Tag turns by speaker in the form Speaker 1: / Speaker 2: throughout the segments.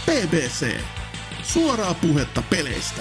Speaker 1: BBC. Suoraa puhetta peleistä.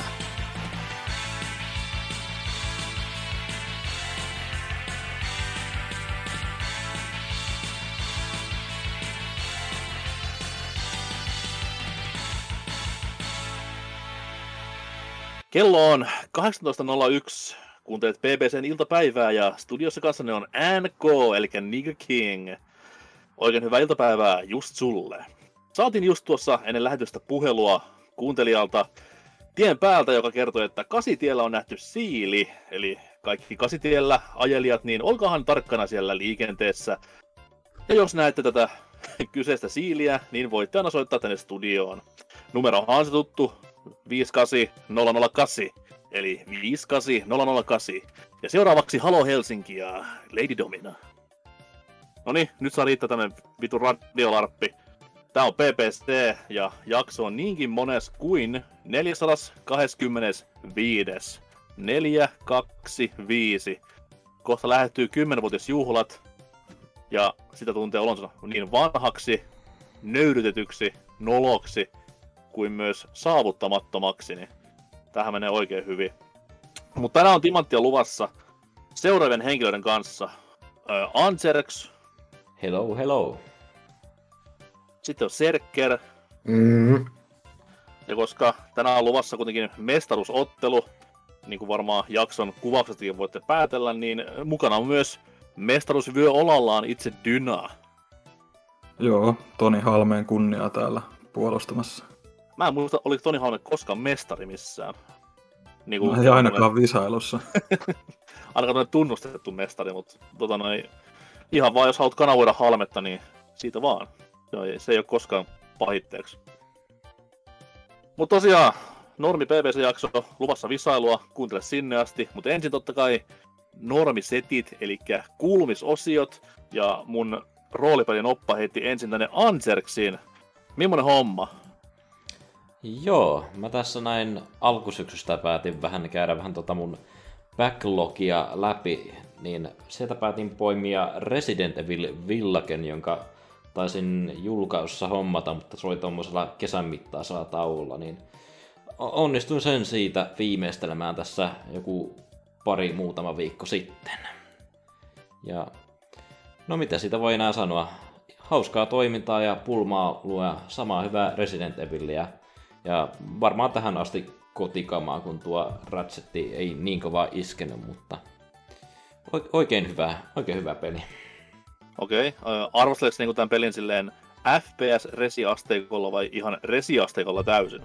Speaker 2: Kello on 18.01. Kuuntelet BBCn iltapäivää ja studiossa kanssanne on NK, eli Nigger King. Oikein hyvää iltapäivää just sulle. Saatiin just tuossa ennen lähetystä puhelua kuuntelijalta tien päältä, joka kertoi, että Kasitiellä on nähty siili. Eli kaikki Kasitiellä ajelijat, niin olkaahan tarkkana siellä liikenteessä. Ja jos näette tätä kyseistä siiliä, niin voitte aina soittaa tänne studioon. Numerohan on se tuttu 58008. Eli 58008. Ja seuraavaksi Halo Helsinki ja Lady Domina. Noniin, nyt saa riittää tämmönen vitun radiolarppi. Tää on PPC ja jakso on niinkin mones kuin 425. 425. Kohta lähettyy 10-vuotisjuhlat. Ja sitä tuntee olonsa niin vanhaksi, nöyrytetyksi, noloksi kuin myös saavuttamattomaksi. Niin tämähän menee oikein hyvin. Mutta tänään on timanttia luvassa seuraavien henkilöiden kanssa. Anserx.
Speaker 3: Hello, hello.
Speaker 2: Sitten on Serker. Ja koska tänään on luvassa kuitenkin mestaruusottelu, niin kuin varmaan jakson kuvauksestakin voitte päätellä, niin mukana on myös mestaruusvyö olallaan itse Dyna.
Speaker 4: Joo, Toni Halmeen kunnia täällä puolustamassa.
Speaker 2: Mä en muista, oliko Toni Halme koskaan mestari missään. Niin kuin,
Speaker 4: ei ainakaan visailussa.
Speaker 2: Ainakaan tunnustettu mestari, mutta ihan vaan jos haluat kanavoida Halmetta, niin siitä vaan. Se ei ole koskaan pahitteeksi. Mutta tosiaan, normi PVC-jakso luvassa visailua, kuuntele sinne asti. Mutta ensin totta kai normisetit, eli kuulumisosiot. Ja mun roolipelin oppa heitti ensin tänne Anserksiin. Millainen homma?
Speaker 3: Joo, mä tässä näin alkusyksystä päätin käydä vähän mun backlogia läpi, niin sieltä päätin poimia Resident Evil Villagen, jonka taisin julkaisussa hommata, mutta se oli tommosella kesän mittaisella tauolla, niin onnistuin sen siitä viimeistelemään tässä joku muutama viikko sitten. Ja no mitä siitä voi enää sanoa, hauskaa toimintaa ja pulmaa luo samaa hyvää Resident Evilia. Ja varmaan tähän asti kotikamaa, kun tuo Ratchetti ei niin kovaa iskenyt, mutta oikein hyvä peli.
Speaker 2: Okei. Arvosteleeko niinku tämän pelin silleen FPS-resiasteikolla vai ihan resiasteikolla täysin?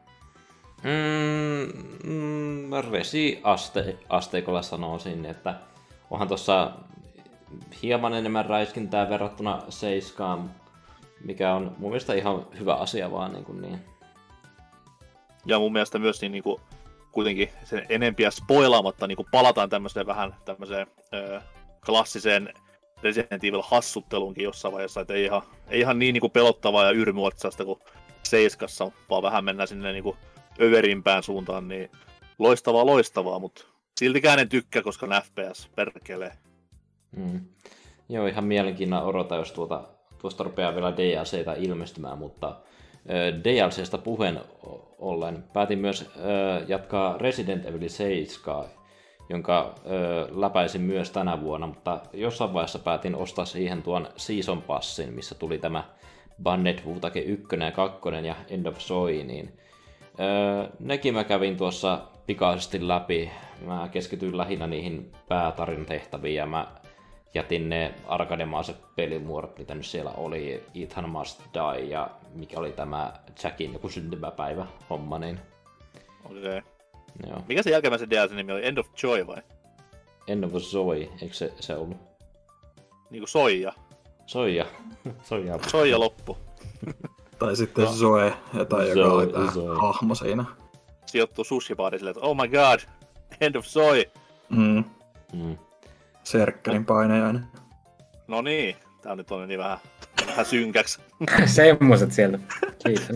Speaker 3: Resi-asteikolla sanoisin, että onhan tossa hieman enemmän räiskintää verrattuna 7, mikä on mun mielestä ihan hyvä asia vaan niin.
Speaker 2: Ja mun mielestä myös niin kuitenkin sen enempiä spoilaamatta niin palataan tämmöiseen klassiseen Resident Evil hassutteluunkin jossain vaiheessa, että ei ihan niin pelottavaa ja yrmuotsasta kuin Seiskassa, vaan vähän mennään sinne niin överimpään suuntaan, niin loistavaa, mutta siltikään en tykkää, koska on FPS, perkelee.
Speaker 3: Joo, ihan mielenkiinnolla odota, jos tuosta rupeaa vielä DLCtä ilmestymään, mutta DLCstä puheen ollen päätin myös jatkaa Resident Evil 7, jonka läpäisin myös tänä vuonna, mutta jossain vaiheessa päätin ostaa siihen tuon Season Passin, missä tuli tämä Banned Wutake 1 ja 2 ja End of Joy, niin nekin mä kävin tuossa pikaisesti läpi. Mä keskityin lähinnä niihin päätarinatehtäviin ja mä jätin ne arkademaiset pelimuodot, mitä nyt siellä oli, Ethan Must Die ja mikä oli tämä Jackin joku syntymäpäivä homma, niin.
Speaker 2: Okei.
Speaker 3: Joo.
Speaker 2: Mikä se jälkimmäisen DLC nimi oli? End of Joy vai?
Speaker 3: End of Joy, eikö se ollut?
Speaker 2: Niinku soija.
Speaker 3: Soija.
Speaker 2: Soija loppu.
Speaker 4: Tai sitten Zoe, joka oli tää hahmo siinä.
Speaker 2: Sijoittuu sushibaariin silleen, että oh my god, End of Joy.
Speaker 4: Serkkerin painajainen.
Speaker 2: No niin, tää on nyt niin vähän synkäks.
Speaker 5: Semmoset sieltä. Kiitos.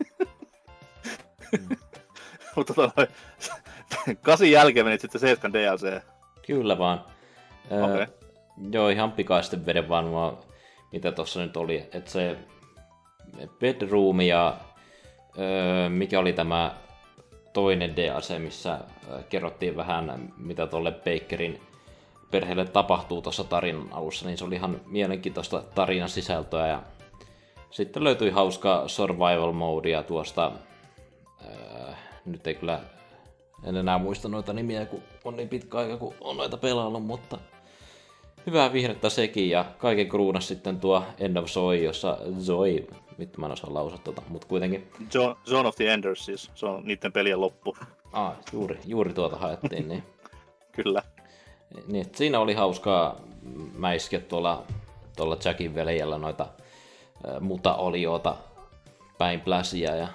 Speaker 2: Mutta 8 jälkeen menit sitten 7 DLC.
Speaker 3: Kyllä vaan.
Speaker 2: Okay.
Speaker 3: Joo, ihan pikaisesti veden vaan mitä tossa nyt oli. Että se Bedroom ja mikä oli tämä toinen DLC, missä kerrottiin vähän, mitä tuolle Bakerin perheelle tapahtuu tuossa tarinan alussa, niin se oli ihan mielenkiintoista tarinan sisältöä. Ja sitten löytyi hauska survival modea tuosta, nyt ei kyllä, en enää muista noita nimiä, kun on niin pitkä aika, kun on noita pelaillut, mutta hyvää vihdettä sekin, ja kaiken kruunas sitten tuo End of Zoe, jossa Zoe, nyt mä en osaa lausua mutta kuitenkin.
Speaker 2: Zone of the Enders siis, se on niiden pelien loppu.
Speaker 3: Juuri tuota haettiin, niin.
Speaker 2: Kyllä.
Speaker 3: Niin, siinä oli hauskaa mäiskeä tuolla Jackin veljellä noita muta-olioita päin pläsiä. Ja...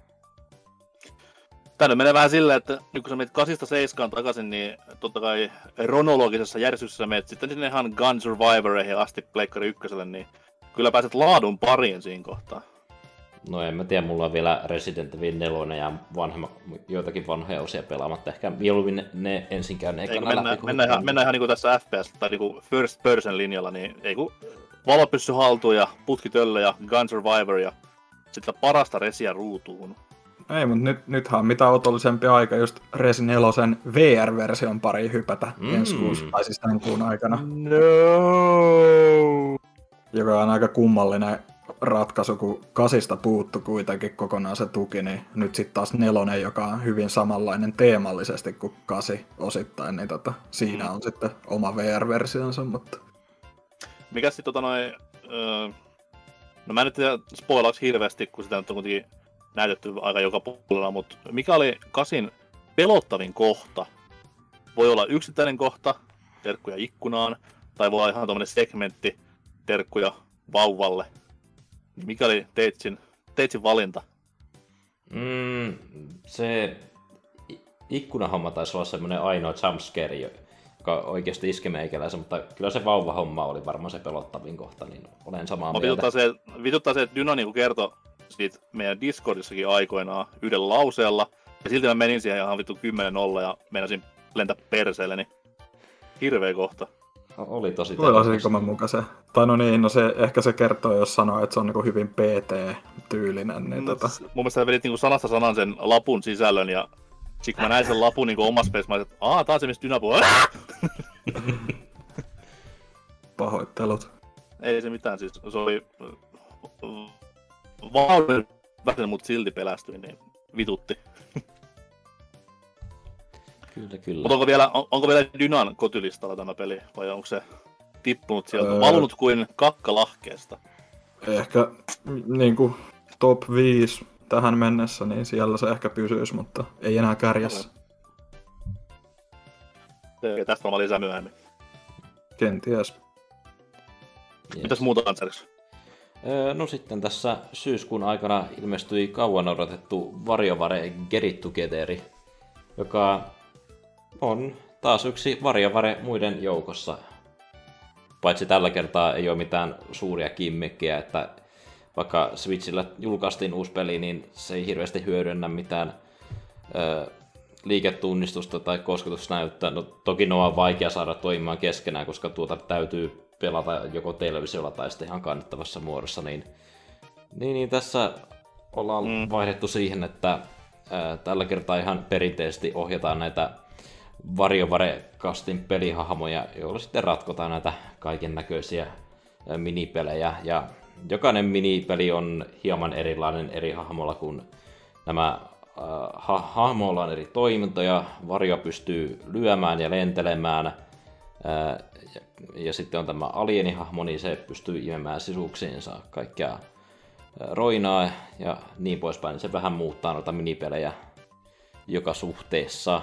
Speaker 2: Tänne menee vähän silleen, että nyt kun sä menet 8-7 takaisin, niin totta kai kronologisessa järjestyksessä menet sitten sinne ihan Gun Survivoreihin asti Pleikkari 1, niin kyllä pääset laadun pariin siinä kohtaa.
Speaker 3: No en mä tiedä, mulla on vielä Resident Evil 4 ja joitakin vanhoja osia pelaamatta. Ehkä mieluummin ne ensin käyn ekana läpi.
Speaker 2: Mennään ihan niinku tässä FPS tai niinku first person linjalla, niin ei kun valopyssy haltuun ja putkitölle ja Gun Survivor ja sitten parasta resiä ruutuun.
Speaker 4: Ei, mutta nythän on mitä otollisempi aika just Resi 4 VR-version pari hypätä ensi kuussa, tai siis tämän kuun aikana.
Speaker 2: No.
Speaker 4: Joka on aika kummallinen ratkaisu, kun 8 puuttu kuitenkin kokonaan se tuki, niin nyt sitten taas 4, joka on hyvin samanlainen teemallisesti kuin 8 osittain, niin siinä on sitten oma VR-versionsa, mutta...
Speaker 2: Mikäs sitten no mä en nyt tiedä spoilauks hirveästi, kun sitä nyt on kuitenkin näytetty aika joka puolella, mutta mikä oli 8 pelottavin kohta? Voi olla yksittäinen kohta, terkkuja ikkunaan, tai voi olla ihan tommonen segmentti, terkkuja vauvalle. Mikä oli Teitsin valinta?
Speaker 3: Se ikkunahomma taisi olla semmoinen ainoa jumpscare, joka oikeasti iski meikäläisen, mutta kyllä se vauvahomma oli varmaan se pelottavin kohta, niin olen samaa mieltä.
Speaker 2: Vituttaa se, että Dyna niin kertoi siitä meidän Discordissakin aikoinaan yhdellä lauseella, ja silti mä menin siihen ihan vittu 10-0 ja meinasin lentää perseelle, niin hirveä kohta.
Speaker 3: Oli tosi
Speaker 4: tehokasta. Mukaisen. Tai no niin, no se, ehkä se kertoo, jos sanoo, että se on niin hyvin PT-tyylinen. Niin
Speaker 2: mun mielestä vedit niin sanasta sanan sen lapun sisällön, ja sit kun mä näin sen lapun niin omassa peessä, mä olisin, että tää on se, mistä Dyna puhuu.
Speaker 4: Pahoittelut.
Speaker 2: Ei se mitään, siis se oli vauden väsen, mut silti pelästyin, niin vitutti.
Speaker 3: Kyllä.
Speaker 2: Mutta onko vielä Dynan kotylistalla tämä peli, vai onko se tippunut sieltä, valunut kuin kakka lahkeesta?
Speaker 4: Ehkä niinku top 5 tähän mennessä, niin siellä se ehkä pysyisi, mutta ei enää kärjessä.
Speaker 2: Tästä varmaan lisää myöhemmin.
Speaker 4: Kenties.
Speaker 3: Yes.
Speaker 2: Mitäs muuta Anseriksi?
Speaker 3: No sitten tässä syyskuun aikana ilmestyi kauan odotettu WarioWare Get It Togetheri, joka on taas yksi WarioWare muiden joukossa. Paitsi tällä kertaa ei ole mitään suuria kimmikkejä, että vaikka Switchillä julkaistiin uusi peli, niin se ei hirveästi hyödynnä mitään liiketunnistusta tai kosketusnäyttöä. No, toki ne on vaikea saada toimimaan keskenään, koska tuota täytyy pelata joko televisiolla tai sitten ihan kannettavassa muodossa. Niin tässä ollaan vaihdettu siihen, että tällä kertaa ihan perinteisesti ohjataan näitä WarioWare-kastin pelihahmoja, joilla sitten ratkotaan näitä kaiken näköisiä minipelejä. Ja jokainen minipeli on hieman erilainen eri hahmolla, kun nämä hahmoilla on eri toimintoja. Wario pystyy lyömään ja lentelemään. Ja sitten on tämä alienihahmo, niin se pystyy imemään sisuksiinsa kaikkea roinaa ja niin poispäin. Se vähän muuttaa noita minipelejä joka suhteessa.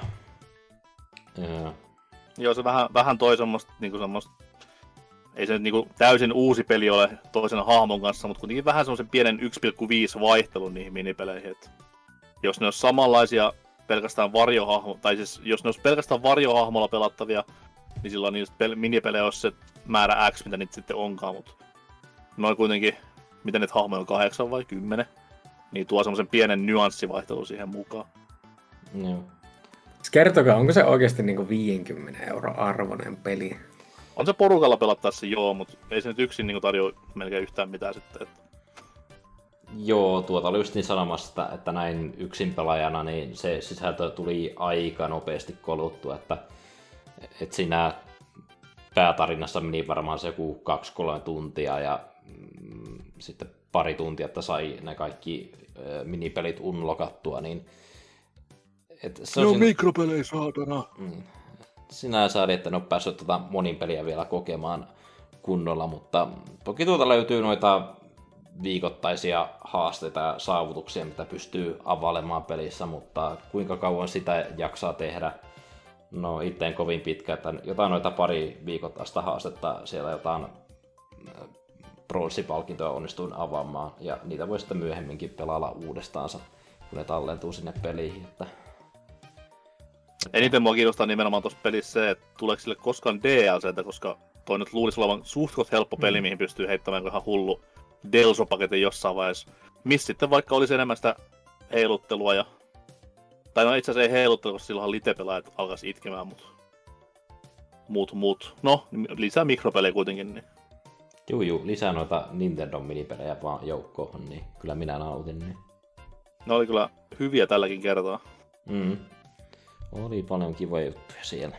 Speaker 2: Joo, se vähän toi semmoista, ei se nyt niinku täysin uusi peli ole toisen hahmon kanssa, mutta kuitenkin vähän semmoisen pienen 1,5 vaihtelun niihin minipeleihin. Et jos ne olisi samanlaisia pelkästään tai siis jos ne olisi pelkästään varjohahmolla pelattavia, niin silloin niistä minipelejä olisi se määrä X, mitä niitä sitten onkaan, mutta noin kuitenkin, miten niitä hahmoja on 8 vai 10, niin tuo semmoisen pienen nyanssivaihtelun siihen mukaan.
Speaker 3: Joo.
Speaker 5: Kertokaa, onko se oikeasti niinku 50 € arvoinen peli?
Speaker 2: On se porukalla pelattaessa joo, mutta ei se nyt yksin niinku tarjoa melkein yhtään mitään sitten. Että...
Speaker 3: Joo, oli just niin sanomassa, että näin yksin pelaajana, niin se sisältö tuli aika nopeasti koluttua, että siinä päätarinassa meni varmaan se joku 2-3 tuntia ja sitten pari tuntia, että sai ne kaikki minipelit unlockattua, niin
Speaker 2: se on mikropelejä saatana.
Speaker 3: Sinä saadi, että en ole päässyt monin peliä vielä kokemaan kunnolla, mutta toki löytyy noita viikoittaisia haasteita ja saavutuksia, mitä pystyy availemaan pelissä, mutta kuinka kauan sitä jaksaa tehdä? No itse en kovin pitkä, että jotain noita pari viikoittaista haastetta, siellä jotain pronssipalkintoja onnistuin avaamaan, ja niitä voi sitten myöhemminkin pelailla uudestaansa, kun ne tallentuu sinne peliin. Että...
Speaker 2: Eniten mua kiinnostaa nimenomaan tuossa pelissä se, että tuleeko sille koskaan DLCtä, koska toi nyt luulisi olevan suht helppo peli, mihin pystyy heittämään ihan hullu Delso-paketin jossain vaiheessa. Missä sitten vaikka olisi enemmän sitä heiluttelua ja... Tai no itse asiassa ei heiluttelua, koska silloinhan lite-pelaajat alkaisi itkemään, mut. No, lisää mikropelejä kuitenkin, niin...
Speaker 3: Juu, lisää noita Nintendo-minipelejä vaan joukkoon, niin kyllä minä nautin. Niin.
Speaker 2: Ne oli kyllä hyviä tälläkin kertaa.
Speaker 3: Oli paljon kivoja juttuja siellä.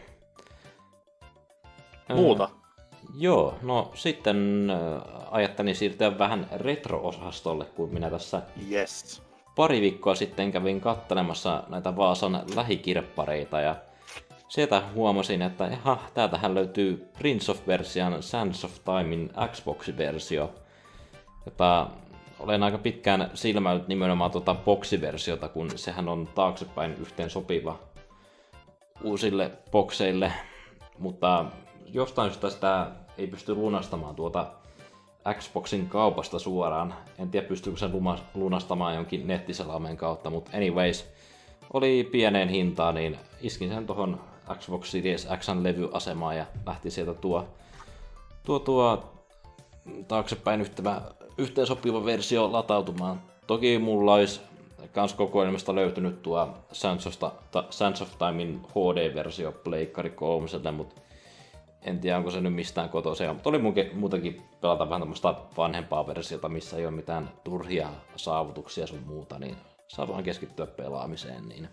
Speaker 2: Muuta?
Speaker 3: Joo, no sitten ajattelin siirtyä vähän retro-osastolle, kun minä tässä pari viikkoa sitten kävin katselemassa näitä Vaasan lähikirppareita ja sieltä huomasin, että täältähän löytyy Prince of Persian Sands of Timein Xbox-versio, jota olen aika pitkään silmäillyt nimenomaan boksiversiota, kun sehän on taaksepäin yhteen sopiva uusille bokseille, mutta jostain syystä sitä ei pysty lunastamaan Xboxin kaupasta suoraan. En tiedä pystyykö sen lunastamaan jonkin nettiselamen kautta, mutta anyways, oli pieneen hintaan, niin iskin sen tuohon Xbox Series X:n levyasemaan ja lähti sieltä tuo taaksepäin yhteen sopiva versio latautumaan. Toki mulla olisi kans kokoelmasta löytynyt tuo Sands of Timein HD-versio Pleikkari 3, mutta en tiedä onko se nyt mistään kotoisin, mutta oli muutenkin pelata vähän tämmöistä vanhempaa versiota, missä ei ole mitään turhia saavutuksia sun muuta, niin saa vaan keskittyä pelaamiseen. Niin.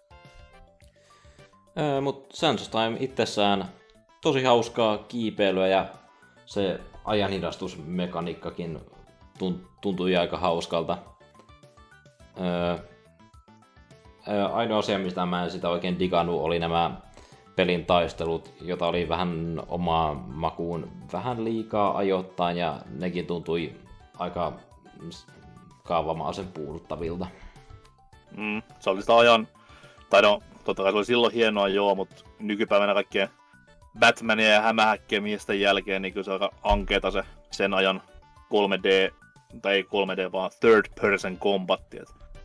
Speaker 3: Mutta Sands of Time itsessään tosi hauskaa kiipeilyä ja se ajanhidastusmekaniikkakin tuntui aika hauskalta. Ainoa asia, mistä mä en sitä oikein digannut, oli nämä pelin taistelut, jota oli vähän omaa makuun vähän liikaa ajoittain ja nekin tuntui aika kaavamaisen puuduttavilta.
Speaker 2: Se oli sitä ajan, tai no totta kai se oli silloin hienoa joo, mutta nykypäivänä kaikkien Batmania ja hämähäkkien miesten jälkeen, niin kyllä se on aika ankeeta se sen ajan 3D, tai ei 3D vaan third person combatti.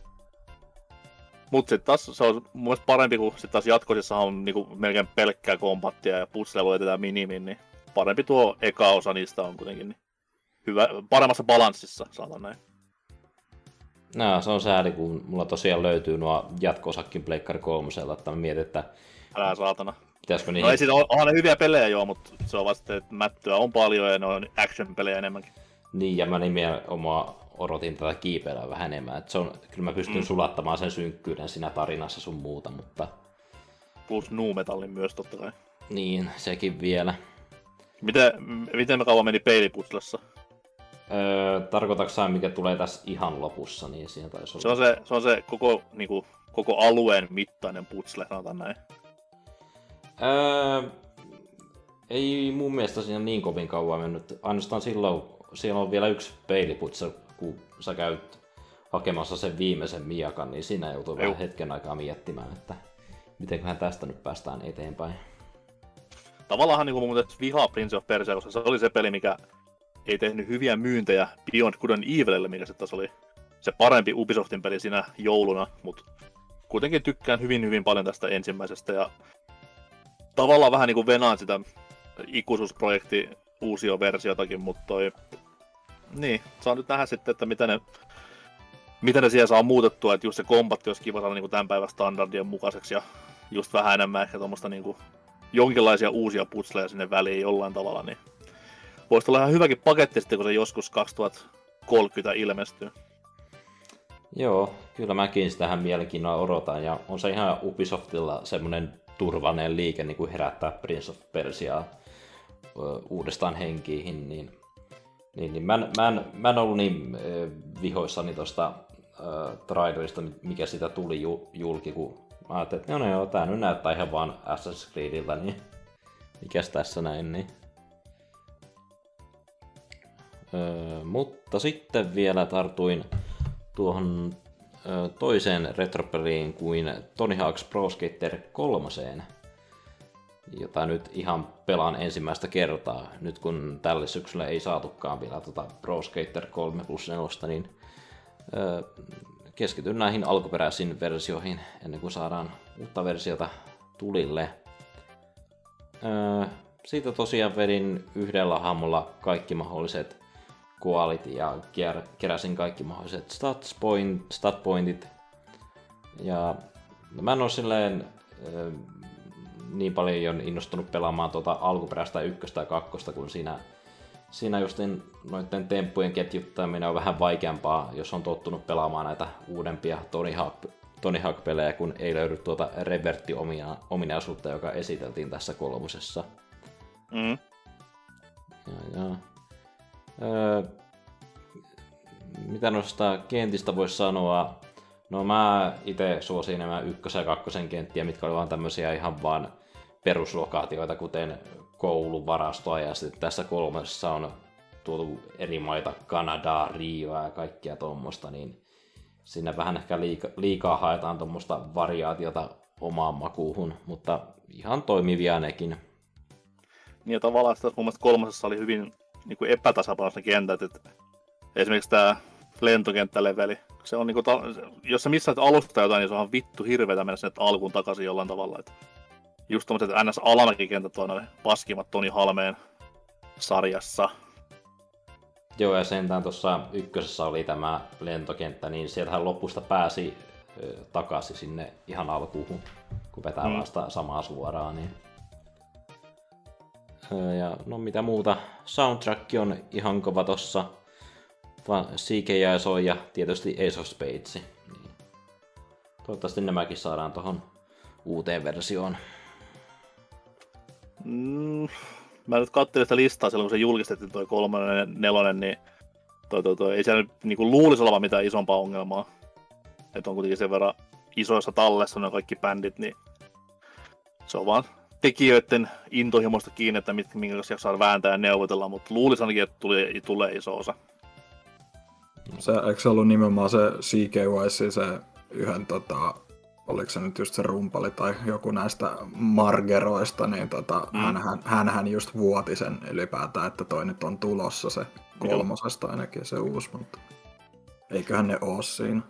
Speaker 2: Mut sit taas se on mun mielestä parempi, kun sit taas jatkoisessa on niinku melkein pelkkää kombattia ja puzzlea jätetään minimiin, niin parempi tuo eka osa niistä on kuitenkin niin hyvä, paremmassa balanssissa, sanotaan näin.
Speaker 3: No, se on sääli, kun mulla tosiaan löytyy nuo jatko-osakin Pleikkari 3, että mä mietin, että...
Speaker 2: Älä saatana.
Speaker 3: Pitäisikö niihin...
Speaker 2: No ei siitä onhan ne hyviä pelejä joo, mutta se on vasta, että mättöä on paljon ja ne on action-pelejä enemmänkin.
Speaker 3: Niin, ja mä nimenomaan odotin tätä kiipeilyä vähän enemmän. Että se on, kyllä mä pystyn sulattamaan sen synkkyyden siinä tarinassa sun muuta, mutta...
Speaker 2: Plus nu-metallin myös totta kai.
Speaker 3: Niin, sekin vielä.
Speaker 2: Miten me kauan meni peiliputslessa?
Speaker 3: Tarkoitatko sä, mikä tulee tässä ihan lopussa, niin siinä taisi
Speaker 2: olla. Se on se koko, niinku, koko alueen mittainen putsle, sanotaan näin.
Speaker 3: Ei mun mielestä siinä niin kovin kauan mennyt. Ainoastaan silloin, siellä on vielä yksi peiliputsa, kun sä käyt hakemassa sen viimeisen miakan, niin siinä joutuu vähän hetken aikaa miettimään, että mitenköhän tästä nyt päästään eteenpäin.
Speaker 2: Tavallaan niin kuin mun vihaa Prince of Persia, koska se oli se peli, mikä ei tehnyt hyviä myyntejä Beyond Good and Evilille, mikä se taas oli se parempi Ubisoftin peli siinä jouluna, mutta kuitenkin tykkään hyvin paljon tästä ensimmäisestä ja tavallaan vähän niinku venaan sitä ikuisuusprojekti uusioversiotakin, mutta niin, saa nyt nähdä sitten, että mitä ne siellä saa muutettua, että just se kombatti olisi kiva saada niinku tämän päivän standardien mukaiseksi ja just vähän enemmän ehkä tommoista niinku jonkinlaisia uusia putsleja sinne väliin jollain tavalla, niin voisi olla ihan hyväkin paketti sitten, kun se joskus 2030 ilmestyy.
Speaker 3: Joo, kyllä mäkin sitähän mielenkiinnolla odotan, ja on se ihan Ubisoftilla semmoinen turvallinen liike niin kuin herättää Prince of Persiaa uudestaan henkiin, niin mä en ollut niin vihoissani tuosta trailerista, mikä sitä tuli julki, kun mä ajattelin, että joo, tää nyt näyttää ihan vaan Assassin's Creediltä, niin mikäs tässä näin, niin. Mutta sitten vielä tartuin tuohon toiseen retropeliin kuin Tony Hawk's Pro Skater 3, jota nyt ihan pelaan ensimmäistä kertaa. Nyt kun tälle syksyllä ei saatukaan vielä Pro Skater 3+4, niin keskityn näihin alkuperäisiin versioihin ennen kuin saadaan uutta versiota tulille. Siitä tosiaan vedin yhdellä hahmolla kaikki mahdolliset koalit ja keräsin kaikki mahdolliset stat pointit. Ja mä en ole silleen niin paljon innostunut pelaamaan tuota alkuperäistä 1 ja 2, kun siinä justin noiden temppujen ketjuttaminen on vähän vaikeampaa, jos on tottunut pelaamaan näitä uudempia Tony Hawk-pelejä, kun ei löydy tuota revertti-ominaisuutta, joka esiteltiin tässä 3.
Speaker 2: Mm.
Speaker 3: Mitä noista kentistä voisi sanoa? No mä itse suosin nämä 1 ja 2 kenttiä, mitkä oli vaan tämmöisiä ihan vaan peruslokaatioita, kuten koulun varastoa, ja sitten tässä 3 on tuotu eri maita, Kanadaa, Rioa ja kaikkia tuommoista, niin siinä vähän ehkä liikaa haetaan tuommoista variaatiota omaan makuuhun, mutta ihan toimivia nekin.
Speaker 2: Niin ja tavallaan sitä mun mielestä 3 oli hyvin niin kuin epätasapainoista kentät, että esimerkiksi tämä lentokenttäleveli, se on niinku, jos sä missaat alusta jotain, niin se on vittu hirveetä mennä sinne alkuun takaisin jollain tavalla. Että just tommoset NS-alamäkikentät on ne paskimmat Toni Halmeen sarjassa.
Speaker 3: Joo, ja sentään tuossa 1 oli tämä lentokenttä, niin sieltähän lopusta pääsi takaisin sinne ihan alkuun, kun vetää vasta samaa suoraan. Niin. Ja no mitä muuta, soundtrack on ihan kova tossa. CKI soi ja tietysti Ace of Spades. Niin. Toivottavasti nämäkin saadaan tuohon uuteen versioon.
Speaker 2: Mä nyt katselin sitä listaa silloin, kun se julkistettiin toi 3 ja 4, niin ei siellä nyt niin luulisi olevan mitään isompaa ongelmaa. Että on kuitenkin sen verran isoissa tallessa ne kaikki bändit, niin se on vaan tekijöiden intohimoista kiinni, että minkä kanssa jaksaa vääntää ja neuvotella, mutta luulisin ainakin, että tulee iso osa.
Speaker 4: Eikö se ollut nimenomaan se CKY, se yhden, oliko se nyt just se rumpali tai joku näistä margeroista, niin hänhän just vuoti sen ylipäätään, että toi nyt on tulossa se 3 ainakin se uusi, mutta eiköhän ne oo siinä.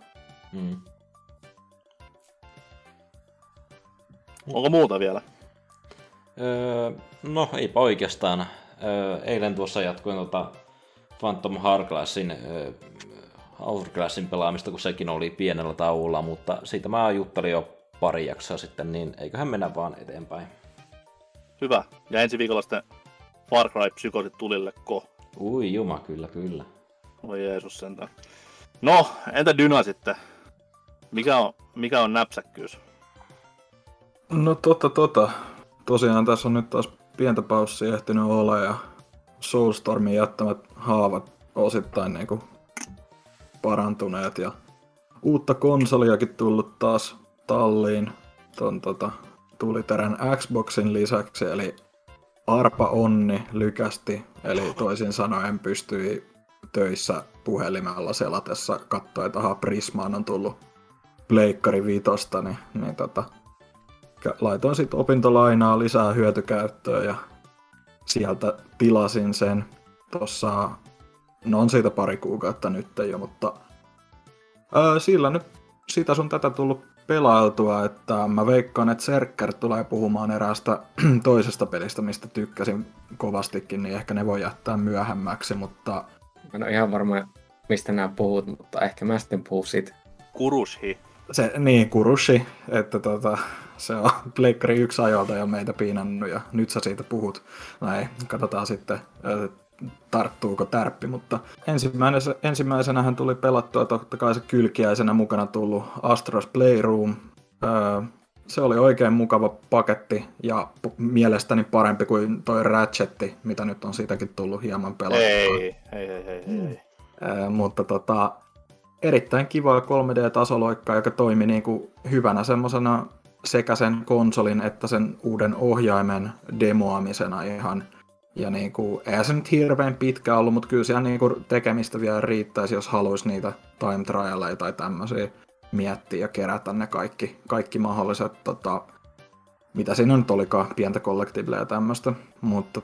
Speaker 2: Onko muuta vielä?
Speaker 3: No eipä oikeastaan. Eilen tuossa jatkuin Phantom Hourglassin pelaamista, kun sekin oli pienellä tauolla, mutta siitä mä juttelin jo pari jaksoa sitten, niin eiköhän mennä vaan eteenpäin.
Speaker 2: Hyvä. Ja ensi viikolla sitten Far Cry Psychosit tulille
Speaker 3: Ui juma, kyllä.
Speaker 2: Oi Jeesus sentään. No, entä Dyna sitten? Mikä on näpsäkkyys?
Speaker 4: No tosiaan tässä on nyt taas pientä paussia ehtinyt olla ja Soulstormin jättämät haavat osittain niinku parantuneet ja uutta konsoliakin tullut taas talliin ton tuliterän Xboxin lisäksi, eli Arpa Onni lykästi, eli toisin sanoen pystyi töissä puhelimella selatessa katsoa, että Prismaan on tullut Pleikkari 5, niin laitoin sitten opintolainaa lisää hyötykäyttöön ja sieltä tilasin sen tossa, no on siitä pari kuukautta nyt jo, mutta sillä nyt sitä sun tätä tullut pelailtua, että mä veikkaan, että Serker tulee puhumaan eräästä toisesta pelistä, mistä tykkäsin kovastikin, niin ehkä ne voi jättää myöhemmäksi, mutta...
Speaker 5: Mä en ole ihan varma, mistä nämä puhut, mutta ehkä mä sitten puhun siitä.
Speaker 2: Kurushi.
Speaker 4: Kurushi, että se on Pleikkari 1 ajoilta jo meitä piinannut ja nyt sä siitä puhut. No ei, katsotaan sitten. tarttuuko tärppi, mutta ensimmäisenähän tuli pelattua totta kai se kylkiäisenä mukana tullut Astro's Playroom. Se oli oikein mukava paketti ja mielestäni parempi kuin toi Ratchetti, mitä nyt on siitäkin tullut hieman pelattua.
Speaker 2: Ei.
Speaker 4: Mutta erittäin kivaa 3D-tasoloikkaa, joka toimi niinku hyvänä semmosena sekä sen konsolin että sen uuden ohjaimen demoamisena ihan. Ja niinku, eihän se nyt hirveän pitkä ollut, mutta kyllä siellä niinku tekemistä vielä riittäisi, jos haluaisi niitä time trialeja tai tämmöisiä miettiä ja kerätä ne kaikki mahdolliset, mitä siinä nyt olikaan, pientä kollektiivia ja tämmöistä. Mutta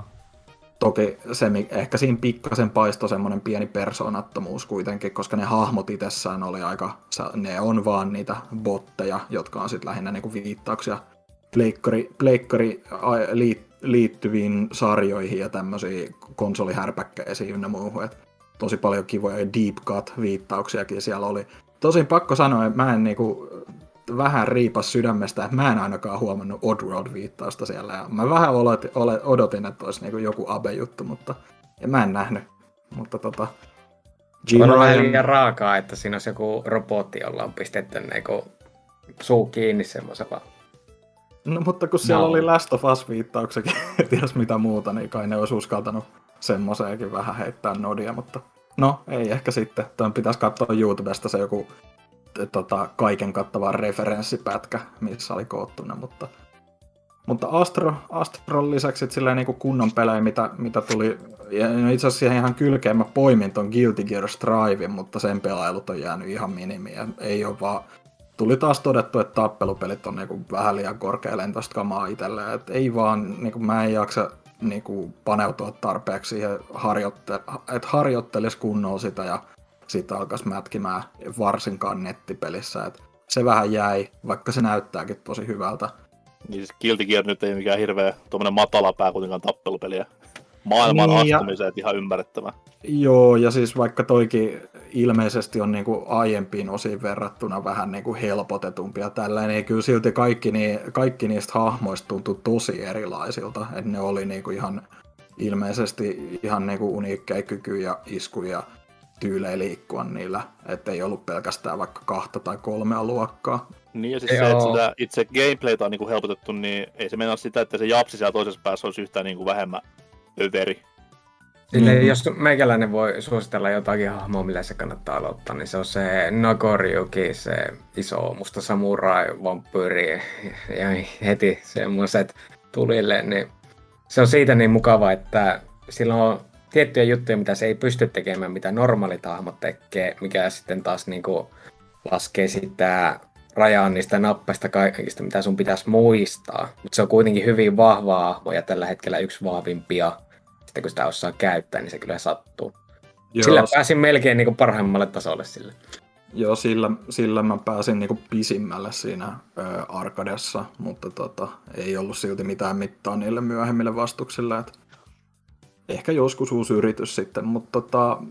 Speaker 4: toki se ehkä siinä pikkasen paistoi semmoinen pieni persoonattomuus kuitenkin, koska ne hahmot itsessään oli ne on vaan niitä botteja, jotka on sitten lähinnä niinku viittauksia pleikkari liittyviin sarjoihin ja tämmöisiin konsolihärpäkkäisiin ynnä muuhun. Et tosi paljon kivoja deep cut-viittauksiakin siellä oli. Tosin pakko sanoa, että mä en niinku vähän riipas sydämestä, että mä en ainakaan huomannut Oddworld-viittausta siellä. Ja mä vähän odotin, että olisi niinku joku Abe-juttu, mutta mä en nähnyt. Mutta
Speaker 5: on vähän liian raakaa, että siinä olisi joku robotti, jolla on pistetty niinku suu kiinni semmoisella.
Speaker 4: No mutta kun siellä oli Last of Us-viittauksekin, et jos mitä muuta, niin kai ne olisi uskaltanut semmoiseenkin vähän heittää nodia, mutta no ei ehkä sitten. Tämän pitäisi katsoa YouTubesta se joku kaiken kattava referenssipätkä, missä oli koottuna, mutta Astron lisäksi silleen niinku kunnon pelejä, mitä tuli, ja itse asiassa ihan kylkeen mä poimin ton Guilty Gear Striven, mutta sen pelailut on jäänyt ihan minimiin, ei ole vaan. Tuli taas todettu, että tappelupelit on niinku vähän liian korkealentoista kamaa itselleen, että ei vaan, niinku mä en jaksa niinku paneutua tarpeeksi siihen, että harjoittelisi kunnolla sitä ja sitten alkaisi mätkimään varsinkaan nettipelissä, että se vähän jäi, vaikka se näyttääkin tosi hyvältä.
Speaker 2: Niin siis Guilty Gear nyt ei mikään hirveä tuommoinen matalapää kuitenkaan tappelupeliä. Maailman
Speaker 4: niin,
Speaker 2: astumiseen, ihan ymmärrettävää.
Speaker 4: Joo, ja siis vaikka toikin ilmeisesti on niinku aiempiin osiin verrattuna vähän niinku helpotetumpia tällainen, niin kyllä silti kaikki niistä hahmoista tuntui tosi erilaisilta, että ne oli niinku ihan ilmeisesti ihan niinku uniikkeja kykyjä ja iskuja tyylejä liikkua niillä, ettei ollut pelkästään vaikka 2 tai 3 luokkaa.
Speaker 2: Niin ja siis se, että sitä itse gameplaytä on niinku helpotettu, niin ei se mennä sitä, että se japsi siellä toisessa päässä olisi yhtään niinku vähemmän överi.
Speaker 5: Silleen, jos meikäläinen voi suositella jotakin hahmoa, millä se kannattaa aloittaa, niin se on se Nogoryuki, se iso musta samurai-vampyyri, ja heti semmoiset tulille, niin se on siitä niin mukava, että sillä on tiettyjä juttuja, mitä se ei pysty tekemään, mitä normaalit hahmot tekee, mikä sitten taas niinku laskee sitä rajaa niistä nappeista kaikista, mitä sun pitäisi muistaa. Mutta se on kuitenkin hyvin vahva hahmo ja tällä hetkellä yksi vahvimpia. Sitten kun sitä osaa käyttää, niin se kyllä sattuu. Joo, sillä pääsin melkein niinku parhaimmalle tasolle sille.
Speaker 4: Joo, sillä mä pääsin niinku pisimmälle siinä arkadessa, mutta ei ollut silti mitään mittaa niille myöhemmille vastuksille. Et ehkä joskus uusi yritys sitten, mutta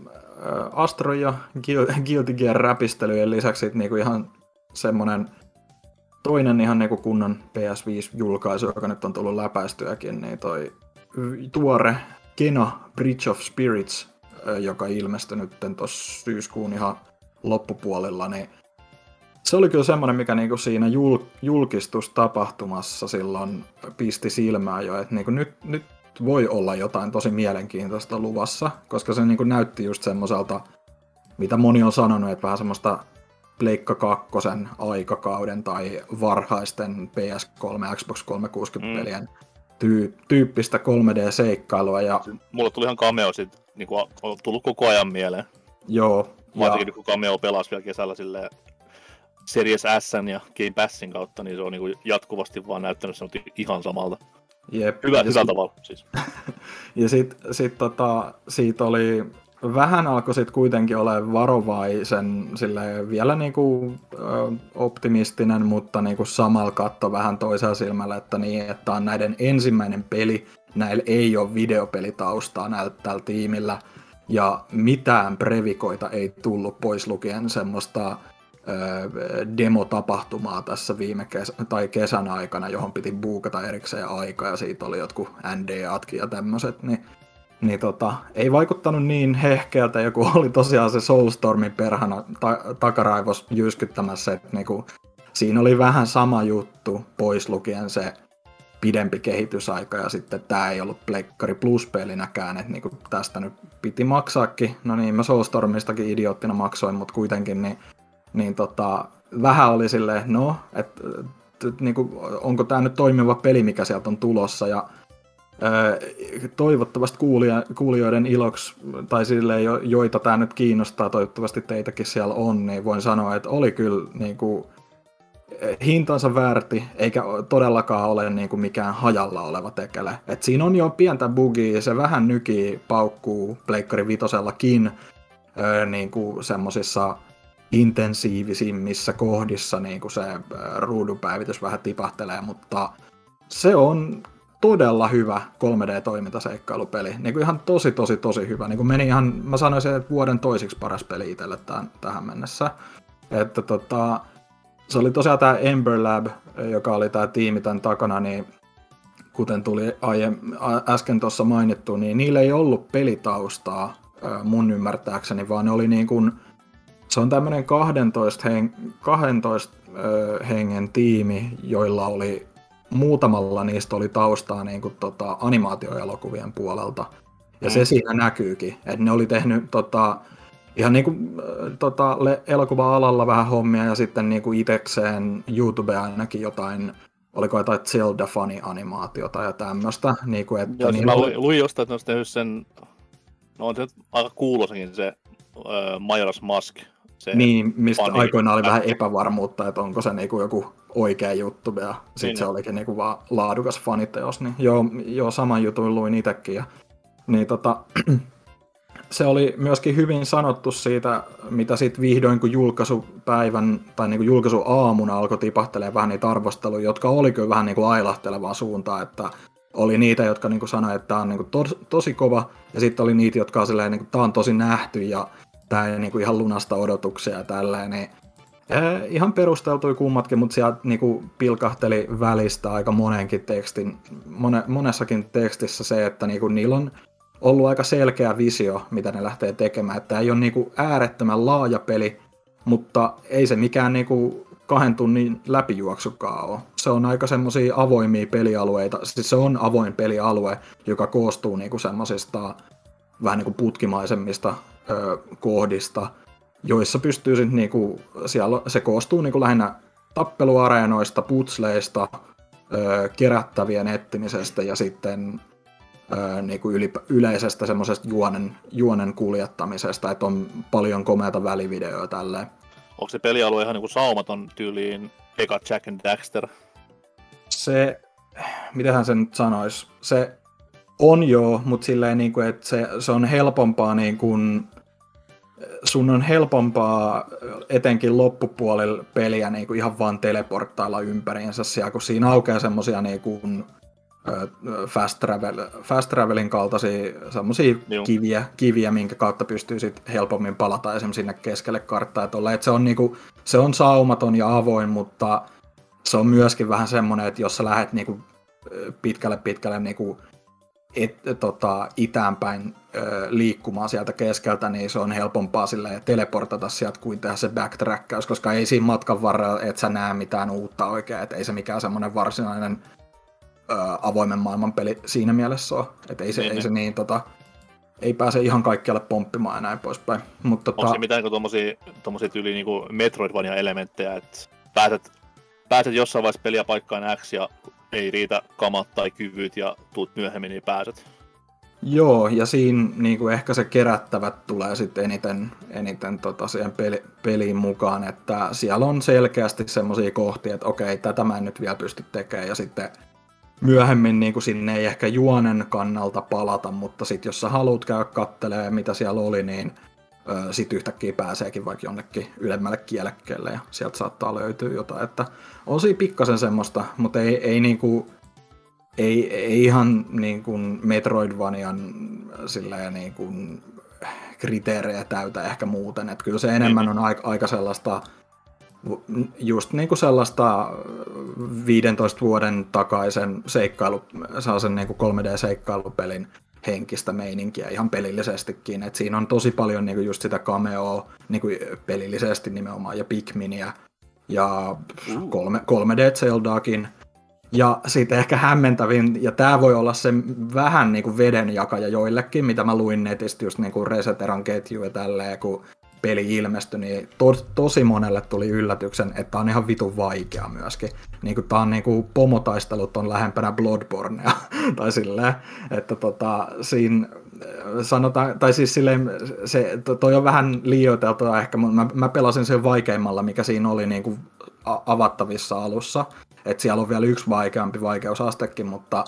Speaker 4: Astro ja Guilty Gear räpistelyjen lisäksi niinku ihan semmonen toinen ihan niinku kunnon PS5-julkaisu, joka nyt on tullut läpäistyäkin, niin toi tuore Kena Bridge of Spirits, joka ilmestyi nyt tuossa syyskuun ihan loppupuolella, niin se oli kyllä semmoinen, mikä niinku siinä julkistustapahtumassa silloin pisti silmään jo, että niinku nyt voi olla jotain tosi mielenkiintoista luvassa, koska se niinku näytti just semmoiselta, mitä moni on sanonut, että vähän semmoista Pleikka 2 aikakauden tai varhaisten PS3 Xbox 360 pelien tyyppistä 3D-seikkailua. Ja
Speaker 2: mulle tuli ihan cameo siitä, niin kuin on tullut koko ajan mieleen.
Speaker 4: Joo.
Speaker 2: Varsinkin kun cameo pelasi vielä kesällä silleen Series S:n ja Game Passin kautta, niin se on niin kuin jatkuvasti vaan näyttänyt semmoinen ihan samalta.
Speaker 4: Jep.
Speaker 2: Hyvällä tavalla siis.
Speaker 4: Ja siitä oli vähän alkoi sitten kuitenkin olla varovaisen silleen, vielä niinku optimistinen, mutta niinku samalla katto vähän toisella silmällä, että että on näiden ensimmäinen peli, näillä ei ole videopelitaustaa tällä tiimillä, ja mitään previkoita ei tullut pois lukien semmoista demotapahtumaa tässä kesän aikana, johon piti buukata erikseen aika, ja siitä oli jotkut NDAtkin ja tämmöiset, niin niin ei vaikuttanut niin hehkeältä, joku oli tosiaan se Soulstormin perhana takaraivos jyskyttämässä, että niinku, siinä oli vähän sama juttu, pois lukien se pidempi kehitysaika, ja sitten tämä ei ollut Pleikkari Plus-pelinäkään, että niinku tästä nyt piti maksaakin. No niin, mä Soulstormistakin idioottina maksoin, mutta kuitenkin niin vähän oli silleen, no, että niinku, onko tämä nyt toimiva peli, mikä sieltä on tulossa, ja toivottavasti kuulijoiden iloksi, tai silleen, joita tämä nyt kiinnostaa, toivottavasti teitäkin siellä on, niin voin sanoa, että oli kyllä niinku hintansa väärti, eikä todellakaan ole niinku mikään hajalla oleva tekele. Et siinä on jo pientä bugia, se vähän nykii paukkuu Pleikkari Vitosellakin niinku semmosissa intensiivisimmissä kohdissa niinku se ruudunpäivitys vähän tipahtelee, mutta se on todella hyvä 3D-toimintaseikkailupeli. Niinku ihan tosi hyvä. Niinku meni ihan, mä sanoisin, että vuoden toisiksi paras peli itselle tähän mennessä. Että se oli tosiaan tää Ember Lab, joka oli tää tiimi tän takana, niin kuten tuli äsken tuossa mainittu, niin niillä ei ollut pelitaustaa mun ymmärtääkseni, vaan ne oli niin kuin, se on tämmönen 12 hengen tiimi, joilla oli muutamalla niistä oli taustaa niin kuin animaatioelokuvien puolelta. Ja se siinä näkyykin, että ne oli tehnyt ihan niin kuin elokuva-alalla vähän hommia ja sitten niin kuin itekseen YouTubea ainakin jotain, oliko jotain Zelda-fani-animaatiota ja tämmöistä. Niin kuin, että
Speaker 2: joo, mä luin jostain, että ne olisi tehnyt sen, no on se aika kuulosakin se Majora's Mask.
Speaker 4: Niin, mistä aikoinaan oli vähän epävarmuutta, että onko se niinku joku oikea juttu ja sitten niin se olikin niinku vaan laadukas faniteos. Niin joo, saman jutun luin itsekin. Ja, niin se oli myöskin hyvin sanottu siitä, mitä sitten vihdoin kun julkaisupäivän tai niinku julkaisuaamuna alkoi tipahtelemaan vähän niitä arvosteluja, jotka oli kyllä vähän niinku ailahtelevaan suuntaan, että oli niitä, jotka niinku sanoi, että tämä on niinku tosi kova, ja sitten oli niitä, jotka on silleen, niinku, tämä on tosi nähty ja tämä ei niinku ihan lunasta odotuksia ja tälleen, niin ihan perusteltui kummatkin, mutta sieltä niinku pilkahteli välistä aika monessakin tekstissä se, että niinku niillä on ollut aika selkeä visio, mitä ne lähtee tekemään. Että tämä ei ole niinku äärettömän laaja peli, mutta ei se mikään niinku 2 tunnin läpijuoksukaan ole. Se on aika semmosia avoimia pelialueita. Siis se on avoin pelialue, joka koostuu niinku semmosista vähän niinku putkimaisemmista kohdista, joissa pystyy sitten niinku, siellä se koostuu niinku lähinnä tappeluareenoista, putsleista, kerättävien etsimisestä ja sitten niinku yleisestä semmoisesta juonen kuljettamisesta, että on paljon komeata välivideoa tälleen.
Speaker 2: Onko se pelialue ihan niinku saumaton tyyliin eka Jack and Daxter?
Speaker 4: Se, mitähän se nyt sanois, se on joo, mutta silleen niinku, että se on helpompaa niinku, sun on helpompaa etenkin loppupuolella peliä niinku ihan vaan teleporttailla ympäriinsä siellä, kun siinä aukeaa semmosia niinku fast travelin kaltaisia semmosia kiviä, minkä kautta pystyy sit helpommin palata esimerkiksi sinne keskelle karttaa. Että se on niinku, se on saumaton ja avoin, mutta se on myöskin vähän semmonen, että jos sä lähdet niinku pitkälle niinku itäänpäin liikkumaan sieltä keskeltä, niin se on helpompaa silleen teleportata sieltä kuin tehdä se backtrackaus, koska ei siinä matkan varrella, et sä näe mitään uutta oikein, et ei se mikään semmonen varsinainen avoimen maailman peli siinä mielessä ole, et ei se ei pääse ihan kaikkialle pomppimaan ja näin poispäin. Mutta
Speaker 2: onko se mitään tommosia tyyliä niinku Metroidvania-elementtejä, että pääset jossain vaiheessa peliä paikkaan X ja ei riitä kamat tai kyvyt ja tuut myöhemmin, niin pääset.
Speaker 4: Joo, ja siinä niinku ehkä se kerättävät tulee sitten eniten siihen peliin mukaan, että siellä on selkeästi semmosia kohtia, että okei, tätä mä en nyt vielä pysty tekemään, ja sitten myöhemmin niinku sinne ei ehkä juonen kannalta palata, mutta sitten jos sä haluat käydä kattelemaan, mitä siellä oli, niin sit yhtäkkiä pääseekin vaikka jonnekin ylemmälle kielekkeelle ja sieltä saattaa löytyä jotain, että on siinä pikkasen semmoista, mutta ei niinku ei ihan niinku Metroidvanian silleen niinku kriteerejä täytä ehkä muuten, että kyllä se enemmän on aika sellaista just niinku sellaista 15 vuoden takaisen sellaisen niinku 3D-seikkailupelin henkistä meininkiä ihan pelillisestikin. Et siinä on tosi paljon niinku just sitä cameoa niinku pelillisesti nimenomaan ja Pikminia ja 3D Zeldaakin. Ja sitten ehkä hämmentävin, ja tää voi olla se vähän niinku vedenjakaja joillekin, mitä mä luin netistä just niinku Reseteran ketju ja tälleen, kun peli ilmestyi, niin tosi monelle tuli yllätyksen, että tää on ihan vitun vaikea myöskin. Niinku tää on niinku pomotaistelut on lähempänä Bloodbornea, tai silleen, että siinä sanotaan, tai siis silleen, toi on vähän liioiteltua ehkä, mutta mä pelasin sen vaikeimmalla, mikä siinä oli niinku avattavissa alussa, että siellä on vielä yksi vaikeampi vaikeusastekin, mutta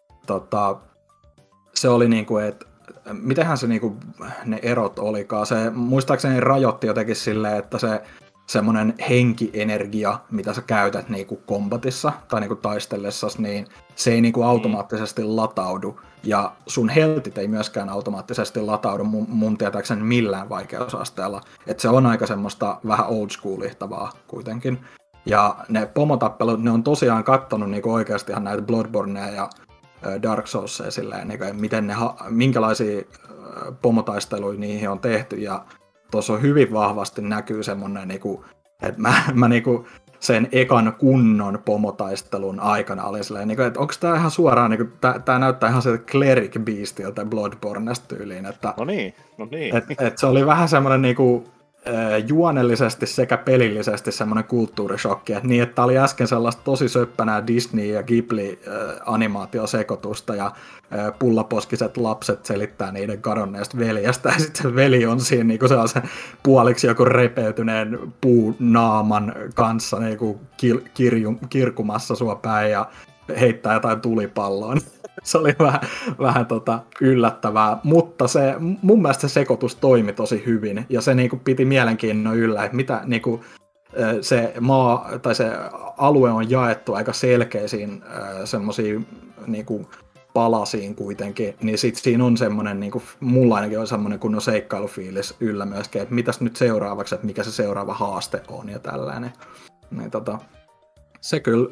Speaker 4: se oli niinku, että mitenhän se niinku, ne erot olikaan, se muistaakseni rajoitti jotenkin silleen, että se semmoinen henkienergia, mitä sä käytät niinku kombatissa tai niinku taistellessas, niin se ei niinku automaattisesti lataudu. Ja sun heltit ei myöskään automaattisesti lataudu mun tietääkseni millään vaikeusasteella. Että se on aika semmoista vähän old schoolihtavaa kuitenkin. Ja ne pomotappelut, ne on tosiaan kattonut niinku oikeastihan näitä Bloodborneja ja Dark Soulsia silleen, niinku, miten minkälaisia pomotaisteluja niihin on tehty. Ja tuossa on hyvin vahvasti näkyy semmonen, niinku, että mä niinku sen ekan kunnon pomotaistelun aikana oli silleen, niinku, että onko tää ihan suoraan, niinku, tää näyttää ihan sieltä Cleric Beastiltä Bloodbornesta tyyliin. Että,
Speaker 2: no niin.
Speaker 4: Et se oli vähän semmonen niinku, juonellisesti sekä pelillisesti semmoinen kulttuurishokki, että niin, että oli äsken sellaista tosi söppänää Disney- ja Ghibli-animaatiosekoitusta ja pullaposkiset lapset selittää niiden kadonneesta veljestä ja sitten se veli on siinä niinku sellaisen puoliksi joku repeytyneen puunaaman kanssa niinku kirkumassa sua päin ja heittää jotain tulipalloa. Se oli vähän yllättävää, mutta mun mielestä se sekoitus toimi tosi hyvin ja se niinku piti mielenkiinnon yllä, että mitä niinku, se maa tai se alue on jaettu aika selkeisiin semmoisiin niinku palasiin kuitenkin, niin sit siinä on semmoinen, niinku, mulla ainakin on semmoinen kunnon seikkailufiilis yllä myöskin, että mitäs nyt seuraavaksi, että mikä se seuraava haaste on ja tällainen. Niin, se kyllä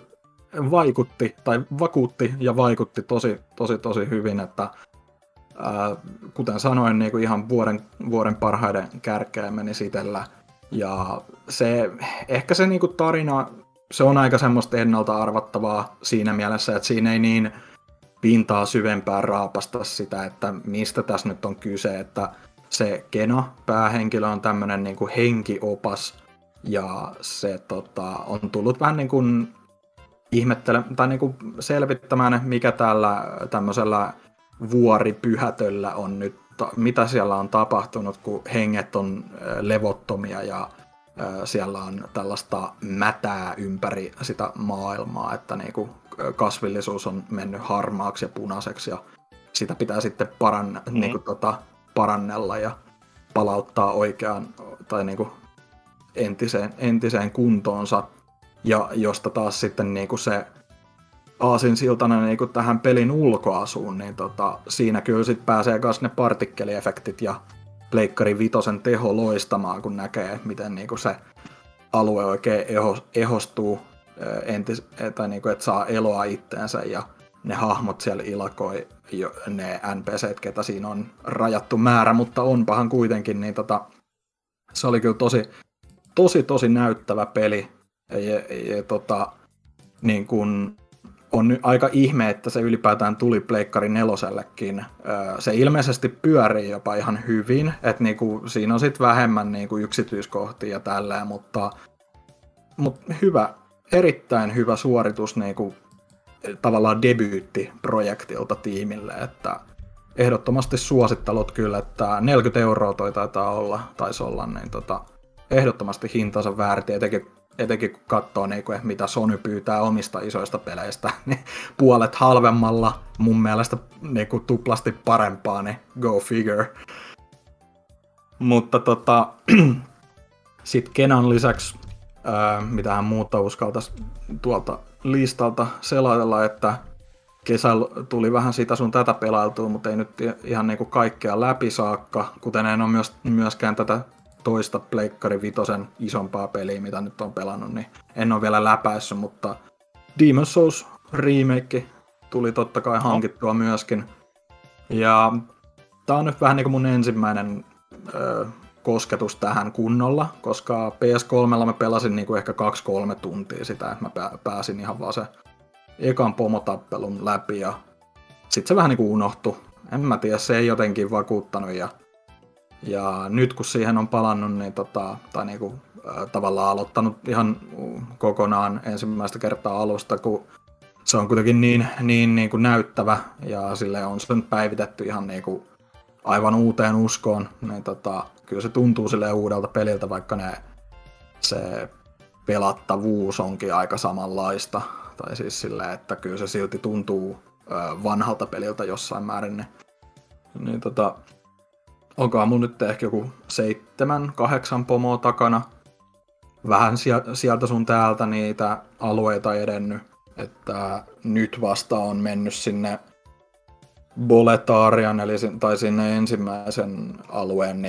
Speaker 4: vaikutti tosi hyvin, että kuten sanoin, niin kuin ihan vuoden parhaiden kärkeen meni sitellä. Ja ehkä se niin kuin tarina, se on aika semmoista ennalta arvattavaa siinä mielessä, että siinä ei niin pintaa syvempään raapasta sitä, että mistä tässä nyt on kyse, että se Kena, päähenkilö, on tämmöinen niin kuin henkiopas, ja se on tullut vähän niin kuin tai niinku selvittämään, mikä tällä tämmöisellä vuoripyhätöllä on nyt, mitä siellä on tapahtunut, kun henget on levottomia ja siellä on tällaista mätää ympäri sitä maailmaa, että niinku kasvillisuus on mennyt harmaaksi ja punaiseksi ja sitä pitää sitten niinku parannella ja palauttaa oikeaan tai niinku entiseen kuntoonsa. Ja josta taas sitten niinku se aasinsiltana niinku tähän pelin ulkoasuun, niin siinä kyllä sit pääsee myös ne partikkeliefektit ja Pleikkari Vitosen teho loistamaan, kun näkee, miten niinku se alue oikein ehostuu, tai niinku, että saa eloa itteensä ja ne hahmot siellä ilakoi, ne NPCt, ketä siinä on rajattu määrä, mutta onpahan kuitenkin, niin se oli kyllä tosi näyttävä peli. Niin kun on nyt aika ihme, että se ylipäätään tuli Pleikkari 4:llekin. Se ilmeisesti pyörii jopa ihan hyvin, että niinku, siinä on sitten vähemmän niinku yksityiskohtia ja tälleen, mutta hyvä, erittäin hyvä suoritus niinku, tavallaan debyyttiprojektilta tiimille, että ehdottomasti suosittelut kyllä, että 40 € taisi olla, niin ehdottomasti hintansa väärti, etenkin kun katsoo, mitä Sony pyytää omista isoista peleistä, niin puolet halvemmalla, mun mielestä tuplasti parempaa, niin go figure. Mutta sit Kenan lisäksi, mitähän muuta uskaltaisi tuolta listalta selailla, että kesällä tuli vähän sitä sun tätä pelailtua, mutta ei nyt ihan kaikkea läpi saakka, kuten en ole myöskään tätä toista Pleikkari Vitosen isompaa peliä, mitä nyt on pelannut, niin en ole vielä läpäissyt, mutta Demon's Souls remake tuli totta kai hankittua myöskin. Ja tää on nyt vähän niinku mun ensimmäinen kosketus tähän kunnolla, koska PS3 mä pelasin niinku ehkä 2-3 tuntia sitä, että mä pääsin ihan vaan se ekan pomotappelun läpi ja sit se vähän niinku unohtui. En mä tiedä, se ei jotenkin vakuuttanut ja nyt kun siihen on palannut, niin tai niinku, tavallaan aloittanut ihan kokonaan ensimmäistä kertaa alusta, kun se on kuitenkin niin kuin näyttävä ja sille on se nyt päivitetty ihan niinku aivan uuteen uskoon, niin kyllä se tuntuu silleen uudelta peliltä, vaikka se pelattavuus onkin aika samanlaista. Tai siis silleen, että kyllä se silti tuntuu vanhalta peliltä jossain määrin. Niin onkohan mun nyt ehkä joku 7-8 pomoa takana. Vähän sieltä sun täältä niitä alueita edennyt. Että nyt vasta on mennyt sinne Boletarian, tai sinne ensimmäisen alueen,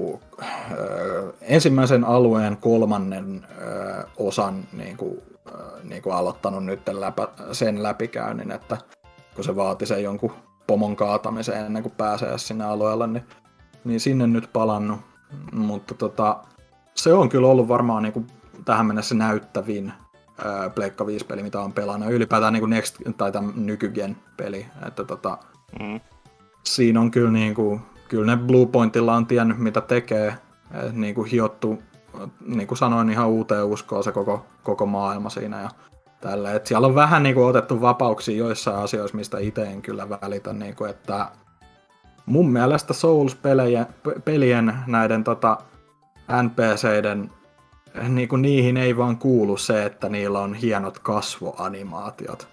Speaker 4: ensimmäisen alueen 3. osan niinku aloittanut nyt sen läpikäynnin, että kun se vaati sen jonkun pomon kaatamisen ennen kuin pääsee sinne alueelle, niin sinne nyt palannut. Mutta se on kyllä ollut varmaan niinku tähän mennessä näyttävin Pleikka 5-peli, mitä on pelannut. Ylipäätään niinku tai tämän nykygen peli, että siinä on kyllä kyllä ne Bluepointilla on tiennyt mitä tekee, niinku hiottu, niinku sanoin, ihan uuteen uskoon se koko maailma siinä ja tälle. Et siellä on vähän niinku otettu vapauksia joissain asioissa, mistä itse en kyllä välitä, niinku, että mun mielestä Souls-pelien näiden NPCiden niinku niihin ei vaan kuulu se, että niillä on hienot kasvoanimaatiot.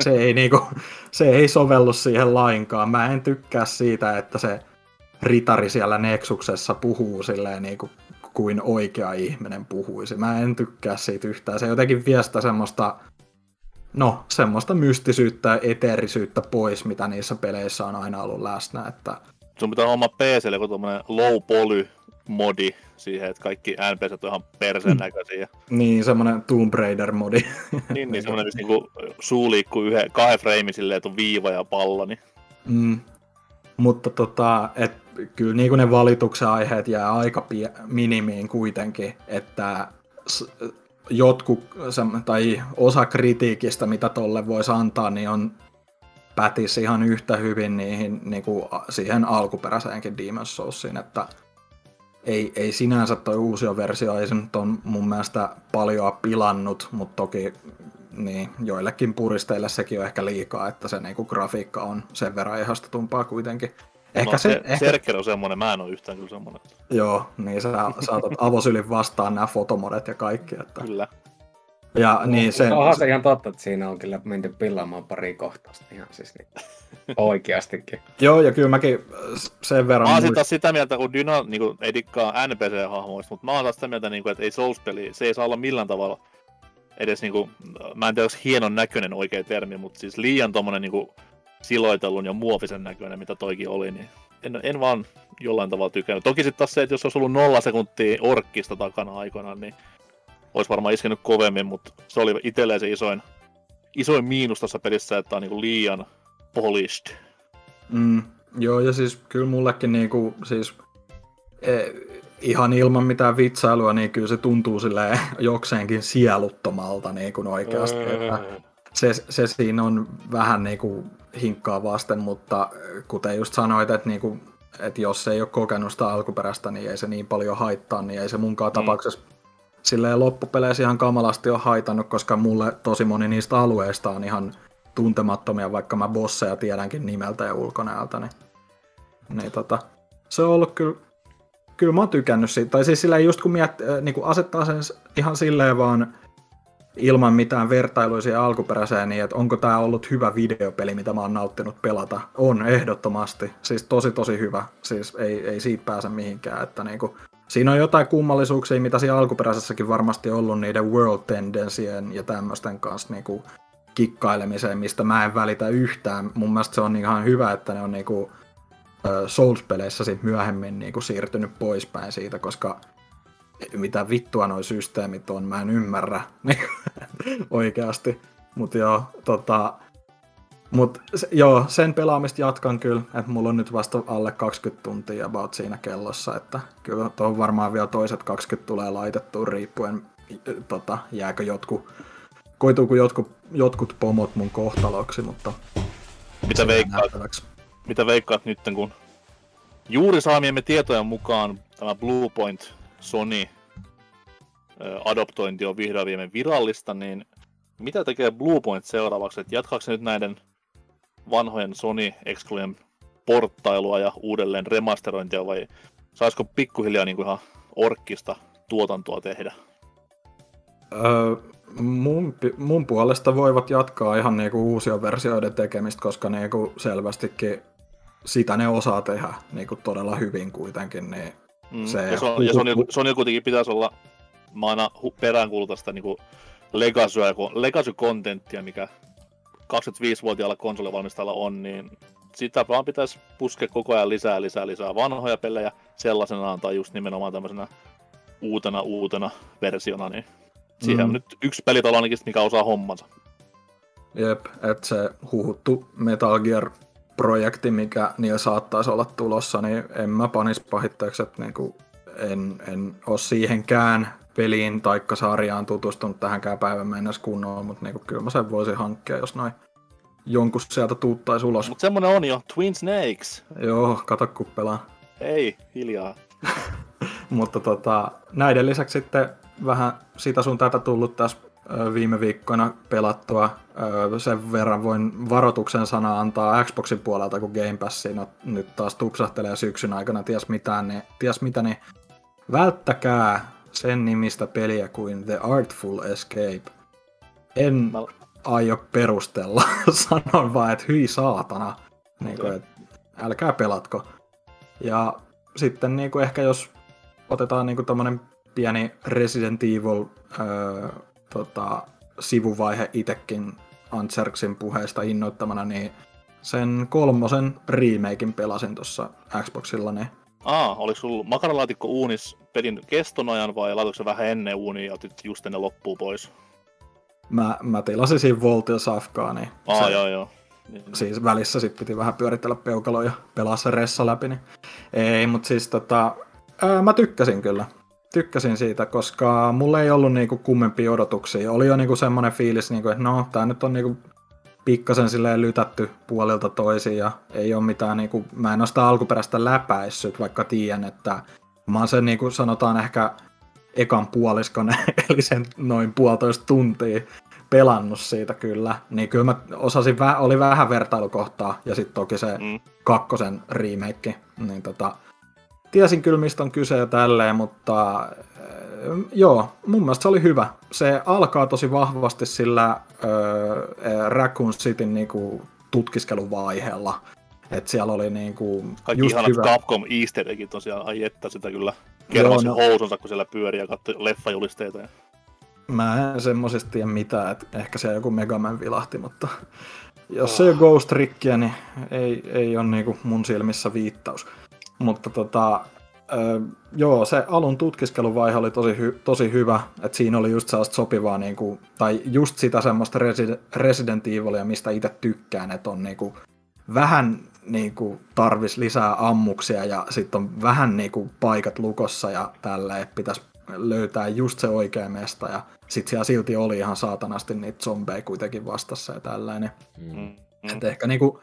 Speaker 4: Se ei sovellu siihen lainkaan. Mä en tykkää siitä, että se ritari siellä Nexuksessa puhuu silleen niinku kuin oikea ihminen puhuisi. Mä en tykkää siitä yhtään. Se jotenkin vie sitä semmoista mystisyyttä ja eteerisyyttä pois, mitä niissä peleissä on aina ollut läsnä. Että
Speaker 2: sun pitää oma PC:lle joku tommonen low poly modi siihen, että kaikki NPCt on ihan perseen näköisiä.
Speaker 4: Niin, semmonen Tomb Raider modi.
Speaker 2: niin semmonen, missä niinku suu liikkuu 2 frame silleen, että on viiva ja pallo. Niin.
Speaker 4: Mutta kyllä niinku ne valituksen aiheet jää aika minimiin kuitenkin, että tai osa kritiikistä, mitä tolle voisi antaa, niin on pätisi ihan yhtä hyvin niinku siihen alkuperäiseenkin Demon's Soulsiin, että ei sinänsä toi uusi versio ei se nyt on mun mielestä paljon pilannut, mutta toki niin, joillekin puristeille sekin on ehkä liikaa, että se niinku grafiikka on sen verran ihastutumpaa kuitenkin. Ehkä
Speaker 2: Serker on semmonen, mä en oo yhtään kyllä semmonen.
Speaker 4: Joo, niin sä saatat avosylin vastaan nämä fotomodet ja kaikki. Että
Speaker 2: Kyllä.
Speaker 4: Ja niin
Speaker 5: onhan se ihan totta, että siinä on kyllä menty pillaamaan pari kohtausta ihan siis niin oikeastikin.
Speaker 4: Joo, ja kyllä mäkin sen verran...
Speaker 2: Mä oon taas sitä mieltä, kun Dyna niin ei dikkaa NPC-hahmoista, mutta mä oon taas sitä mieltä, niin kuin, että ei Souls-peli, se ei saa olla millään tavalla edes niin kuin, mä en tiedä, onko hienon näköinen oikea termi, mutta siis liian tommonen niin kuin siloitellun ja muovisen näköinen, mitä toikin oli, niin en vaan jollain tavalla tykännyt. Toki sitten taas se, että jos olisi ollut 0 sekuntia orkkista takana aikoinaan, niin olisi varmaan iskenyt kovemmin, mutta se oli itselleen se isoin miinus tässä pelissä, että on niinku liian polished.
Speaker 4: Joo, ja siis kyllä mullekin niinku, siis ihan ilman mitään vitsailua, niin kyllä se tuntuu silleen jokseenkin sieluttomalta niin oikeasti. Että se siinä on vähän niinku hinkkaa vasten, mutta kuten just sanoit, että niinku, että jos ei ole kokenut sitä alkuperäistä, niin ei se niin paljon haittaa, niin ei se munkaan tapauksessa silleen loppupeleissä ihan kamalasti on haitannut, koska mulle tosi moni niistä alueista on ihan tuntemattomia, vaikka mä bosseja tiedänkin nimeltä ja ulkonäöltä. Niin se on ollut kyllä mä oon tykännyt siitä. Tai siis silleen just kun niin asettaa sen ihan silleen vaan ilman mitään vertailuisia alkuperäiseen, niin että onko tää ollut hyvä videopeli, mitä mä oon nauttinut pelata. On, ehdottomasti. Siis tosi hyvä. Siis ei siitä pääse mihinkään, että niinku siinä on jotain kummallisuuksia, mitä siinä alkuperäisessäkin varmasti ollut niiden world tendencyjen ja tämmöisten kanssa niinku kikkailemiseen, mistä mä en välitä yhtään. Mun mielestä se on ihan hyvä, että ne on niinku Souls-peleissä sit myöhemmin niinku siirtynyt poispäin siitä, koska mitä vittua noi systeemit on, mä en ymmärrä oikeasti. Mut joo, Mutta joo, sen pelaamista jatkan kyllä, että mulla on nyt vasta alle 20 tuntia about siinä kellossa, että kyllä tuohon varmaan vielä toiset 20 tulee laitettua riippuen, jääkö koituuko jotkut pomot mun kohtaloksi, mutta
Speaker 2: mitä veikkaat nyt, kun juuri saamiemme tietojen mukaan tämä Bluepoint Sony adoptointi on vihdoin viimein virallista, niin mitä tekee Bluepoint seuraavaksi? Et jatkaako se nyt näiden vanhojen Sony-eksklujen porttailua ja uudelleen remasterointia, vai saisiko pikkuhiljaa niin kuin ihan orkkista tuotantoa tehdä?
Speaker 4: Mun puolesta voivat jatkaa ihan niinku uusia versioiden tekemistä, koska niinku selvästikin sitä ne osaa tehdä niinku todella hyvin kuitenkin. Niin
Speaker 2: Sony kuitenkin pitäisi olla, mä aina peräänkuulutan sitä niinku legacy-contenttia, mikä 25-vuotiaalla konsolivalmistajalla on, niin sitä vaan pitäisi puskea koko ajan lisää vanhoja pelejä sellaisenaan tai just nimenomaan tämmöisenä uutena versiona, niin siihen on nyt yksi pelitalo ainakin, mikä osaa hommansa.
Speaker 4: Jep, että se huhuttu Metal Gear-projekti, mikä niillä saattaisi olla tulossa, niin en mä panis pahitteeksi, että niinku en ole siihenkään peliin taikka sarjaan tutustunut tähänkään päivän mennessä kunnolla, mutta niinku kyllä mä sen voisin hankkia, jos noin jonkun sieltä tuuttaisi ulos.
Speaker 2: Mut semmonen on jo, Twin Snakes.
Speaker 4: Joo, kato kun pelaa.
Speaker 2: Ei, hiljaa.
Speaker 4: Mutta näiden lisäksi sitten vähän sitä sun tätä tullut tässä viime viikkoina pelattua. Sen verran voin varoituksen sana antaa Xboxin puolelta, kun Game Pass nyt taas tupsahtelee syksyn aikana ties mitä, niin välttäkää sen nimistä peliä kuin The Artful Escape. En aio perustella, sanon vaan, että hyi saatana, niin kuin, että älkää pelatko. Ja sitten niin kuin ehkä jos otetaan niin kuin tommonen pieni Resident Evil sivuvaihe itekin Antserksin puheesta innoittamana, niin sen 3 remaken pelasin tuossa Xboxilla. Niin.
Speaker 2: Oliko sulla makaronilaatikko uunis pelin keston ajan vai laitoiko se vähän ennen uunia ja otit just ennen loppuu pois?
Speaker 4: Mä tilasin siinä Voltil Safkaa, niin
Speaker 2: joo.
Speaker 4: Siis välissä sit piti vähän pyöritellä peukaloa ja pelaa se ressa läpi. Niin. Ei, mut siis mä tykkäsin kyllä. Tykkäsin siitä, koska mulla ei ollut niinku kummempia odotuksia. Oli jo niinku semmonen fiilis, niinku, että no, tää nyt on niinku pikkasen silleen lytätty puolilta toisiin ja ei oo mitään niinku, mä en oo sitä alkuperäistä läpäissyt, vaikka tiedän, että mä oon sen niinku sanotaan ehkä ekan puoliskon, eli sen noin 1,5 tuntia pelannut siitä kyllä. Niin kyllä mä osasin, oli vähän vertailukohtaa ja sit toki se 2 remake, niin tiesin kyllä, mistä on kyse ja tälleen, mutta joo, mun mielestä se oli hyvä. Se alkaa tosi vahvasti sillä Raccoon Cityn niinku tutkiskeluvaiheella. Että siellä oli niinku
Speaker 2: kaikki
Speaker 4: just
Speaker 2: ihanat
Speaker 4: hyvä.
Speaker 2: Capcom easter eggit tosiaan, ai että sitä kyllä kermasi housunsa, kun siellä pyörii ja katsoi leffajulisteita.
Speaker 4: Mä en semmosista tiedä mitään, että ehkä siellä joku Mega Man vilahti, mutta jos se ei ole Ghost Trickia, niin ei ole niinku mun silmissä viittaus. Mutta joo, se alun tutkiskeluvaihe oli tosi hyvä, että siinä oli just sellaista sopivaa, niinku, tai just sitä semmoista Resident Evilia, mistä itse tykkään, että on niinku, vähän niinku, tarvis lisää ammuksia ja sitten on vähän niinku, paikat lukossa ja tälleen, pitäisi löytää just se oikea mesta ja sitten siellä silti oli ihan saatanasti niitä zombeja kuitenkin vastassa ja tällainen. Et ehkä niinku,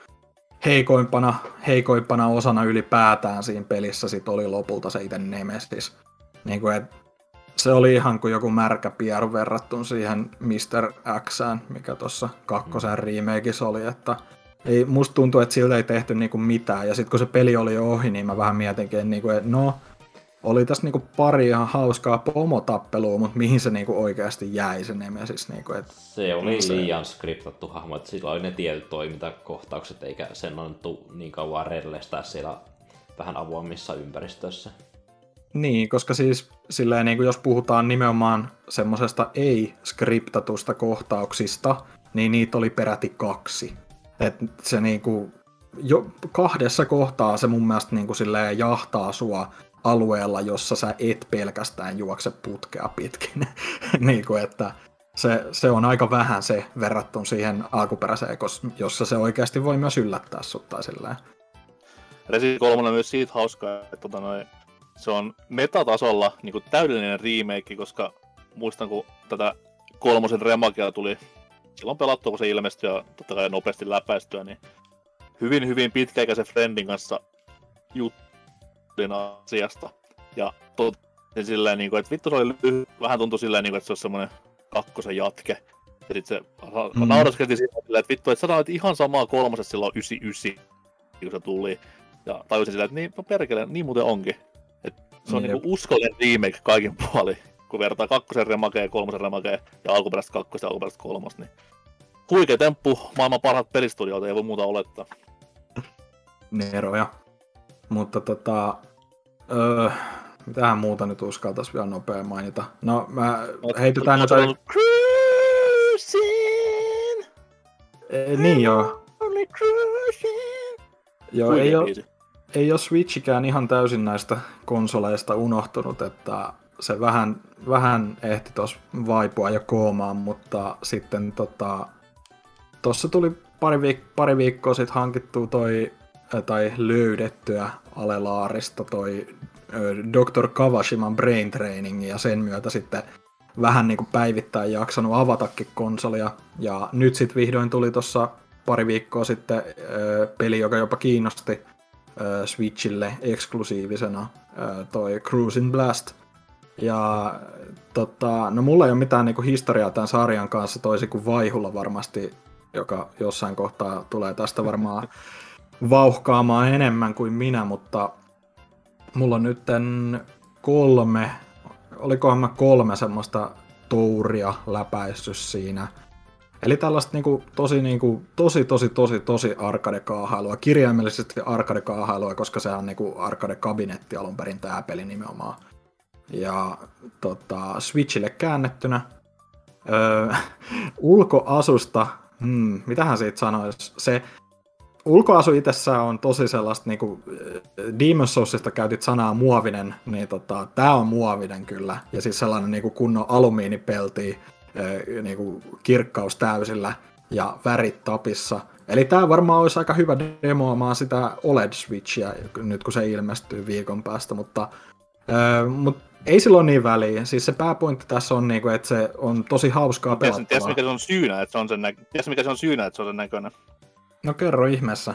Speaker 4: heikoimpana osana ylipäätään siinä pelissä sit oli lopulta se itse Nemesis. Niinku, se oli ihan kuin joku märkä pieru verrattuna siihen Mr. Xään, mikä tuossa 2 remakeissa oli. Että ei, musta tuntuu, että siltä ei tehty niinku mitään. Ja sitten kun se peli oli jo ohi, niin mä vähän mietinkin, että niinku, no, oli tässä niinku pari ihan hauskaa pomotappelua, mutta mihin se niinku oikeasti jäi se Nemesis. Niinku,
Speaker 3: se oli liian skriptattu hahmo, että sillä oli ne tietyt toimintakohtaukset, eikä sen annettu niin kauan rellestää siellä vähän avoimissa ympäristössä. Niin,
Speaker 4: koska siis silleen, niin jos puhutaan nimenomaan semmosesta ei-skriptatusta kohtauksista, niin niitä oli peräti 2. Että se niinku, jo 2 kohtaa se mun mielestä niinku silleen jahtaa sua alueella, jossa sä et pelkästään juokse putkea pitkin. Niinku, että se on aika vähän se verrattuna siihen alkuperäiseen, jossa se oikeasti voi myös yllättää sut tai sillä.
Speaker 2: Resident 3 on myös siitä hauskaa, että se on metatasolla niin täydellinen remake, koska muistan, kun tätä 3 remakea tuli silloin pelattua, kun se ilmestyi ja totta kai nopeasti läpäistyä, niin hyvin pitkäikäisen friendin kanssa juttelin asiasta. Ja totesin silleen, että vittu se oli lyhyt, vähän tuntui silleen, että se olisi semmoinen 2 jatke. Ja sit se nauraskeltiin silleen, että vittu, että sanoit ihan samaa 3 silloin 99, kun se tuli. Ja tajusin silleen, että niin, no perkele, niin muuten onkin. Et se on niinku uskollinen remake kaikin puolin, kun vertaa 2 remakea, 3 remakea ja alkuperäistä 2 ja alkuperäistä 3. Niin huikea temppu, maailman parhaat pelistudioita, ei voi muuta olettaa.
Speaker 4: Neroja. Mutta mitähän muuta nyt uskaltais vielä nopea mainita. No mä heitetään jotain... Niin joo. Joo, ei ole Switchikään ihan täysin näistä konsoleista unohtunut, että se vähän ehti tuossa vaipua jo koomaan, mutta sitten tossa tuli pari viikkoa sitten hankittua tai löydettyä alelaarista toi Dr. Kawashiman Brain Training, ja sen myötä sitten vähän niinku päivittäin jaksanut avatakin konsolia, ja nyt sitten vihdoin tuli tossa pari viikkoa sitten peli, joka jopa kiinnosti Switchille eksklusiivisena, toi Cruising Blast. Ja no mulla ei ole mitään niinku historiaa tämän sarjan kanssa, toisin kuin Vaihulla varmasti, joka jossain kohtaa tulee tästä varmaan vauhkaamaan enemmän kuin minä, mutta mulla on nytten 3 semmoista touria läpäissyt siinä. Eli tällaista tosi arcade-kaahailua, kirjaimellisesti arcade-kaahailua, koska se on arcade-kabinetti alun perin tää peli nimenomaan. Ja Switchille käännettynä. Ulkoasusta, mitähän siitä sanoisi, se ulkoasu itsessään on tosi sellaista, Demon's Soulsista käytit sanaa muovinen, niin tää on muovinen kyllä, ja siis sellainen kunnon alumiinipelti, kirkkaus täysillä ja värit tapissa. Eli tää varmaan olisi aika hyvä demoamaan sitä OLED-Switchiä, nyt kun se ilmestyy viikon päästä, mutta ei sillä ole niin väliä. Siis se pääpointti tässä on, että se on tosi hauskaa pelattavaa.
Speaker 2: Tiedätkö mikä se on syynä, että se on sen näköinen?
Speaker 4: No kerro ihmeessä.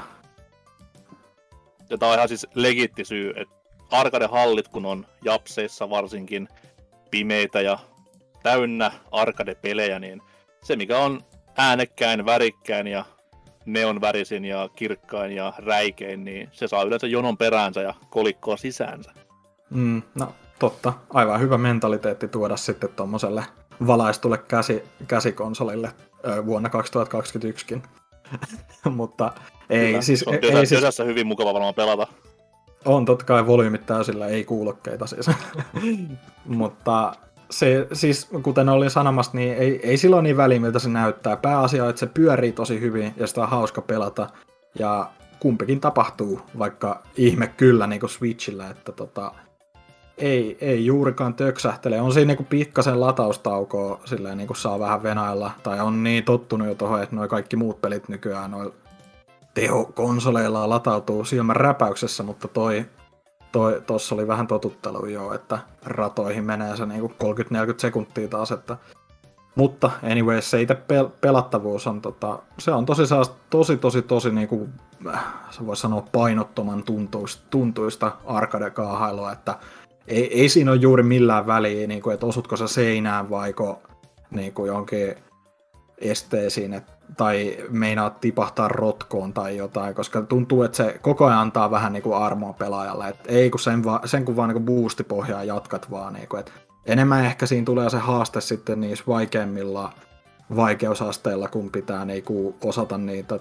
Speaker 2: Ja tää on ihan siis legitti syy, että arcade-hallit kun on japseissa varsinkin pimeitä ja täynnä arcade-pelejä, niin se mikä on äänekkäin, värikkäin ja neonvärisin ja kirkkain ja räikein, niin se saa yleensä jonon peräänsä ja kolikkoa sisäänsä.
Speaker 4: No totta, aivan hyvä mentaliteetti tuoda sitten tommoselle valaistulle käsikonsolille vuonna 2021kin. Mutta ei kyllä, siis...
Speaker 2: Työssä hyvin mukava varmaan pelata.
Speaker 4: On totta kai volyymit täysillä, ei kuulokkeita siis. Mutta se siis, kuten olin sanomassa, niin ei silloin niin väliä, miltä se näyttää. Pääasia on, että se pyörii tosi hyvin ja sitä on hauska pelata. Ja kumpikin tapahtuu, vaikka ihme kyllä niin kuin Switchillä, että ei juurikaan töksähtele. On siinä niin pikkasen lataustaukoa, silleen niin kuin saa vähän venailla. Tai on niin tottunut jo tuohon, että noi kaikki muut pelit nykyään noilla tehokonsoleilla latautuu silmän räpäyksessä, mutta tossa oli vähän totuttelua jo, että ratoihin menee se niin 30-40 sekuntia taas, että... Mutta anyway, se itse pelattavuus on se on tosi niinku, se voi sanoa painottoman tuntuista arcade-kaahailua, että ei siinä ole juuri millään väliä, niinku, että osutko sä seinään vaiko niinku jonkin esteisiin, tai meinaat tipahtaa rotkoon tai jotain, koska tuntuu, että se koko ajan antaa vähän niinku armoa pelaajalle, että ei kun sen kun vaan niinku boostipohjaa jatkat vaan, niinku, että enemmän ehkä siinä tulee se haaste sitten niissä vaikeimmilla vaikeusasteilla, kun pitää niinku osata niitä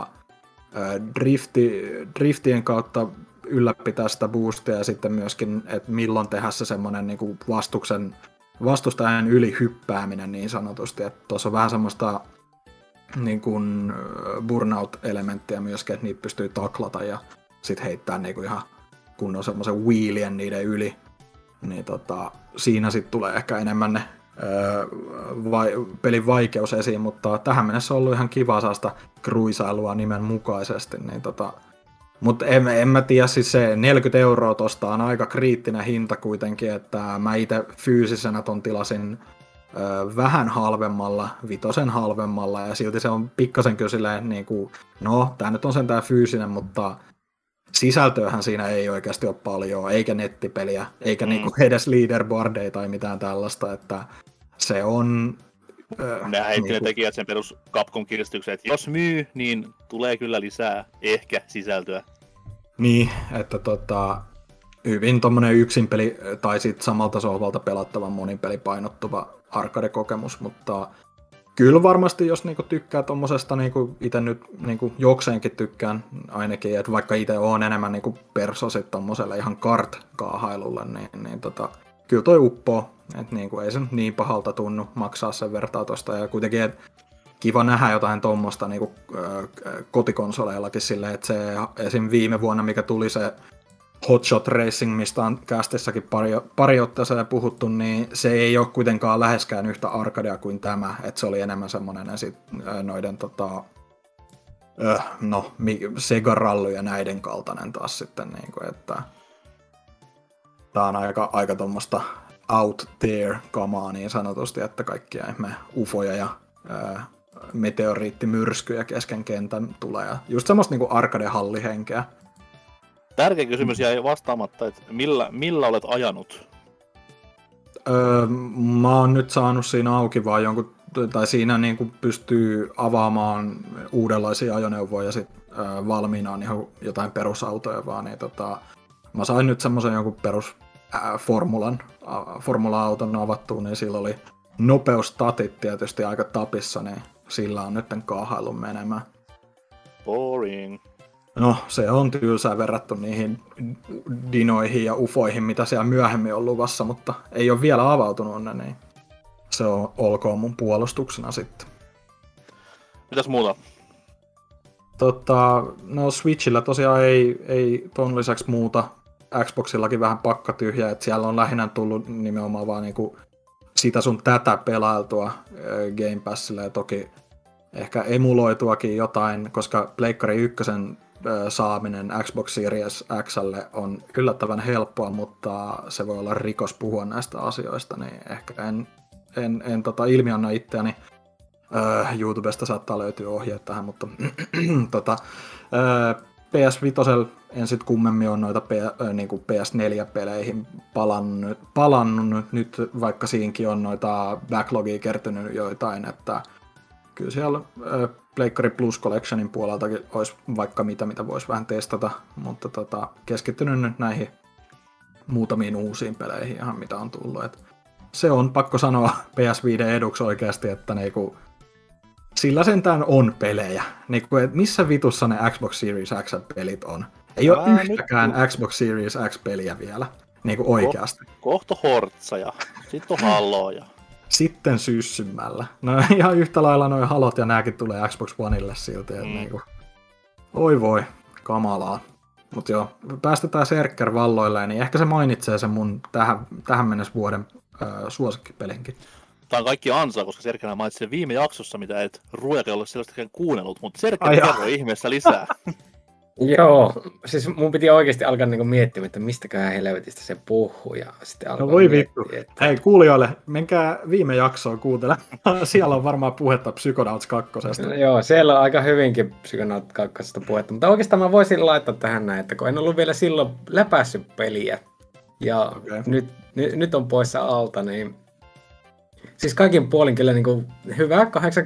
Speaker 4: driftien kautta ylläpitää sitä boostia ja sitten myöskin, että milloin tehdä se semmoinen niinku vastustajan ylihyppääminen niin sanotusti, että tuossa on vähän semmoista niin kuin burnout-elementtiä myöskin, että niitä pystyy taklata ja sitten heittää niinku ihan kunnon semmoisen wheelien niiden yli. Niin siinä sitten tulee ehkä enemmän ne pelin vaikeus esiin, mutta tähän mennessä on ollut ihan kiva saasta cruisailua nimen mukaisesti. Niin mutta en mä tiedä, siis se 40 € tosta on aika kriittinen hinta kuitenkin, että mä itse fyysisenä ton tilasin vähän halvemmalla, 5 halvemmalla, ja silti se on pikkasen kyllä silleen, niin kuin, no tää nyt on sentään fyysinen, mutta sisältöähän siinä ei oikeasti ole paljon, eikä nettipeliä, eikä niinku edes leaderboardeja tai mitään tällaista, että se on...
Speaker 2: Nämä heitti ne tekijät sen perus Capcom-kiristyksen, että jos myy, niin tulee kyllä lisää ehkä sisältöä.
Speaker 4: Niin, että hyvin tommonen yksinpeli tai sit samalta sohvalta pelattava monipeli painottuva arcade-kokemus, mutta kyllä varmasti jos niinku tykkää tommosesta, niinku ite nyt niinku jokseenkin tykkään ainakin, että vaikka ite on enemmän niinku perso sit tommoselle ihan kart-kaahailulle, niin kyllä toi uppoo, että niinku ei se niin pahalta tunnu maksaa sen vertaa tosta, ja kuitenkin et kiva nähdä jotain tommosta niinku kotikonsoleillakin silleen, että se esim. Viime vuonna mikä tuli se Hotshot Racing, mistä on kästissäkin pari otteeseen puhuttu, niin se ei ole kuitenkaan läheskään yhtä arcadea kuin tämä, että se oli enemmän semmonen noiden Sega-rallu ja näiden kaltainen taas sitten, niin kuin, että tää on aika tommoista out there kamaa niin sanotusti, että kaikkia ufoja ja meteoriittimyrskyjä kesken kentän tulee ja just semmoista niinku arcade-hallihenkeä.
Speaker 2: Tärkeä kysymys jäi vastaamatta, että millä olet ajanut?
Speaker 4: Mä oon nyt saanut siinä auki vaan jonkun, tai siinä niinku pystyy avaamaan uudenlaisia ajoneuvoja ja sit valmiina on ihan jotain perusautoja vaan, niin mä sain nyt semmosen jonkun perus formula-auton avattuun, niin sillä oli nopeustatit tietysti aika tapissa, niin sillä on nyt kaahailun menemään.
Speaker 2: Boring.
Speaker 4: No, se on tylsää verrattu niihin dinoihin ja ufoihin, mitä siellä myöhemmin on luvassa, mutta ei ole vielä avautunut ne, niin se on olkoon mun puolustuksena sitten.
Speaker 2: Mitäs muuta?
Speaker 4: No Switchillä tosiaan ei ton lisäksi muuta. Xboxillakin vähän pakka tyhjä, että siellä on lähinnä tullut nimenomaan vaan niinku sitä sun tätä pelailtua Game Passille ja toki ehkä emuloituakin jotain, koska Pleikkari 1 saaminen Xbox Series X:lle on yllättävän helppoa, mutta se voi olla rikos puhua näistä asioista, niin ehkä en ilmianna itseäni. YouTubesta saattaa löytyä ohjeet tähän, mutta PS5 en sit kummemmin on noita niinku PS4-peleihin palannut nyt, vaikka siinkin on noita backlogia kertynyt joitain, että kyllä siellä Pleikkari Plus Collectionin puoleltakin olisi vaikka mitä voisi vähän testata, mutta keskittynyt nyt näihin muutamiin uusiin peleihin ihan mitä on tullut. Et se on pakko sanoa PS5 eduksi oikeasti, että niinku, sillä sentään on pelejä. Niinku, et missä vitussa ne Xbox Series X-pelit on? Ei ole yhtäkään Xbox Series X-peliä vielä, niinku oikeasti.
Speaker 2: Kohta Hortsa sitten on Haloja.
Speaker 4: Sitten syssymällä. No ihan yhtä lailla noi Halot ja nääkin tulee Xbox Oneille silti. Niinku, oi voi, kamalaa. Mut joo, päästetään Serker valloilleen, niin ehkä se mainitsee sen mun tähän mennessä vuoden suosikkipelinkin.
Speaker 2: Tämä on kaikki ansaa, koska Serker mainitsi sen viime jaksossa, mitä et Ruojakin ole sellaistakaan kuunnellut, mutta Serker kerro ihmeessä lisää.
Speaker 5: Joo, siis mun piti oikeasti alkaa niinku miettimään, että mistäköhän helvetistä se puhuu ja sitten alkaa
Speaker 4: no voi vittu. Että... Hei kuulijoille, menkää viime jaksoa kuuntelemaan. Siellä on varmaan puhetta Psychonauts 2.
Speaker 5: No, joo, siellä on aika hyvinkin Psychonauts 2 puhetta, mutta oikeastaan mä voisin laittaa tähän näin, että kun en ollut vielä silloin läpässyt peliä ja nyt on poissa alta, niin siis kaikin puolin kyllä niinku hyvä 8/10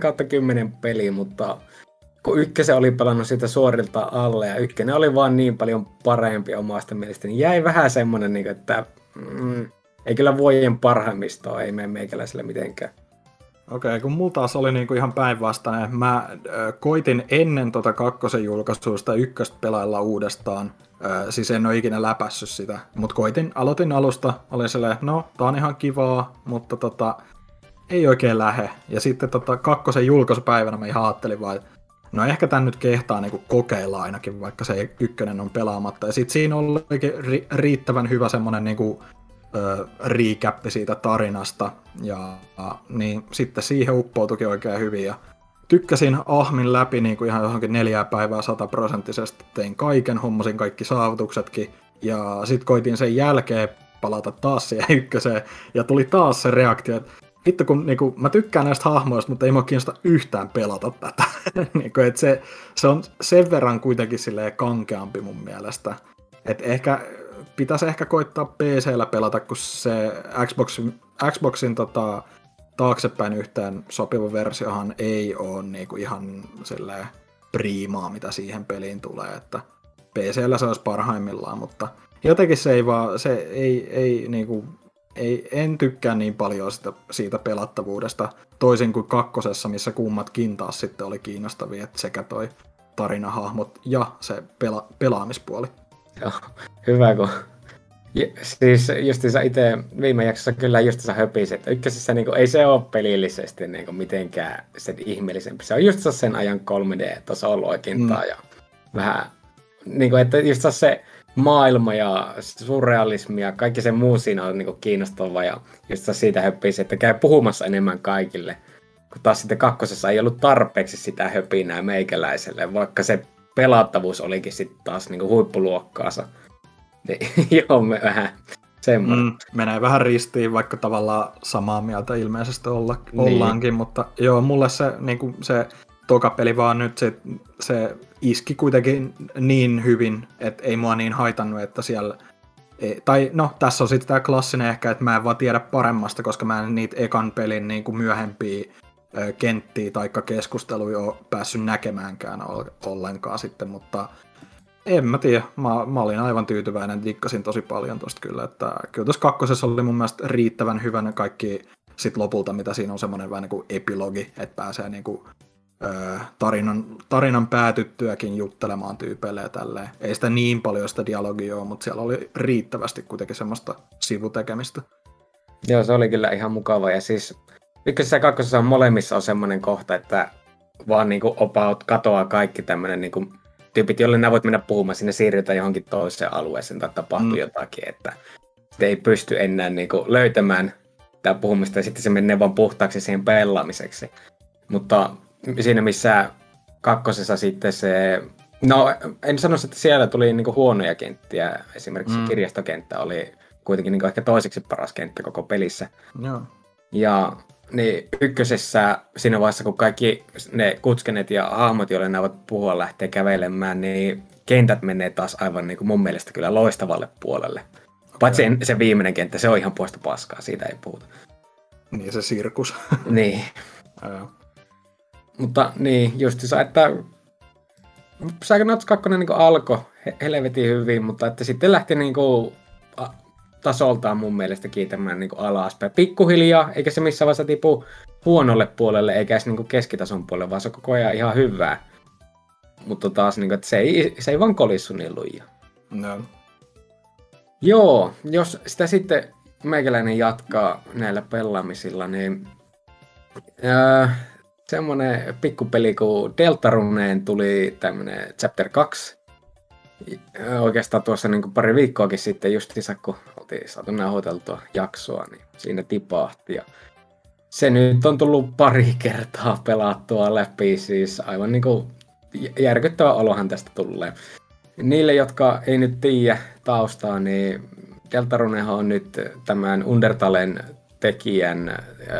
Speaker 5: peli, mutta kun ykkösen oli pelannut sitä suorilta alle ja ykkönen oli vaan niin paljon parempi omasta mielestäni, niin jäi vähän semmonen, että ei kyllä vuoden parhaimmistoa, ei mene meikäläiselle mitenkään.
Speaker 4: Okei, kun mulla taas oli niinku ihan päinvastainen. Mä koitin ennen kakkosen julkaisuista ykköstä pelailla uudestaan. Siis en ole ikinä läpässyt sitä, mutta aloitin alusta, oli silleen, no tää on ihan kivaa, mutta ei oikein lähe. Ja sitten kakkosen julkaisupäivänä mä ihan ajattelin vaan, no ehkä tän nyt kehtaa niinku kokeilla ainakin, vaikka se ykkönen on pelaamatta. Ja sit siinä olikin riittävän hyvä semmonen niinku recap siitä tarinasta, ja niin sitten siihen uppoutuikin oikein hyvin, ja tykkäsin Ahmin läpi niin kuin ihan johonkin 4 päivää 100%, tein kaiken, hommasin kaikki saavutuksetkin, ja sitten koitin sen jälkeen palata taas siihen ykköseen, ja tuli taas se reaktio, että vittu kun niinku, mä tykkään näistä hahmoista, mutta ei mua kiinnosta yhtään pelata tätä. Niinku, et se on sen verran kuitenkin silleen kankeampi mun mielestä. Et pitäisi ehkä koittaa PC:llä pelata, kun se Xboxin taaksepäin yhteen sopiva versiohan ei ole niinku ihan silleen priimaa, mitä siihen peliin tulee. Että PC:llä se olisi parhaimmillaan, mutta jotenkin en tykkää niin paljon siitä pelattavuudesta, toisin kuin kakkosessa, missä kummatkin taas sitten oli kiinnostavia, että sekä toi tarinahahmot ja se pelaamispuoli.
Speaker 5: Joo, hyvä kun... Siis justiinsa itse viime jaksossa kyllä justiinsa höpisi, että ykkösessä niinku, ei se ole pelillisesti niinku mitenkään sen ihmeellisempi. Se on justiinsa sen ajan 3D-tasoa ja vähän niinku, että justiinsa se maailma ja surrealismi ja kaikki se muu siinä on niinku kiinnostavaa ja just siitä höpisi, että käy puhumassa enemmän kaikille. Kun taas sitten kakkosessa ei ollut tarpeeksi sitä höpinää meikäläiselle, vaikka se pelattavuus olikin sitten taas niinku huippuluokkaansa. Niin, joo, me vähän semmoinen.
Speaker 4: Menee vähän ristiin, vaikka tavallaan samaa mieltä ilmeisesti ollaankin, mutta joo, mulle se, niinku, se toka peli vaan nyt se iski kuitenkin niin hyvin, että ei mua niin haitannut, että siellä... Tai no, tässä on sitten tämä klassinen ehkä, että mä en vaan tiedä paremmasta, koska mä en niitä ekan pelin niin kuin myöhempiä kenttiä tai keskusteluja ole päässyt näkemäänkään ollenkaan sitten, mutta en mä tiedä. Mä olin aivan tyytyväinen, dikkasin tosi paljon tosta kyllä, että kyllä tuossa kakkosessa oli mun mielestä riittävän hyvänä kaikki sit lopulta, mitä siinä on semmoinen vähän niin kuin epilogi, että pääsee niin kuin tarinan päätyttyäkin juttelemaan tyypeille ja tälleen. Ei sitä niin paljon sitä dialogia ole, mutta siellä oli riittävästi kuitenkin semmoista sivutekemistä.
Speaker 5: Joo, se oli kyllä ihan mukava. Ja siis ykkösessä ja kakkosessa on molemmissa on semmoinen kohta, että vaan niinku about katoaa kaikki tämmöinen niinku tyypit, joille nää voit mennä puhumaan, sinne siirrytään johonkin toiseen alueeseen tai tapahtuu jotakin, että ei pysty enää niinku löytämään tää puhumista ja sitten se menee vaan puhtaaksi siihen pelaamiseksi. Mutta siinä missä kakkosessa sitten se... No, en sano, että siellä tuli niinku huonoja kenttiä. Esimerkiksi kirjastokenttä oli kuitenkin niinku ehkä toiseksi paras kenttä koko pelissä.
Speaker 4: Joo.
Speaker 5: Ja niin ykkösessä siinä vaiheessa, kun kaikki ne kutskenet ja hahmot, joille nämä voivat puhua, lähtee kävelemään, niin kentät menee taas aivan niinku mun mielestä kyllä loistavalle puolelle. Okay. Paitsi se viimeinen kenttä, se on ihan puolesta paskaa, siitä ei puhuta.
Speaker 4: Niin, se sirkus.
Speaker 5: Niin. Mutta niin, justiinsa, että Psychonauts 2 niin alkoi helvetin hyvin, mutta että sitten lähti niin kuin, tasoltaan mun mielestä kiitämään niin kuin alaspäin. Pikkuhiljaa, eikä se missään vaiheessa tipu huonolle puolelle, eikä edes niin kuin keskitason puolelle, vaan se on koko ajan ihan hyvää. Mutta taas, niin kuin, että se ei vaan kolissu niin lujaa.
Speaker 4: No.
Speaker 5: Joo, jos sitä sitten meikäläinen jatkaa näillä pelaamisilla, niin... semmonen pikkupeli, kun Deltaruneen tuli tämmönen Chapter 2. Oikeastaan tuossa niin kuin pari viikkoakin sitten justiinsa, kun oltiin saatu nauhoiteltua jaksoa, niin siinä tipahti. Ja se nyt on tullut pari kertaa pelattua läpi, siis aivan niin kuin järkyttävä olohan tästä tulee. Niille, jotka ei nyt tiedä taustaa, niin Deltarunehan on nyt tämän Undertalen tekijän...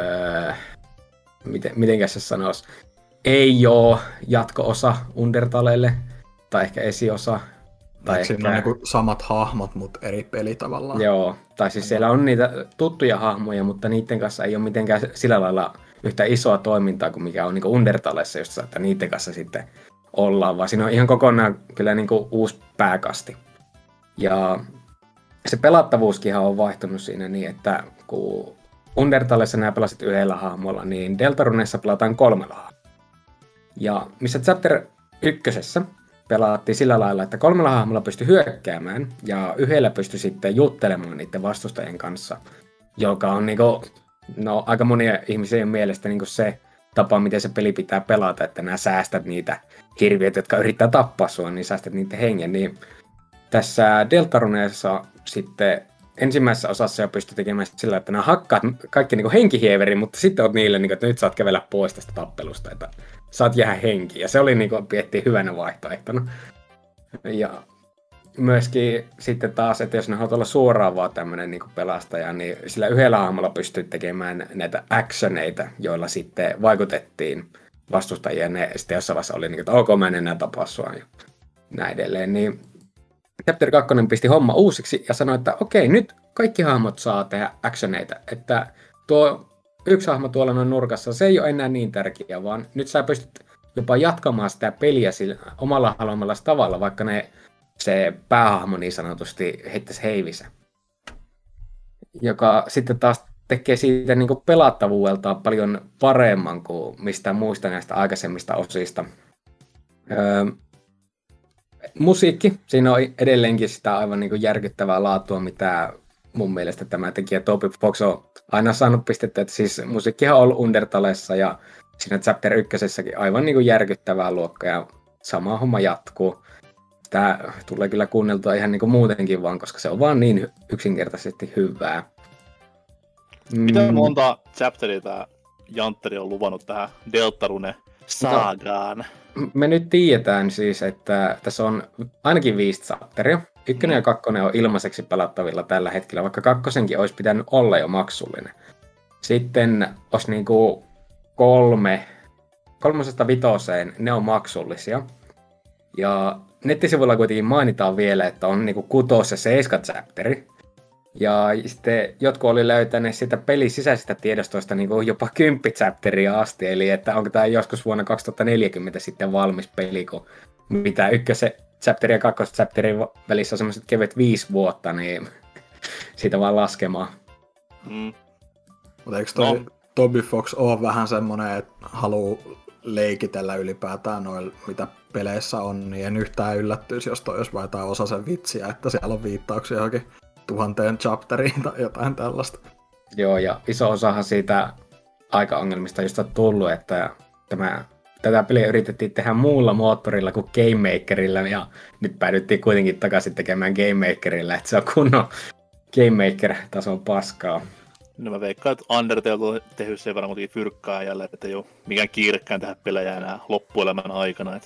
Speaker 5: mitenkäs se sanoisi, ei oo jatko-osa Undertalelle, tai ehkä esiosa. Tai
Speaker 4: siinä on niinku samat hahmot, mutta eri peli tavallaan.
Speaker 5: Joo, tai siis siellä on niitä tuttuja hahmoja, mutta niiden kanssa ei ole mitenkään sillä lailla yhtä isoa toimintaa kuin mikä on niinku Undertalessa, just että niiden kanssa sitten ollaan, vaan siinä on ihan kokonaan kyllä niinku uusi pääkasti. Ja se pelattavuuskin on vaihtunut siinä niin, että kun Undertalessa nämä pelasit yhdellä hahmolla, niin Deltaruneessa pelataan 3 hahmolla. Ja missä Chapter 1 pelattiin sillä lailla, että 3 hahmolla pystyi hyökkäämään ja yhdellä pystyi sitten juttelemaan niiden vastustajien kanssa, joka on niinku, no, aika monia ihmisiä mielestä niinku se tapa, miten se peli pitää pelata, että nämä säästät niitä hirviöitä, jotka yrittää tappaa sua, niin säästät niiden hengen. Niin tässä Deltaruneessa sitten ensimmäisessä osassa jo pystyi tekemään sillä, että nämä hakkaat kaikki niin henkihieveriin, mutta sitten oot niille, niin kuin, että nyt saat kävellä pois tästä tappelusta, että saat jäädä henkiin. Ja se oli niin kuin, piettiin hyvänä vaihtoehtona. Ja myöskin sitten taas, että jos ne haluat olla suoraan vaan tämmöinen niin pelastaja, niin sillä yhdellä hahmolla pystyy tekemään näitä actioneita, joilla sitten vaikutettiin vastustajia. Ja ne sitten jossain vaiheessa oli niin, että ok, mä en enää tapaa sua ja näin edelleen. Niin Chapter 2 pisti homma uusiksi ja sanoi, että okei, nyt kaikki hahmot saa tehdä actioneita. Että tuo yksi hahmo tuolla noin nurkassa, se ei ole enää niin tärkeä, vaan nyt sä pystyt jopa jatkamaan sitä peliä sillä omalla haluamalla tavalla, vaikka se päähahmo niin sanotusti heittäisi heivissä. Joka sitten taas tekee siitä niin kuin pelattavuudeltaan paljon paremman kuin mistään muista näistä aikaisemmista osista. Musiikki, siinä on edelleenkin sitä aivan niin kuin järkyttävää laatua, mitä mun mielestä tämä tekijä Toby Fox on aina saanut pistettä, että siis musiikkihan on ollut Undertalessa ja siinä Chapter 1:ssäkin aivan niin kuin järkyttävää luokkaa ja sama homma jatkuu. Tämä tulee kyllä kuunneltua ihan niin kuin muutenkin vaan, koska se on vaan niin yksinkertaisesti hyvää.
Speaker 2: Mitä monta chapteria tämä Jantteri on luvannut tähän Deltarune saagaan?
Speaker 5: Me nyt tiedetään siis, että tässä on ainakin 5 chapteria. 1 ja 2 on ilmaiseksi pelattavilla tällä hetkellä, vaikka 2 olisi pitänyt olla jo maksullinen. Sitten olisi niinku 3-5 ne on maksullisia. Ja nettisivuilla kuitenkin mainitaan vielä, että on niinku 6 ja 7 chapteri. Ja sitten jotkut oli löytäneet sitä pelin sisäisistä tiedostoista niinku jopa 10 chapteria asti. Eli että onko tämä joskus vuonna 2040 sitten valmis peli, kun mitä 1 chapteri ja 2 chapterin välissä on semmoiset kevyet 5 vuotta, niin siitä vaan laskemaan.
Speaker 4: Mutta eikö toi Toby Fox ole vähän semmonen, että haluaa leikitellä ylipäätään noilla, mitä peleissä on, niin en yhtään yllättyisi, jos toi olisi vain jotain osasen vitsiä, että siellä on viittauksia johonkin 1000 chapteriin tai jotain tällaista.
Speaker 5: Joo, ja iso osahan siitä aikaongelmista just on tullut, että tätä peliä yritettiin tehdä muulla moottorilla kuin Game Makerilla, ja nyt päädyttiin kuitenkin takaisin tekemään Game Makerilla, että se on kunnon Game Maker-tason paskaa.
Speaker 2: No mä veikkaan, että Undertale on tehnyt sen verran kuitenkin fyrkkaa jälleen, että ei ole mikään kiirekkään tehdä pelejä enää loppuelämän aikana.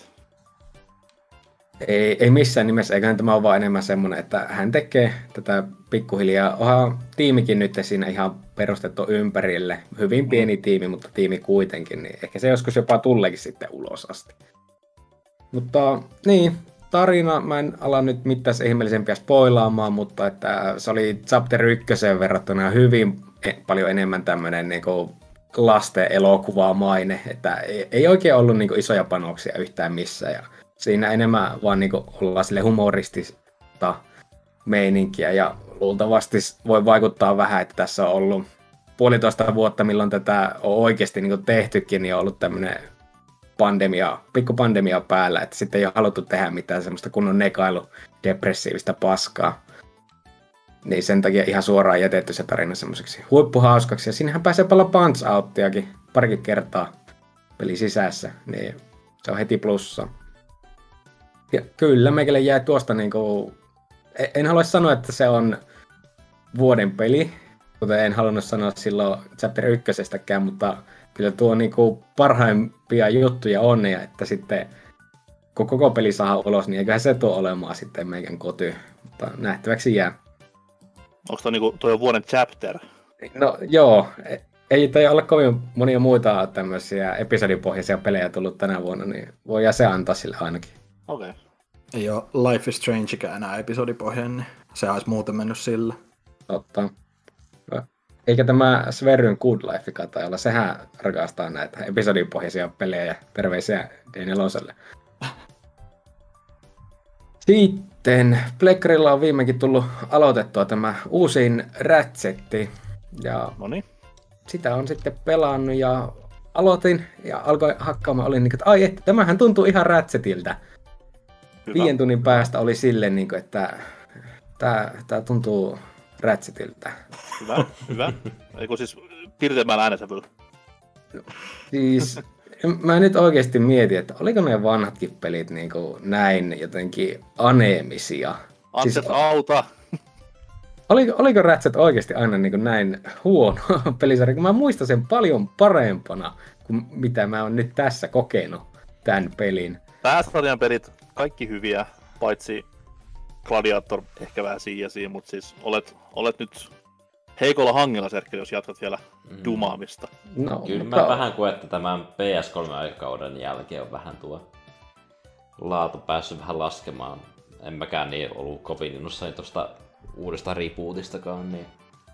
Speaker 5: Ei missään nimessä, eiköhän tämä ole vaan enemmän semmoinen, että hän tekee tätä pikkuhiljaa. Onhan tiimikin nyt siinä ihan perustettu ympärille. Hyvin pieni tiimi, mutta tiimi kuitenkin, niin ehkä se joskus jopa tulleekin sitten ulos asti. Mutta niin, tarina, mä en ala nyt mitään ihmeellisempiä spoilaamaan, mutta että se oli Chapter 1 verrattuna hyvin paljon enemmän tämmöinen niinku lasten elokuvamainen, että ei oikein ollut niinku isoja panoksia yhtään missään. Ja siinä enemmän vaan niinku ollaan sille humoristista meininkiä ja luultavasti voi vaikuttaa vähän, että tässä on ollut 1,5 vuotta, milloin tätä on oikeasti niinku tehtykin, niin on ollut tämmöinen pikku pandemia päällä, että sitten ei ole haluttu tehdä mitään semmoista kunnon depressiivistä paskaa. Niin sen takia ihan suoraan jätetty se tarina semmoiseksi huippuhauskaksi. Ja siinähän pääsee pelaa Punch-Outtiakin parikin kertaa pelin sisässä, niin se on heti plussa. Ja kyllä, meikälle jäi tuosta niinku... En halua sanoa, että se on vuoden peli, kuten en halunnut sanoa silloin Chapter 1:stäkään, mutta kyllä tuo niinku parhaimpia juttuja on, ja että sitten kun koko peli saa ulos, niin eiköhän se tuo olemaan sitten meikän koti. Mutta nähtäväksi jää.
Speaker 2: Onko toi niinku toi vuoden chapter?
Speaker 5: No joo, ei ole kovin monia muita tämmöisiä episodipohjaisia pelejä tullut tänä vuonna, niin voidaan se antaa sille ainakin.
Speaker 2: Okei.
Speaker 4: Ei ole Life is Strangeikään enää episodipohjainen, niin se olisi muuten mennyt sillä.
Speaker 5: Totta. Eikä tämä Sverryn Good Life tai olla, sehän rakastaa näitä episodipohjaisia pelejä ja terveisiä D4:lle. Sitten Pleikkarilla on viimeinkin tullut aloitettua tämä uusin Ratchetti. Ja
Speaker 2: Noniin.
Speaker 5: Sitä on sitten pelannut ja aloitin ja alkoi hakkaamaan. Olin niin kuin, että ai että tämähän tuntuu ihan Ratchetiltä. 5 tunnin päästä oli silleen, niin kuin, että tää tuntuu Ratchetiltä.
Speaker 2: Hyvä. Eiku siis piirtemällä äänensävyllä.
Speaker 5: Siis mä nyt oikeesti mietin, että oliko ne vanhatkin pelit niin kuin näin jotenkin aneemisia.
Speaker 2: Anteeksi, auta!
Speaker 5: Oliko Ratchet oikeasti aina niin kuin näin huono pelisarja, kun mä muistan sen paljon parempana kuin mitä mä oon nyt tässä kokenut tämän pelin.
Speaker 2: Pääsarjan pelit, kaikki hyviä, paitsi Gladiator ehkä vähän siinä, mutta siis olet nyt heikolla hangella, Serkki, jos jatkat vielä dumaamista.
Speaker 3: No, kyllä mä vähän koen, että tämän PS3-aikakauden jälkeen on vähän tuo laatu päässyt vähän laskemaan. En mäkään niin ollut kovin innoissani tuosta uudesta rebootistakaan. Niin.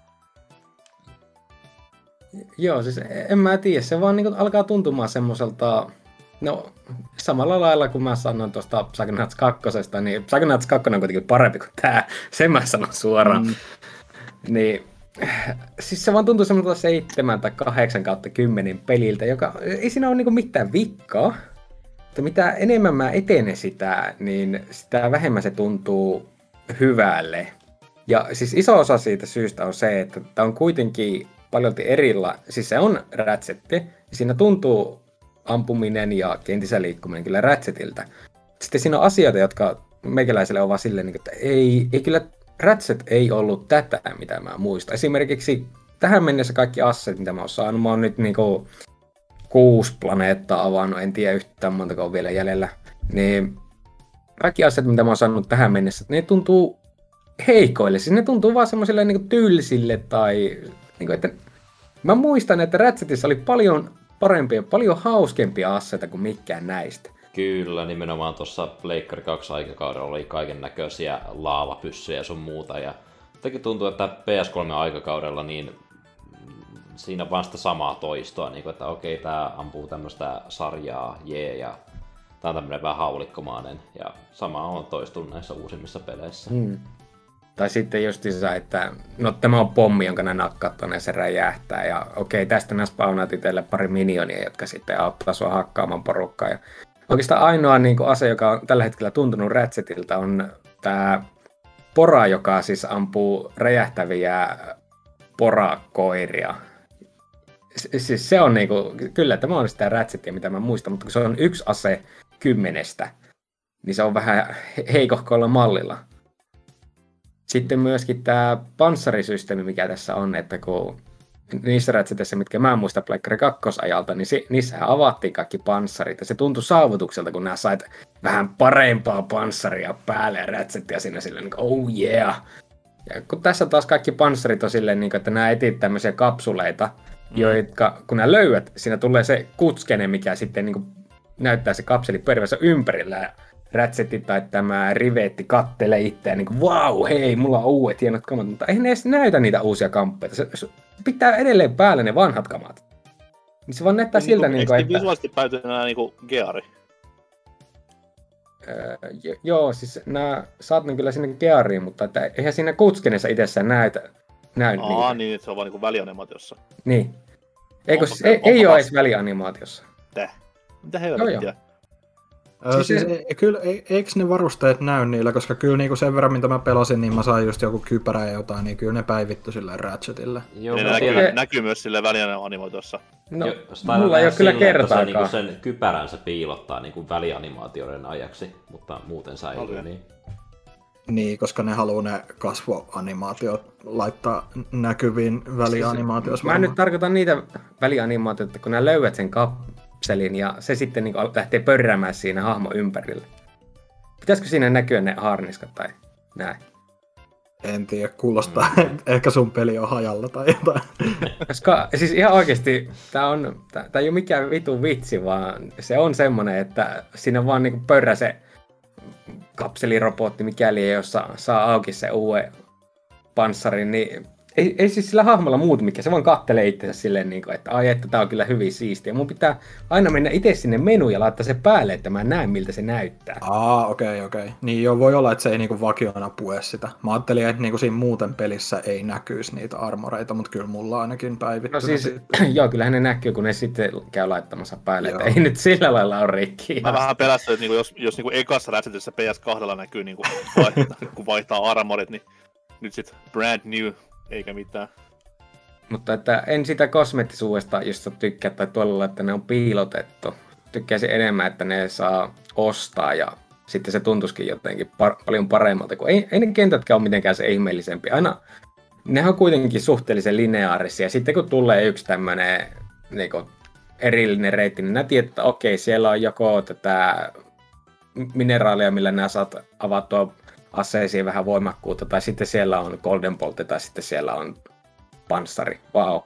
Speaker 5: Joo, siis en mä tiedä, se vaan niin alkaa tuntumaan semmoiselta, no samalla lailla kuin mä sanon tuosta Psychonauts 2, niin Psychonauts 2 on kuitenkin parempi kuin tää, sen mä sanon suoraan. Niin, siis se vaan tuntuu semmoiselta 7 tai 8/10 peliltä, joka ei siinä ole niinku mitään vikkaa. Mutta mitä enemmän mä etenen sitä, niin sitä vähemmän se tuntuu hyvälle. Ja siis iso osa siitä syystä on se, että tää on kuitenkin paljolti siis se on Ratchetti, siinä tuntuu ampuminen ja kentissä liikkuminen kyllä Ratchetilta. Sitten siinä on asioita, jotka meikäläiselle on vaan silleen, että ei kyllä Ratchet ei ollut tätä, mitä mä muistan. Esimerkiksi tähän mennessä kaikki asset, mitä mä oon saanut, mä oon nyt niinku 6 planeettaa avannut, en tiedä yhtään montako on vielä jäljellä. Niin kaikki asset, mitä mä oon saanut tähän mennessä, ne tuntuu heikoille. Siis ne tuntuu vaan semmosille niinku tylsille tai niinku, että mä muistan, että Ratchetissa oli paljon parempia, paljon hauskempia asseita kuin mikään näistä.
Speaker 3: Kyllä, nimenomaan tuossa Pleikkari 2 aikakaudella oli kaiken näköisiä laavapyssyjä ja sun muuta. Ja jotenkin tuntuu, että PS3-aikakaudella niin siinä vaan sitä samaa toistoa, niin kuin, että okei, tää ampuu tämmöistä sarjaa, ja tää on tämmönen vähän haulikkomainen. Ja sama on toistunut näissä uusimmissa peleissä.
Speaker 5: Tai sitten justiinsa, että no tämä on pommi, jonka nää nakkaat tonne, se räjähtää. Ja okei, tästä nää spawnaat itselle pari minionia, jotka sitten auttaa sua hakkaamaan porukkaa. Ja oikeastaan ainoa niin kuin ase, joka on tällä hetkellä tuntunut Ratchetilta, on tää pora, joka siis ampuu räjähtäviä porakoiria. Siis se on niinku, kyllä tämä on sitä Ratchetia, mitä mä muistan, mutta kun se on yksi ase 10, niin se on vähän heikohkoilla mallilla. Sitten myöskin tämä panssarisysteemi, mikä tässä on, että kun niissä Ratchetissa, mitkä mä en muista Pleikkari 2-ajalta, niin niissähän avattiin kaikki panssarit. Ja se tuntui saavutukselta, kun nää sait vähän parempaa panssaria päälle ja Ratchetia siinä silleen niin kuin, oh yeah. Ja kun tässä taas kaikki panssarit on silleen, niin kuin, että nää etit tämmöisiä kapsuleita, jotka kun nää löydät, siinä tulee se kutskene, mikä sitten niin kuin näyttää se kapseli pyörivässä ympärillä. Ja Ratchetti tai tämä rivetti kattelee itseään niin kuin, wow, hei, mulla on uudet hienot kamat, mutta ei ne edes näytä niitä uusia kamppeita. Se pitää edelleen päällä ne vanhat kamat. Niin se vaan näyttää siltä, niin kuin, että
Speaker 2: visuaalisesti päätyy nää niinku Geari?
Speaker 5: Joo, siis nää saat ne kyllä sinne Geariin, mutta että eihän siinä kutskenessa itsessään näy niitä.
Speaker 2: Niin, se on vaan niinku välianimaatiossa.
Speaker 5: Niin. Eikö ei ole edes välianimaatiossa?
Speaker 2: Mitä helvettiä?
Speaker 4: Siis kyllä, eikö ne varusteet näy niillä, koska kyllä niinku sen verran, mitä mä pelasin, niin mä sain just joku kypärä ja jotain, niin kyllä ne päivitty sillä Ratchetille.
Speaker 2: Joo, näkyy myös sille välianimaatiossa.
Speaker 5: No, mulla ei ole kyllä kertaakaan.
Speaker 3: Niinku sen kypäränsä piilottaa niinku välianimaatioiden ajaksi, mutta muuten säilyy niin.
Speaker 4: Niin, koska ne haluaa ne kasvoanimaatiot laittaa näkyviin välianimaatioissa.
Speaker 5: Siis, mä nyt tarkoitan niitä välianimaatioita, kun nää löydät sen kapselin ja se sitten niin lähtee pörräämään siinä hahmo ympärillä. Pitäisikö siinä näkyä ne harniskat tai näin?
Speaker 4: En tiedä, kuulostaa. Ehkä sun peli on hajalla tai jotain.
Speaker 5: Koska siis ihan oikeesti tää ei ole mikään vitun vitsi, vaan se on semmonen, että siinä vaan niinku pörrää se kapselirobotti, mikäli jossa saa auki se uuden panssarin, niin ei siis sillä hahmolla muuta mikään, se vaan kattelee itsensä silleen, niin kuin, että ai että tää on kyllä hyvin siistiä. Mun pitää aina mennä itse sinne menuun ja laittaa se päälle, että mä näen miltä se näyttää.
Speaker 4: Okei. Niin joo, voi olla, että se ei niinku vakiona pue sitä. Mä ajattelin, että niinku siinä muuten pelissä ei näkyisi niitä armoreita, mutta kyllä mulla ainakin päivittynyt.
Speaker 5: No siis, joo, kyllähän ne näkyy, kun ne sitten käy laittamassa päälle, että ei nyt sillä lailla ole rikki.
Speaker 2: Mä vähän pelästyn, että niinku, jos niinku ekassa Ratchetissa PS2 näkyy, niinku, kun vaihtaa armorit, niin nyt sit brand new. Eikä mitään.
Speaker 5: Mutta että en sitä kosmeettisuudesta, josta tykkää, tai tuolla, että ne on piilotettu. Tykkäisin enemmän, että ne saa ostaa ja sitten se tuntuisikin jotenkin paljon paremmalta, kun ei ne kentätkään ole mitenkään se ihmeellisempi. Aina ne on kuitenkin suhteellisen lineaarisia. Sitten kun tulee yksi tämmönen niinku erillinen reitti, niin nää tietää, että okei, siellä on joko tätä mineraalia, millä nää saat avattua aseisiin vähän voimakkuutta, tai sitten siellä on Golden Bolt, tai sitten siellä on panssari. Wow.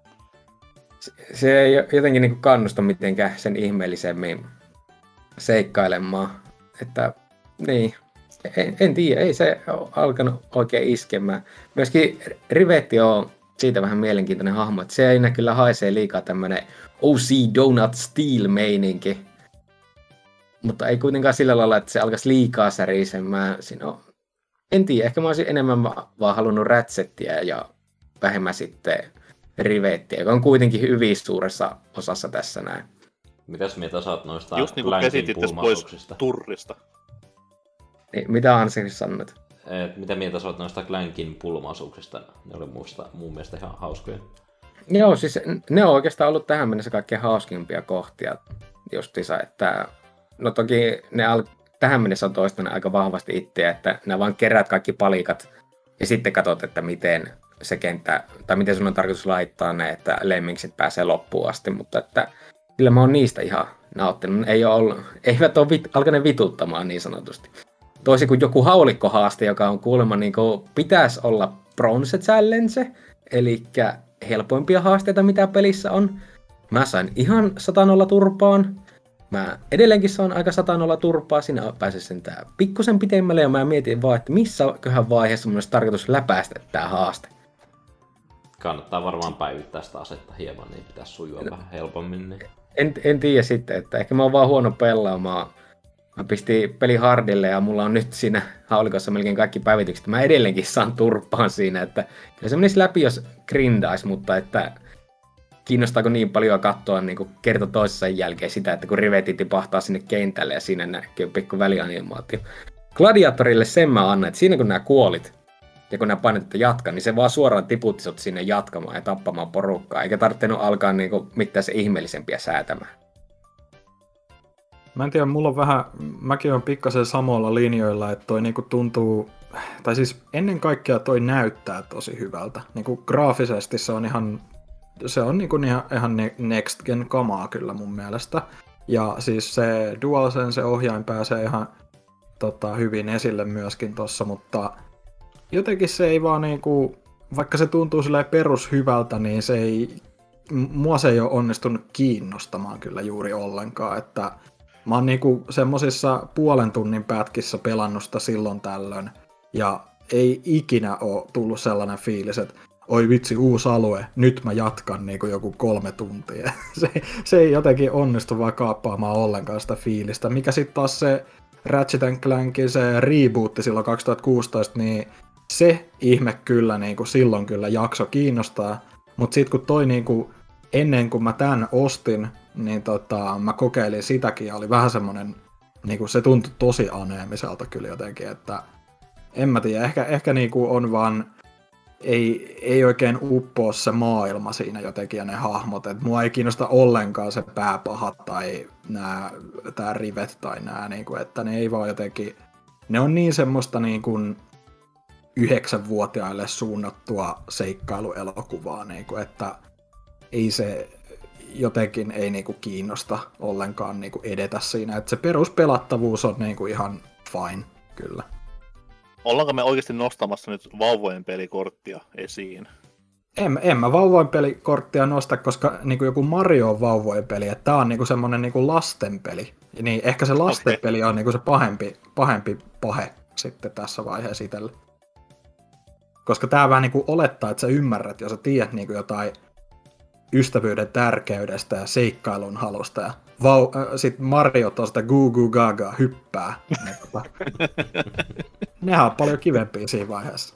Speaker 5: Se ei jotenkin niinku kannusta mitenkään sen ihmeellisemmin seikkailemaan. Että niin, en tiedä, ei se ole alkanut oikein iskemään. Myöskin Rivetti on siitä vähän mielenkiintoinen hahmo, että se ei kyllä haisee liikaa tämmönen OC Donut Steel-meininki. Mutta ei kuitenkaan sillä lailla, että se alkaisi liikaa särisemään. En tiedä, ehkä mä olisin enemmän vaan halunnut Ratchettia ja vähemmän sitten Rivettiä, joka on kuitenkin hyvin suuressa osassa tässä näin.
Speaker 3: Mitäs mieltä sä oot noista
Speaker 2: just niinku käsitit pois turrista.
Speaker 5: Niin, mitä Anseli sanoit?
Speaker 3: Mitä mieltä sä oot noista Clankin pulmaisuuksista? Ne oli mun mielestä ihan hauskoja.
Speaker 5: Joo, siis ne on oikeastaan ollut tähän mennessä kaikkein hauskimpia kohtia justiinsa, että no toki ne tähän mennessä on toistanut aika vahvasti itseä, että ne vaan keräät kaikki palikat ja sitten katsot, että miten se kenttä, tai miten sun on tarkoitus laittaa ne, että lemmingsit pääsee loppuun asti, mutta että kyllä mä oon niistä ihan nauttinut. Eivät ole alkaneet vituttamaan niin sanotusti. Toisin kuin joku haulikkohaaste, joka on kuulemma niin kuin pitäisi olla bronze challenge, eli helpoimpia haasteita, mitä pelissä on. Mä sain ihan 100-0 turpaan. Mä edelleenkin saan aika 100-0 turpaa, siinä pääsin sentään pikkusen pitemmälle, ja mä mietin vaan, että missäköhän vaiheessa mun olisi tarkoitus läpäistä tää haaste.
Speaker 3: Kannattaa varmaan päivittää sitä asetta hieman, niin pitäisi sujua vähän helpommin. Niin.
Speaker 5: En tiedä sitten, että ehkä mä oon vaan huono pelaamaan. Mä pistin peli hardille ja mulla on nyt siinä haulikossa melkein kaikki päivitykset. Mä edelleenkin saan turpaan siinä, että kyllä se menisi läpi, jos grindaisi, mutta että kiinnostaako niin paljon katsoa niin kuin kerta toisessa jälkeen sitä, että kun Rivetti tipahtaa sinne kentälle ja siinä näkyy pikku välianimaatio. Gladiatorille sen mä annan, että siinä kun nää kuolit ja kun nää painat, että jatka, niin se vaan suoraan tiputti sut sinne jatkamaan ja tappamaan porukkaa, eikä tarvinnut alkaa niin kuin mitään se ihmeellisempiä säätämään.
Speaker 4: Mä en tiedä, mäkin olen pikkasen samoilla linjoilla, että toi niinku tuntuu, tai siis ennen kaikkea toi näyttää tosi hyvältä. Niinku graafisesti se on niinku ihan next gen kamaa kyllä mun mielestä. Ja siis se DualSense ohjain pääsee ihan hyvin esille myöskin tossa, mutta jotenkin se ei vaan niinku, vaikka se tuntuu silleen perushyvältä, niin mua se ei ole onnistunut kiinnostamaan kyllä juuri ollenkaan, että mä oon niinku semmosissa puolen tunnin pätkissä pelannut sitä silloin tällöin, ja ei ikinä oo tullut sellainen fiilis, että oi vitsi, uusi alue, nyt mä jatkan niinku joku 3 tuntia. se ei jotenkin onnistu vaan kaappaamaan ollenkaan sitä fiilistä. Mikä sitten taas se Ratchet & Clankin se rebootti silloin 2016, niin se ihme kyllä niinku silloin kyllä jakso kiinnostaa, mutta sitten kun toi niinku ennen kuin mä tän ostin, niin mä kokeilin sitäkin ja oli vähän semmonen, niinku se tuntui tosi aneemiselta kyllä jotenkin, että en mä tiedä, ehkä niinku on vaan, ei oikein uppoa se maailma siinä jotenkin ja ne hahmot, että mua ei kiinnosta ollenkaan se pääpahat tai tää rivet tai nää, niinku, että ne ei vaan jotenkin, ne on niin semmoista niinku 9-vuotiaille suunnattua seikkailuelokuvaa, niinku, että ei se jotenkin ei niinku kiinnosta ollenkaan niinku edetä siinä, että se peruspelattavuus on niinku ihan fine, kyllä.
Speaker 2: Ollaanko me oikeasti nostamassa nyt vauvojen pelikorttia esiin?
Speaker 4: En mä vauvojen pelikorttia nosta, koska niinku joku Mario on vauvojen peli, että tää on niinku semmonen niinku lastenpeli. Niin ehkä se lastenpeli on niinku se pahempi pahe sitten tässä vaiheessa itselle. Koska tää vähän niinku olettaa, että sä ymmärrät ja sä tiedät niinku jotain ystävyyden tärkeydestä ja seikkailun halusta ja sit Mario tuosta Goo Goo Gaga hyppää. Nehän on paljon kivempiä siinä vaiheessa.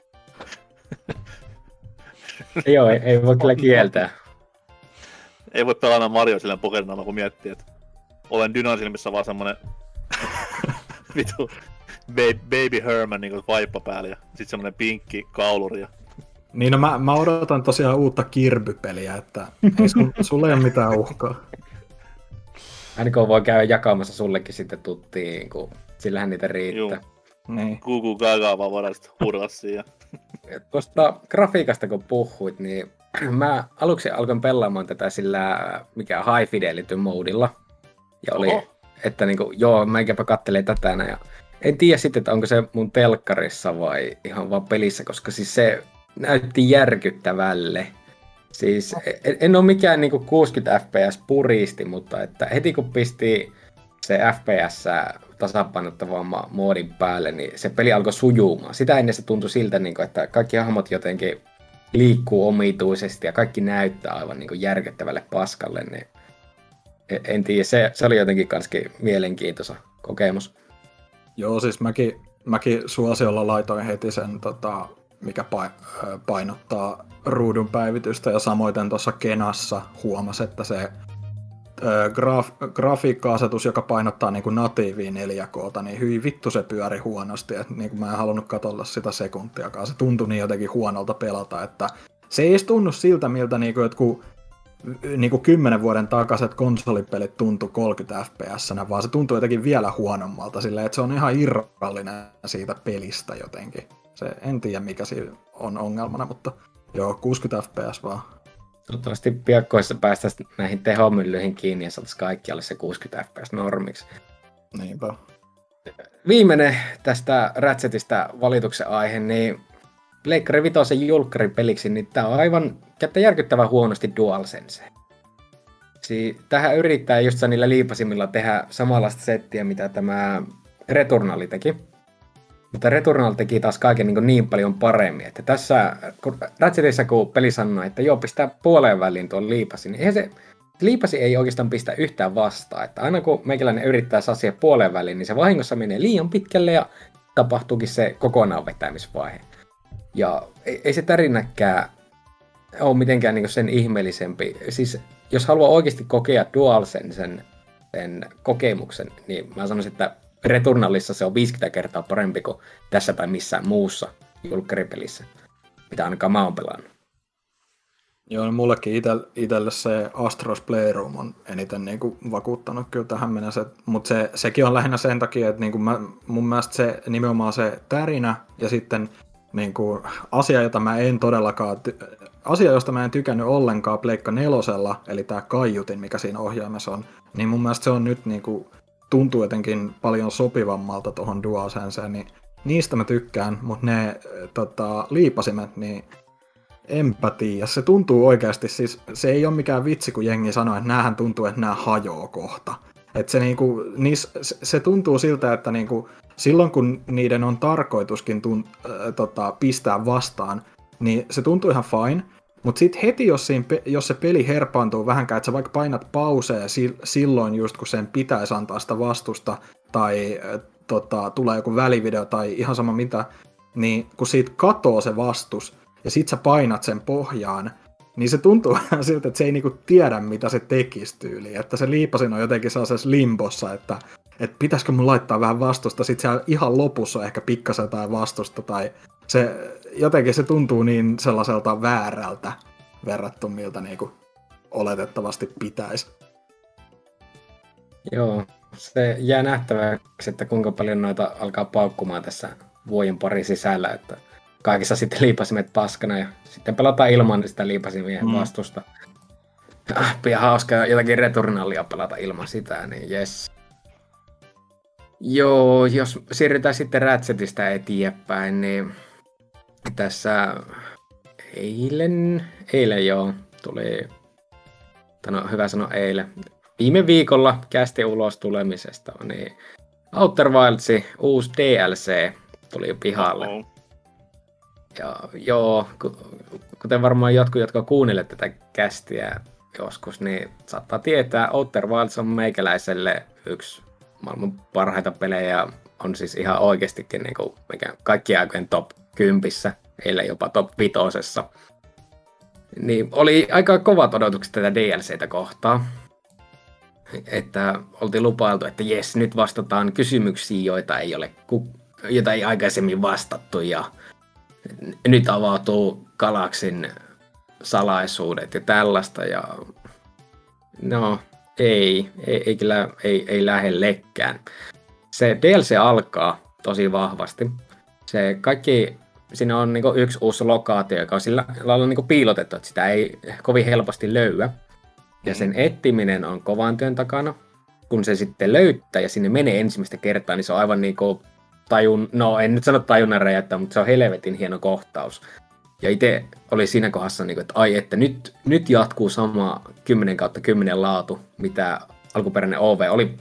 Speaker 5: Joo, ei voi kyllä kieltää.
Speaker 2: Ei voi pelata Mario sillä Pokernalla, kun miettii, että olen Dynan silmissä vaan semmonen vitu Baby Herman niin vaippa päällä ja sit semmonen pinkki kauluri. Ja...
Speaker 4: Niin no mä odotan tosiaan uutta Kirby-peliä, että ei sulle ole mitään uhkaa.
Speaker 5: Aina kun voi käydä jakamassa sullekin sitten tuttiin, kun sillähän niitä riittää.
Speaker 2: Niin. Gugu Gaga vaan voidaan sit hurrassia.
Speaker 5: Tuosta grafiikasta kun puhuit, niin mä aluksi alkoin pelaamaan tätä sillä mikä high fidelity modilla. Ja oli, että niinku, joo, mä ikäpä kattelee tätä ja en tiedä sitten, että onko se mun telkkarissa vai ihan vaan pelissä, koska siis se näytti järkyttävälle. Siis en ole mikään niinku 60 fps puristi, mutta että heti kun pisti se FPS tasapainottavamman moodin päälle, niin se peli alkoi sujumaan. Sitä ennen se tuntui siltä, että kaikki hahmot jotenkin liikkuu omituisesti ja kaikki näyttää aivan järkyttävälle paskalle. Niin en tiedä, se oli jotenkin kanskin mielenkiintoisa kokemus.
Speaker 4: Joo, siis mäkin suosiolla laitoin heti sen, mikä painottaa ruudun päivitystä, ja samoin tuossa Kenassa huomasi, että se grafiikka-asetus, joka painottaa niin kuin natiiviin 4K:ta, niin hyvin vittu se pyöri huonosti, että niin kuin mä en halunnut katsella sitä sekuntiakaan. Se tuntui niin jotenkin huonolta pelata, että se ei edes tunnu siltä, miltä niin kuin jotkut 10 vuoden takaiset konsolipelit tuntui 30 fps-nä, vaan se tuntuu jotenkin vielä huonommalta silleen, että se on ihan irrallinen siitä pelistä jotenkin. En tiedä mikä siinä on ongelmana, mutta joo, 60 fps vaan.
Speaker 5: Toivottavasti piakkoissa päästäisiin näihin tehomyllyihin kiinni ja saataisiin kaikkialle se 60 fps normiksi.
Speaker 4: Niinpä.
Speaker 5: Viimeinen tästä Ratchetista valituksen aihe, niin Pleikkari 5 julkkarin peliksi, niin tää on aivan järkyttävän huonosti DualSense. Tähän yrittää just niillä liipasimilla tehdä samanlaista settiä, mitä tämä Returnal teki. Mutta Returnal teki taas kaiken niin paljon paremmin, että tässä Ratchetissa kun peli sanoi, että joo, pistää puoleen väliin tuon liipasin, niin eihän se liipasi ei oikeastaan pistä yhtään vastaan. Että aina kun meikäläinen yrittää asia puoleen väliin, niin se vahingossa menee liian pitkälle ja tapahtuukin se kokonaan vetämisvaihe. Ja ei se tarinäkään ole mitenkään sen ihmeellisempi. Siis jos haluaa oikeasti kokea DualSensen sen kokemuksen, niin mä sanoisin, että Returnalissa se on 50 kertaa parempi kuin tässä tai missään muussa julkkaripelissä, mitä ainakaan mä oon pelannut.
Speaker 4: Joo, no mullekin itselle se Astros Playroom on eniten vakuuttanut kyllä tähän mennessä, mutta sekin on lähinnä sen takia, että mun mielestä se nimenomaan se tärinä ja sitten asia, josta mä en tykännyt ollenkaan Pleikka 4:lla, eli tää kaiutin, mikä siinä ohjaimessa on, niin mun mielestä se on nyt tuntuu jotenkin paljon sopivammalta tuohon DualSenseen, niin niistä mä tykkään, mutta ne liipasimet, niin enpä tiedä. Se tuntuu oikeasti, siis se ei ole mikään vitsi, kun jengi sanoo, että näähän tuntuu, että nää hajoo kohta. Että se tuntuu siltä, että silloin kun niiden on tarkoituskin pistää vastaan, niin se tuntuu ihan fine. Mutta sitten heti, jos se peli herpaantuu vähänkään, että sä vaikka painat pausea silloin just kun sen pitäisi antaa sitä vastusta, tai tulee joku välivideo tai ihan sama mitä, niin kun siitä katoo se vastus, ja sit sä painat sen pohjaan, niin se tuntuu vähän siltä, että se ei tiedä mitä se tekisi tyyliin. Että se liipasin on jotenkin sellaisessa limbossa, että pitäisikö mun laittaa vähän vastusta, sit siellä ihan lopussa on ehkä pikkasen jotain vastusta, tai jotenkin se tuntuu niin sellaiselta väärältä verrattuna miltä oletettavasti pitäisi.
Speaker 5: Joo, se jää nähtäväksi, että kuinka paljon noita alkaa paukkumaan tässä vuoden pari sisällä, että kaikissa sitten liipasimet paskana ja sitten pelataan ilman sitä liipasimien vastusta. Pian hauskaa jotakin Returnalia pelata ilman sitä, niin jes. Joo, jos siirrytään sitten Ratchetista eteenpäin, niin tässä eilen joo, tuli, hyvä sanoa eilen, viime viikolla kästi ulos tulemisesta, niin Outer Wildsin uusi DLC tuli pihalle. Ja joo, kuten varmaan jotkut, jotka kuunnelevat tätä kästiä joskus, niin saattaa tietää, Outer Wilds on meikäläiselle yksi maailman parhaita pelejä, on siis ihan oikeastikin kaikkien aikojen top 10, eilen jopa top 5. Niin oli aika kovat odotukset tätä DLCtä kohtaan. Että oltiin lupailtu, että jes, nyt vastataan kysymyksiin, joita ei aikaisemmin vastattu, ja nyt avautuu Galaksin salaisuudet ja tällaista, ja no ei kyllä ei lähellekään. Se DLC alkaa tosi vahvasti. Se kaikki siinä on niinku yksi uusi lokaatio, joka on sillä lailla niinku piilotettu, että sitä ei kovin helposti löyä. Ja sen etsiminen on kovan työn takana. Kun se sitten löytää ja sinne menee ensimmäistä kertaa, niin se on aivan niinku no en nyt sano tajunnan räjäyttää, mutta se on helvetin hieno kohtaus. Ja itse oli siinä kohdassa, niinku, että ai, että nyt jatkuu sama 10/10 laatu, mitä alkuperäinen OV oli.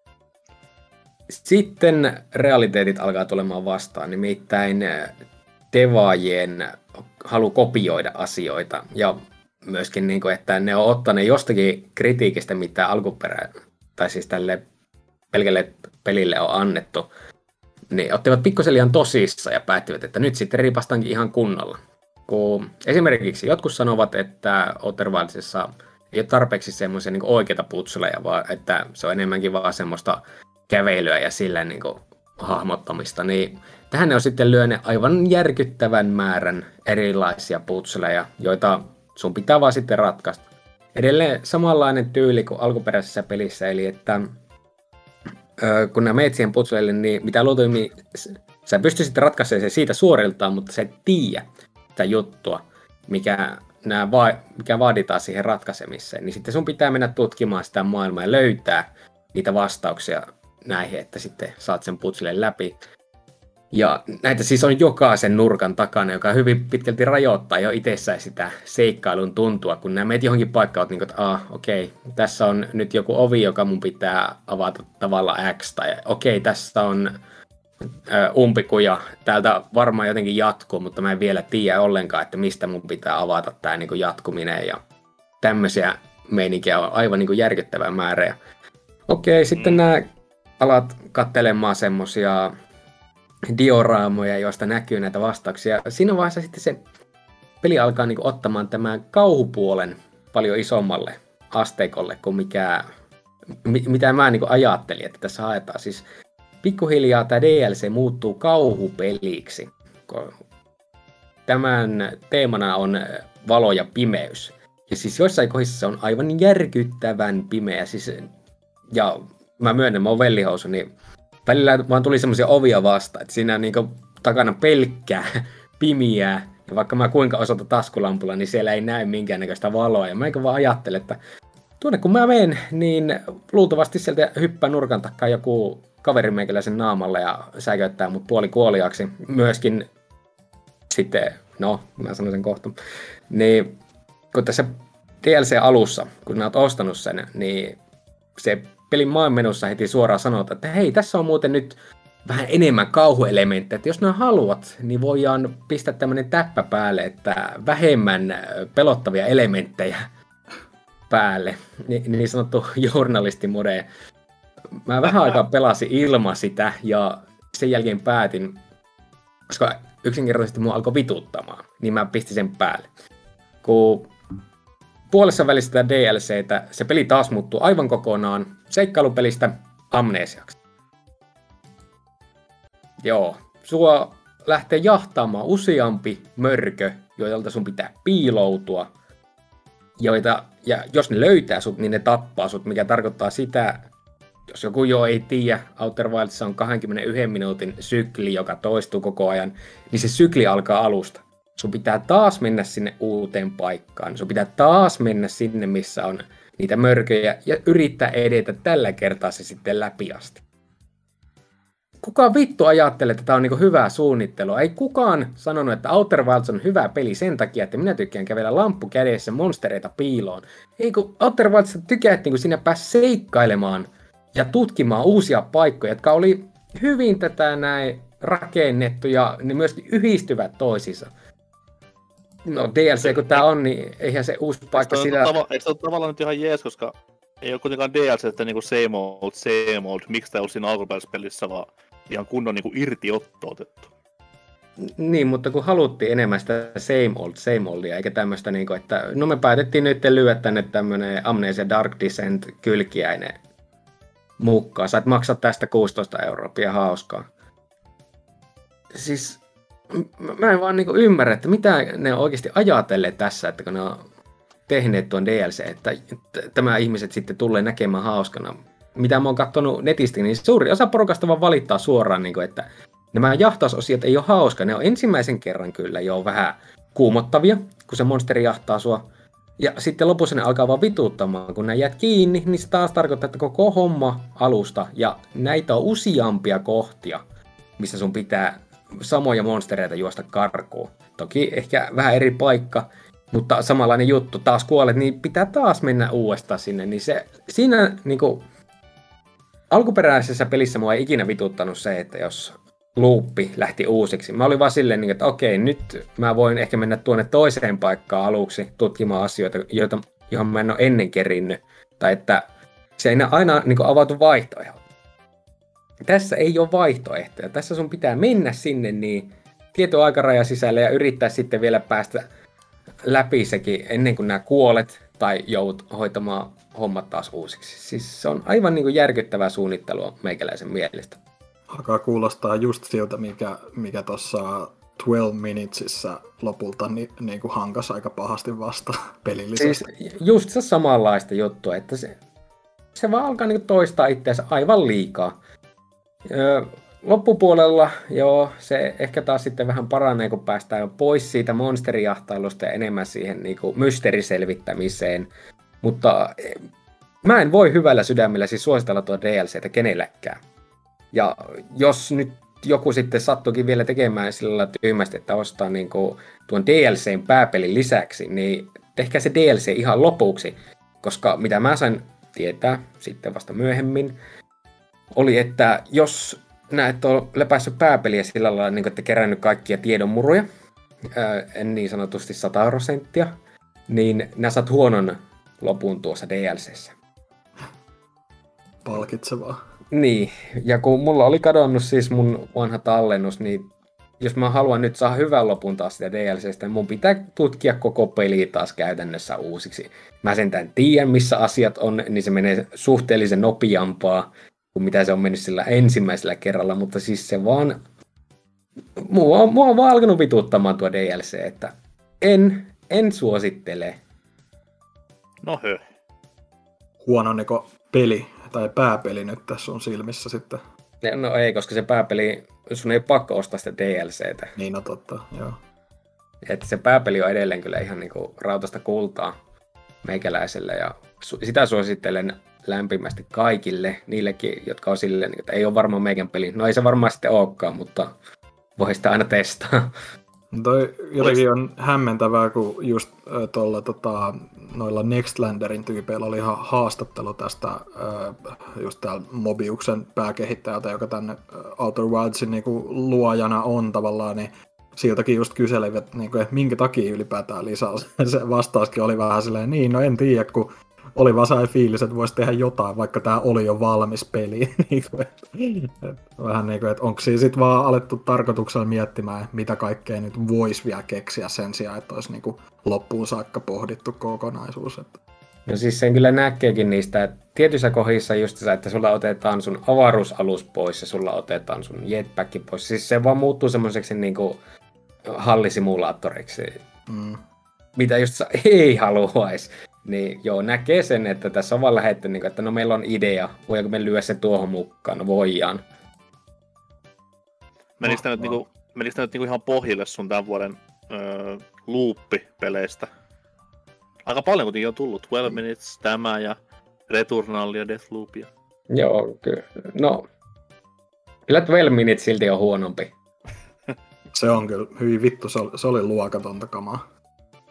Speaker 5: Sitten realiteetit alkaa tulemaan vastaan, nimittäin devaajien halu kopioida asioita ja myöskin, niin kuin, että ne on ottaneet jostakin kritiikistä, mitä tai siis tälle pelkälle pelille on annettu, niin ottivat pikkusen liian tosissaan ja päättivät, että nyt sitten ripastaankin ihan kunnolla. Kun esimerkiksi jotkut sanovat, että Outer Wildsissa ei ole tarpeeksi semmoisia niin oikeita putsuleja, vaan että se on enemmänkin vaan semmoista kävelyä ja sillä niin kuin hahmottamista, niin tähän ne on sitten lyöneet aivan järkyttävän määrän erilaisia putsuleja, joita sun pitää vaan sitten ratkaista. Edelleen samanlainen tyyli kuin alkuperäisessä pelissä, eli että kun nämä meet siihen putsuleille, niin mitä luultavimmin sä pystyisit ratkaisemaan se siitä suoriltaan, mutta sä et tiedä sitä juttua, mikä vaaditaan siihen ratkaisemiseen, niin sitten sun pitää mennä tutkimaan sitä maailmaa ja löytää niitä vastauksia näihin, että sitten saat sen putsille läpi. Ja näitä siis on jokaisen nurkan takana, joka hyvin pitkälti rajoittaa jo itsessään sitä seikkailun tuntua, kun nämä meet johonkin paikkaan, niin että okei, tässä on nyt joku ovi, joka mun pitää avata tavalla X, tai okei, tässä on umpikuja, täältä varmaan jotenkin jatkuu, mutta mä en vielä tiedä ollenkaan, että mistä mun pitää avata tämä niin kuin jatkuminen, ja tämmöisiä meininkiä on aivan niin kuin järkyttävä määrä. Ja okei, sitten nämä alat katselemaan semmosia dioraamoja, joista näkyy näitä vastauksia. Siinä vaiheessa sitten se peli alkaa niinku ottamaan tämän kauhupuolen paljon isommalle asteikolle kuin mitä mä niinku ajattelin, että tässä haetaan. Siis pikkuhiljaa tämä DLC muuttuu kauhupeliksi. Tämän teemana on valo ja pimeys. Ja siis joissain kohdissa se on aivan järkyttävän pimeä. Siis, ja mä myönnän, mä oon vellihousu, niin välillä vaan tuli semmoisia ovia vastaan, että siinä niinku takana pelkkää pimiää. Ja vaikka mä kuinka osoita taskulampulla, niin siellä ei näy minkäännäköistä valoa. Ja mä vaan ajattelen, että tuonne kun mä menen, niin luultavasti sieltä hyppää nurkan takaa joku kaveri meikäläisen naamalle ja säikäyttää mut puolikuoliaaksi. Myöskin sitten, no mä sanon sen kohta, niin kun tässä DLC-alussa, kun sä oot ostanut sen, niin se pelin maanmenussa heti suoraan sanotaan, että hei, tässä on muuten nyt vähän enemmän kauhuelementtejä, että jos nämä haluat, niin voidaan pistää tämmönen täppä päälle, että vähemmän pelottavia elementtejä päälle, niin sanottu journalistimode. Mä vähän aikaa pelasin ilman sitä ja sen jälkeen päätin, koska yksinkertaisesti mua alkoi vituttamaan, niin mä pistin sen päälle. Kun puolessa välissä tätä DLCtä se peli taas muuttuu aivan kokonaan seikkailupelistä amnesiaksi. Joo, sua lähtee jahtaamaan useampi mörkö, joilta sun pitää piiloutua. Ja jos ne löytää sut, niin ne tappaa sut, mikä tarkoittaa sitä, jos joku jo ei tiedä, Outer Wildsissa on 21 minuutin sykli, joka toistuu koko ajan, niin se sykli alkaa alusta. Sun pitää taas mennä sinne uuteen paikkaan. Sun pitää taas mennä sinne, missä on niitä mörköjä ja yrittää edetä tällä kertaa se sitten läpi asti. Kuka vittu ajattelee, että tää on niinku hyvää suunnittelua? Ei kukaan sanonut, että Outer Wilds on hyvä peli sen takia, että minä tykkään kävellä lamppu kädessä monstereita piiloon. Ei kun Outer Wilds tykkää, että niinku sinä pääsi seikkailemaan ja tutkimaan uusia paikkoja, jotka oli hyvin tätä näin rakennettu ja ne myöskin yhdistyvät toisiinsa. No DLC kun tää on, niin eihän se uusi paikka sillä...
Speaker 2: Eikö se ole tavallaan nyt ihan jees, koska ei ole kuitenkaan DLC, että niinku same old, miksi tää on siinä alkuperäisessä pelissä, vaan ihan kunnon niinku irtiotto otettu.
Speaker 5: Niin, mutta kun haluttiin enemmän sitä same oldia, eikä tämmöistä niinku, että no me päätettiin nyt lyödä tänne tämmönen Amnesia Dark Descent kylkiäinen mukaan. Sait maksaa tästä 16 €, pian hauskaa. Siis... Mä en vaan niinku ymmärrä, että mitä ne on oikeasti ajatelleet tässä, että kun ne on tehneet tuon DLC, että tämä ihmiset sitten tulee näkemään hauskana. Mitä mä oon katsonut netistä, niin suuri osa porukasta vaan valittaa suoraan, että nämä jahtausosiot ei ole hauska. Ne on ensimmäisen kerran kyllä jo vähän kuumottavia, kun se monsteri jahtaa sua. Ja sitten lopussa ne alkaa vaan vituuttamaan. Kun nää jäät kiinni, niin se taas tarkoittaa, että koko homma alusta. Ja näitä on useampia kohtia, missä sun pitää samoja monstereita juosta karkuun. Toki ehkä vähän eri paikka, mutta samanlainen juttu. Taas kuolet, niin pitää taas mennä uudestaan sinne. Niin se, siinä niinku, alkuperäisessä pelissä mua ei ikinä vituttanut se, että jos luuppi lähti uusiksi. Mä olin vaan silleen, että okei, nyt mä voin ehkä mennä tuonne toiseen paikkaan aluksi tutkimaan asioita, johon mä en ole ennen kerinnyt. Tai että se ei aina niin kuin avautu vaihtoehto. Tässä ei ole vaihtoehtoja. Tässä sun pitää mennä sinne niin tietyn aikarajan sisälle ja yrittää sitten vielä päästä läpi sekin ennen kuin nää kuolet tai joudut hoitamaan hommat taas uusiksi. Siis se on aivan niin kuin järkyttävää suunnittelua meikäläisen mielestä.
Speaker 4: Alkaa kuulostaa just siltä, mikä tuossa 12 Minutesissa lopulta niin kuin hankas aika pahasti vasta pelillisesti.
Speaker 5: Siis just se samanlaista juttua, että se vaan alkaa niin kuin toistaa itseänsä aivan liikaa. Loppupuolella joo, se ehkä taas sitten vähän paranee, kun päästään pois siitä monsterijahtailusta ja enemmän siihen niin kuin mysteeriselvittämiseen. Mutta mä en voi hyvällä sydämellä siis suositella tuo DLCtä kenellekään. Ja jos nyt joku sitten sattuikin vielä tekemään sillä lailla tyhmästi, että ostaa niin kuin tuon DLCn pääpelin lisäksi, niin tehkää se DLC ihan lopuksi. Koska mitä mä sain tietää sitten vasta myöhemmin, oli, että jos näet ole läpäissyt pääpeliä sillä lailla, niin että kerännyt kaikkia tiedonmuruja, niin sanotusti 100%, niin nää saat huonon lopun tuossa DLCssä.
Speaker 4: Palkitsevaa.
Speaker 5: Niin, ja kun mulla oli kadonnut siis mun vanha tallennus, niin jos mä haluan nyt saada hyvän lopun taas sitä DLCstä, mun pitää tutkia koko peli taas käytännössä uusiksi. Mä sentään tiedän, missä asiat on, niin se menee suhteellisen nopeampaa kuin mitä se on mennyt sillä ensimmäisellä kerralla, mutta siis se vaan... Mua on vaan alkanut vituuttamaan tuo DLC, että en suosittele.
Speaker 2: No hö.
Speaker 4: Huononeko peli tai pääpeli nyt tässä sun silmissä sitten?
Speaker 5: No ei, koska se pääpeli, sun ei pakko ostaa sitä DLCtä.
Speaker 4: Niin, no totta, joo.
Speaker 5: Että se pääpeli on edelleen kyllä ihan niinku rautasta kultaa meikäläiselle ja sitä suosittelen lämpimästi kaikille, niillekin, jotka on silleen, että ei ole varmaan meikän peli. No ei se varmaan sitten olekaan, mutta voi sitä aina testaa.
Speaker 4: Toi jotenkin on hämmentävää, kun just tuolla noilla Nextlanderin tyypeillä oli ihan haastattelu tästä just täällä Mobiuksen pääkehittäjältä, joka tänne Outer Wildsin niinku luojana on tavallaan, niin siltäkin just kyselivät, niinku, että minkä takia ylipäätään lisäys. Se vastauskin oli vähän silleen, niin no en tiedä, kun oli vaan sai fiilis, että voisi tehdä jotain, vaikka tää oli jo valmis peli. Vähän niin kuin, että onko siinä sitten vaan alettu tarkoituksella miettimään, mitä kaikkea nyt voisi vielä keksiä sen sijaan, että olisi niin kuin loppuun saakka pohdittu kokonaisuus.
Speaker 5: No siis sen kyllä näkeekin niistä, että tietyissä kohdissa just se, että sulla otetaan sun avaruusalus pois ja sulla otetaan sun jetpack pois. Siis se vaan muuttuu semmoiseksi niin kuin hallisimulaattoriksi, mitä just ei haluaisi. Niin joo, näkee sen, että tässä on vaan lähdetty, että no meillä on idea, voidaanko me lyödä se tuohon mukaan, no voidaan.
Speaker 2: Menikö tämä nyt ihan pohjille sun tämän vuoden loop-peleistä? Aika paljon kuitenkin on tullut, 12 Minutes, tämä ja Returnal ja Deathloopia.
Speaker 5: Joo, kyllä. No, kyllä 12 Minutes silti on huonompi.
Speaker 4: Se on kyllä hyvin vittu, se oli luokatonta kamaa.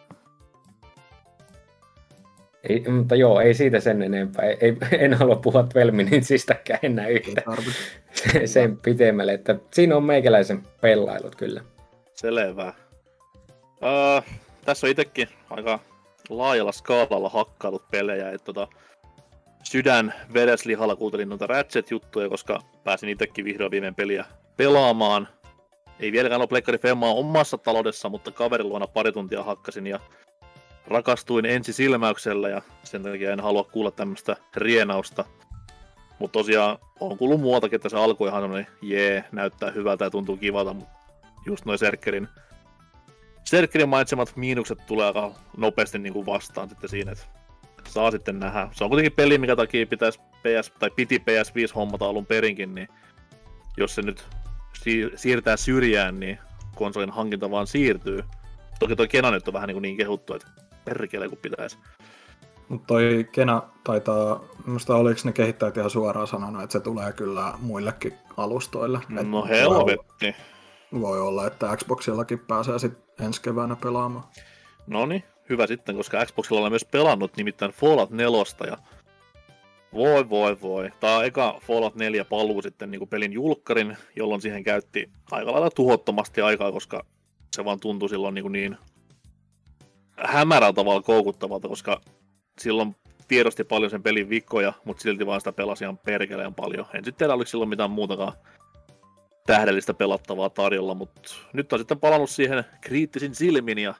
Speaker 5: Ei, mutta joo, ei siitä sen enempää. En halua puhua 12 Minutesistäkään enää yhtään sen pitemmälle, että siinä on meikäläisen pelailut kyllä.
Speaker 2: Selvä. Tässä on itsekin aika laajalla skaalalla hakkailut pelejä. Sydän vereslihalla kuuntelin noita Ratchet-juttuja, koska pääsin itsekin vihdoin viimein peliä pelaamaan. Ei vieläkään ole Pleikkari Femmaa omassa taloudessa, mutta kaverin luona pari tuntia hakkasin ja rakastuin ensisilmäyksellä ja sen takia en halua kuulla tämmöstä rienausta. Mutta tosiaan on kuullut muutakin, että se alku ihan semmonen näyttää hyvältä ja tuntuu kivalta, mutta just noin Serkkerin mainitsemat miinukset tulee aika nopeasti niin kuin vastaan sitten siinä, että saa sitten nähdä. Se on kuitenkin peli, mikä takia piti PS5 hommata alun perinkin, niin jos se nyt siirtää syrjään, niin konsolin hankinta vaan siirtyy. Toki toi Kena nyt on vähän niin kehuttu, että perkele kun pitäisi.
Speaker 4: Mutta toi Kena taitaa, minusta oliko ne kehittäjät ihan suoraan sanonut, että se tulee kyllä muillekin alustoille.
Speaker 2: No helvetti.
Speaker 4: Voi olla, että Xboxillakin pääsee sitten ensi keväänä pelaamaan.
Speaker 2: Noniin, hyvä sitten, koska Xboxilla on myös pelannut nimittäin Fallout 4. Ja voi. Tää on eka Fallout 4 paluu sitten niin kuin pelin julkkarin, jolloin siihen käytti aika lailla tuhottomasti aikaa, koska se vaan tuntui silloin niin hämärällä tavalla koukuttavalta, koska silloin tiedosti paljon sen pelin vikkoja, mutta silti vaan sitä pelasi ihan perkeleen paljon. En sitten tiedä, oliko silloin mitään muutakaan tähdellistä pelattavaa tarjolla, mutta nyt on sitten palannut siihen kriittisin silmin ja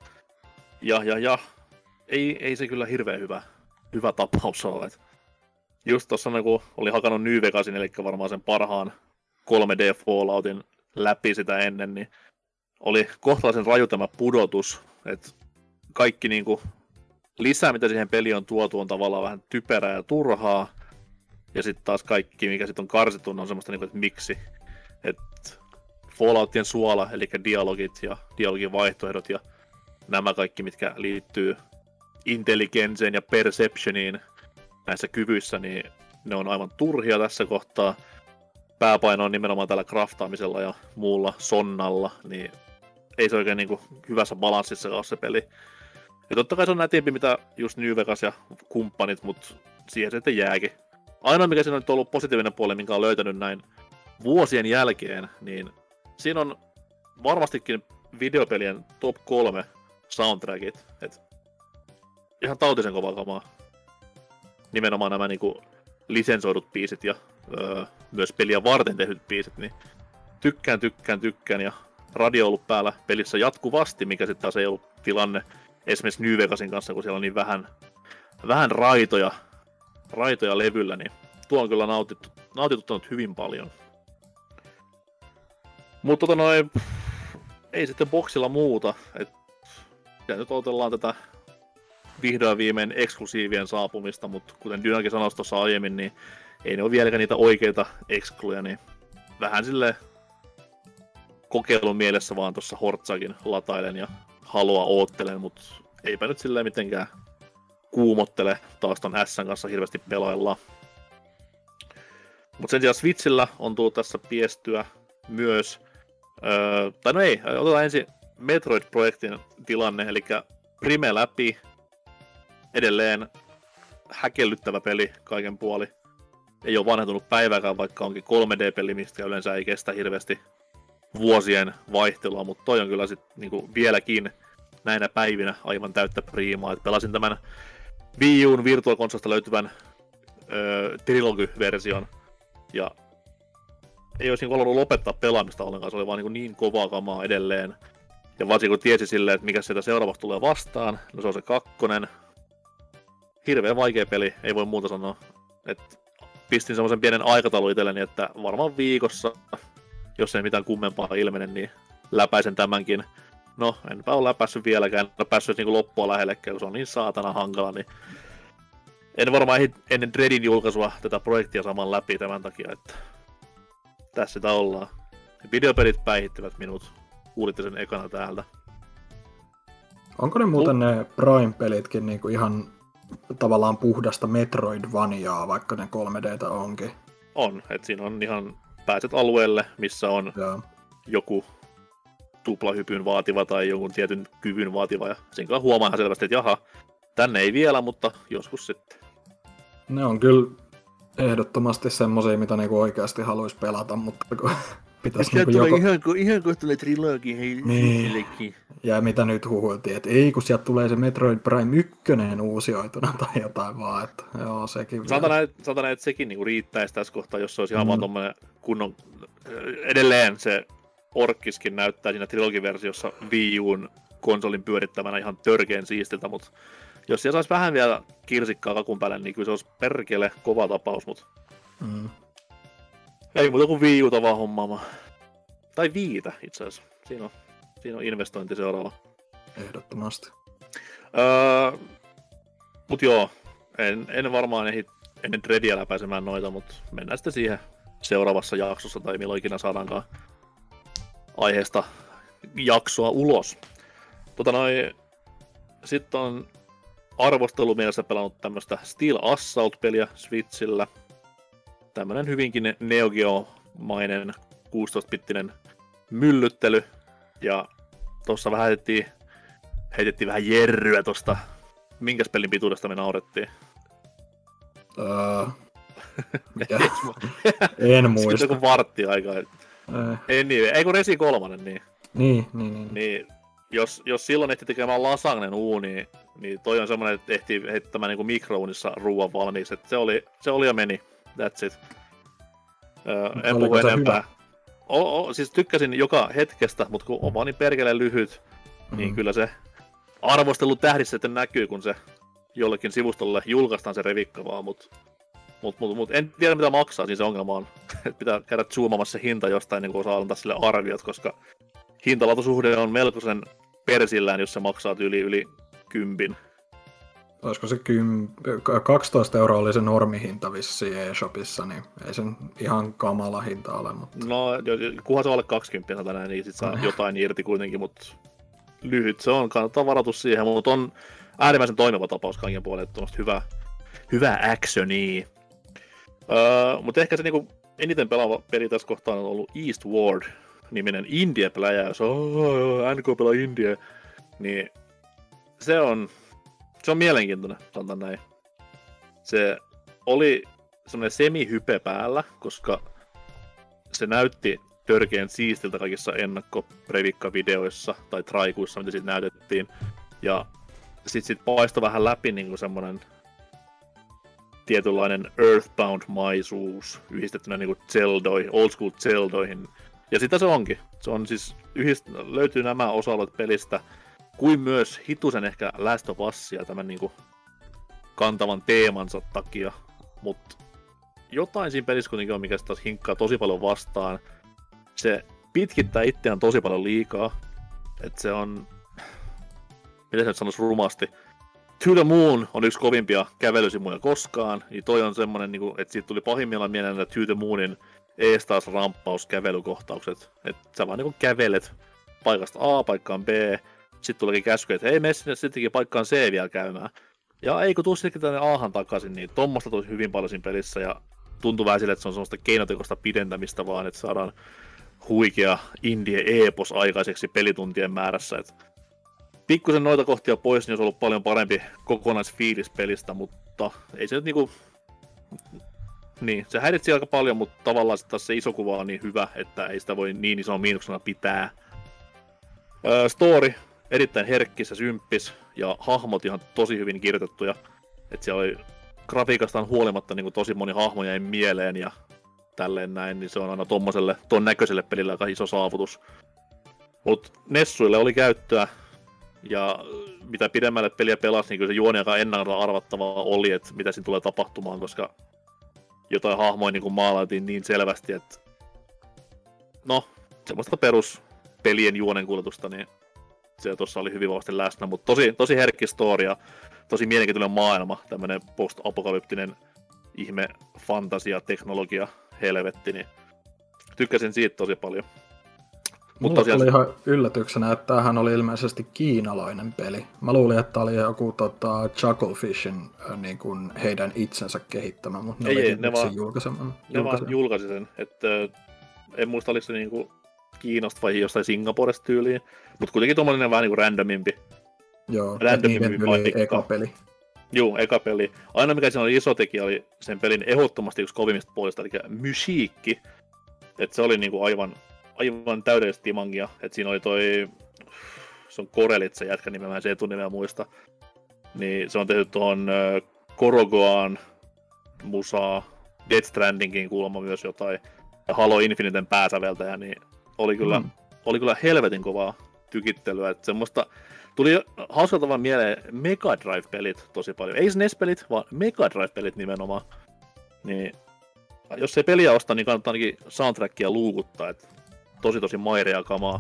Speaker 2: ei se kyllä hirveän hyvä tapaus ole. Just tossa kun oli hakannut New Vegasin, eli varmaan sen parhaan 3D Falloutin läpi sitä ennen, niin oli kohtalaisen raju tämä pudotus, että kaikki niinku lisää, mitä siihen peliin on tuotu, on tavallaan vähän typerää ja turhaa, ja sitten taas kaikki, mikä sitten on karsittu, on semmoista niinku, että miksi. Että Falloutien suola, eli dialogit ja dialogin vaihtoehdot ja nämä kaikki, mitkä liittyy intelligenceen ja perceptioniin näissä kyvyissä, niin ne on aivan turhia tässä kohtaa. Pääpaino on nimenomaan tällä craftaamisella ja muulla sonnalla, niin ei se oikein niin kuin hyvässä balanssissa ole se peli. Ja totta kai se on nätimpi, mitä just New Vegas ja kumppanit, mutta siihen se sitten jääkin. Ainoa mikä siinä on nyt ollut positiivinen puoli, minkä on löytänyt näin vuosien jälkeen, niin siinä on varmastikin videopelien top 3 soundtrackit. Et ihan tautisen kovaa kamaa. Nimenomaan nämä niinku lisensoidut biisit ja myös peliä varten tehdyt biisit, niin tykkään ja radio on ollut päällä pelissä jatkuvasti, mikä sitten taas ei ollut tilanne esimerkiksi New Vegasin kanssa, kun siellä on niin vähän raitoja levyllä, niin tuo on kyllä nautituttanut hyvin paljon. Mutta ei sitten boksilla muuta, ja nyt odotellaan tätä vihdoin viimein eksklusiivien saapumista, mutta kuten Dynakin sanoi tuossa aiemmin, niin ei ne ole vieläkään niitä oikeita ekskluja, niin vähän silleen kokeilun mielessä vaan tuossa Hortsakin latailen ja Haloa oottelen, mutta eipä nyt silleen mitenkään kuumottele taas ton S:n kanssa hirveästi pelaillaan. Mutta sen sijaan Switchillä on tullut tässä piestyä myös, otetaan ensin Metroid-projektin tilanne, eli Prime läpi, edelleen häkellyttävä peli kaiken puoli. Ei ole vanhentunut päivääkään, vaikka onkin 3D-peli, mistä yleensä ei kestä hirveästi vuosien vaihtelua, mutta toi on kyllä sit niinku vieläkin näinä päivinä aivan täyttä priimaa. Et pelasin tämän Wii U:n Virtual Consolesta löytyvän Trilogy-version, ja ei olisi halunnut lopettaa pelaamista ollenkaan, se oli vaan niin kovaa kamaa edelleen. Ja varsinkin kun tiesi silleen, että mikä sieltä seuraavaksi tulee vastaan, no se on se 2. Hirveän vaikea peli, ei voi muuta sanoa. Et pistin semmoisen pienen aikataulun itselleni, että varmaan viikossa, jos ei mitään kummempaa ilmene, niin läpäisen tämänkin. No, enpä ole läpäissyt vieläkään, en ole päässyt niinku loppua lähellekään, kun se on niin saatana hankala, niin en varmaan ennen Dreadin julkaisua tätä projektia saman läpi tämän takia, että tässä sitä ollaan. Videopelit päihittivät minut, kuulitte sen ekana täältä.
Speaker 4: Onko ne muuten ne Prime-pelitkin niinku ihan tavallaan puhdasta Metroidvaniaa, vaikka ne 3D:tä onkin?
Speaker 2: On, että siinä on ihan pääset alueelle, missä on joku tuplahypyn vaativa tai jonkun tietyn kyvyn vaativa, ja siinä kyllä huomaa ihan selvästi, että jaha, tänne ei vielä, mutta joskus sitten.
Speaker 4: Ne on kyllä ehdottomasti semmosia, mitä niinku oikeasti haluaisi pelata, mutta kun pitäisi niinku
Speaker 2: ihan kohta tulee trilogi heillekin.
Speaker 4: Ja mitä nyt huhuiltiin, että ei kun sieltä tulee se Metroid Prime 1 uusioituna tai jotain vaan, että joo sekin.
Speaker 2: Sanotaan, että sekin niinku riittäisi tässä kohtaa, jos se olisi ihan vaan tommonen kunnon. Edelleen se orkkiskin näyttää siinä trilogiversiossa Wii U:n konsolin pyörittävänä ihan törkeen siistiltä, mutta jos siellä saisi vähän vielä kirsikkaa kakun päälle, niin kyllä se olisi perkele kova tapaus, mutta ei muuta kuin Wii Uta vaan hommaamaan. Tai Viitä itse asiassa. Siinä on investointi seuraava.
Speaker 4: Ehdottomasti.
Speaker 2: Mut joo, en varmaan ehdi ennen Dreadia läpäisemään noita, mutta mennään sitten siihen seuraavassa jaksossa tai milloin ikinä saadaankaan aiheesta jaksoa ulos. Sitten on arvostelumielessä pelannut tämmöstä Steel Assault-peliä Switchillä. Tämmönen hyvinkin Neo Geo-mainen 16-bittinen myllyttely. Ja tossa vähän heitettiin vähän jerryä tosta. Minkäs pelin pituudesta me naurettiin?
Speaker 4: En muista.
Speaker 2: Joku vartti aikaa. Ei kun Resi 3, niin. Niin. Jos silloin ehti tekemään lasagnen uuni, niin toi on semmonen, että ehti heittämään niinku mikrouunissa ruuan valmiiksi. Et se oli ja meni. That's it. En puhu enempää. Siis tykkäsin joka hetkestä, mutta kun on vaan niin perkeleen lyhyt, niin kyllä se arvostelu tähdissä sitten näkyy, kun se jollekin sivustolle julkaistaan se revikka vaan, mut en tiedä mitä maksaa, siis se ongelma on, että pitää käydä zoomamassa se hinta jostain, niin kuin osaa antaa sille arviot, koska hintalaatusuhde on melkoisen persillään, jos se maksaa yli 10.
Speaker 4: Olisiko se 12 € oli se normihinta vissiin eShopissa, niin ei sen ihan kamala hinta ole. Mutta...
Speaker 2: No, kunhan se on alle 20 tänään, niin sit saa jotain irti kuitenkin, mutta lyhyt se on, kannattaa varautua siihen, mutta on äärimmäisen toimiva tapaus kaiken puolelle, että on hyvää actionia. Mutta ehkä se niinku eniten pelaava peli tässä kohtaa on ollut Eastward-niminen indie-pläjäys. NK pelaa indie. Niin se on mielenkiintoinen, sanotaan näin. Se oli semmoinen semi-hype päällä, koska se näytti törkeän siistiltä kaikissa ennakkoprevikka-videoissa tai traikuissa, mitä siitä näytettiin. Ja sit paistoi vähän läpi niinku semmonen tietynlainen Earthbound-maisuus yhdistettynä niinku Zeldoihin, old school Zeldoihin. Ja sitä se onkin. Se on siis löytyy nämä osa-alueet pelistä, kuin myös hitusen ehkä Last of Usia tämän niinku kantavan teemansa takia. Mut jotain siinä pelissä kuitenkin on, mikä taas hinkkaa tosi paljon vastaan. Se pitkittää itseään tosi paljon liikaa. Et se on... Miten se nyt sanois rumasti? To the Moon on yksi kovimpia kävelysimuja koskaan, niin toi on semmonen, että siitä tuli pahimmillaan mieleen nämä To the Moonin eestaas ramppauskävelykohtaukset. Että sä vaan kävelet paikasta A paikkaan B, sit tuleekin käsky, että hei, mene sinne sittenkin paikkaan C vielä käymään. Ja ei kun tuu sittenkin tänne Ahan takaisin, niin tommoista tuli hyvin paljon siinä pelissä, ja tuntuu vähän sille, että se on semmoista keinotekoista pidentämistä vaan, että saadaan huikea indie-epos aikaiseksi pelituntien määrässä, että pikkusen noita kohtia pois, niin olisi ollut paljon parempi kokonaisfiilis pelistä, mutta ei se nyt niinku... Niin, se häiritsi aika paljon, mutta tavallaan se iso kuva on niin hyvä, että ei sitä voi niin ison miinuksena pitää. Story, erittäin herkkis ja symppis, ja hahmot ihan tosi hyvin kirjoitettuja. Että siellä oli grafiikastaan huolimatta niin tosi moni hahmo jäi mieleen ja tälleen näin, niin se on aina ton näköiselle pelille aika iso saavutus. Mut Nessuille oli käyttöä. Ja mitä pidemmälle peliä pelasi, niin kyllä se juoni aika ennalta arvattavaa oli, että mitä siinä tulee tapahtumaan, koska jotain hahmoja niin maalaitiin niin selvästi, että no, semmoista peruspelien juonenkuljetusta, niin se tuossa oli hyvin vahvasti läsnä, mutta tosi herkki story ja tosi mielenkiintoinen maailma, tämmönen post-apokalyptinen ihme fantasia, teknologia, helvetti, niin tykkäsin siitä tosi paljon.
Speaker 4: Mulla tuli ihan yllätyksenä, että tämähän oli ilmeisesti kiinalainen peli. Mä luulin, että tämä oli joku Chucklefishin niin kuin heidän itsensä kehittämä, mutta ne vaan
Speaker 2: julkaisi sen. Että, en muista, oliko se niinku Kiinasta vai jostain Singaporesta tyyliin, mutta kuitenkin tommoinen vähän niinku randomimpi.
Speaker 4: Joo, randomimpi paikka. Eka peli.
Speaker 2: Joo, eka peli. Aina mikä siinä oli iso tekijä oli sen pelin ehdottomasti yksi kovimmista puolista, eli musiikki. Että se oli niinku aivan täydellistä timangia, että siinä oli se on Korelit se jätkä nimeä, mä en se etunimeä muista, niin se on tehty tuohon Korogoaan musaa, Death Strandingin kuulemma myös jotain, ja Halo Infiniten pääsäveltäjä, niin oli kyllä helvetin kovaa tykittelyä, että semmoista tuli hauskalta vaan mieleen Mega Drive-pelit tosi paljon, ei SNES-pelit, vaan Mega Drive-pelit nimenomaan, niin jos ei peliä osta, niin kannattaa ainakin soundtrackia luukuttaa, että tosi mairea kamaa.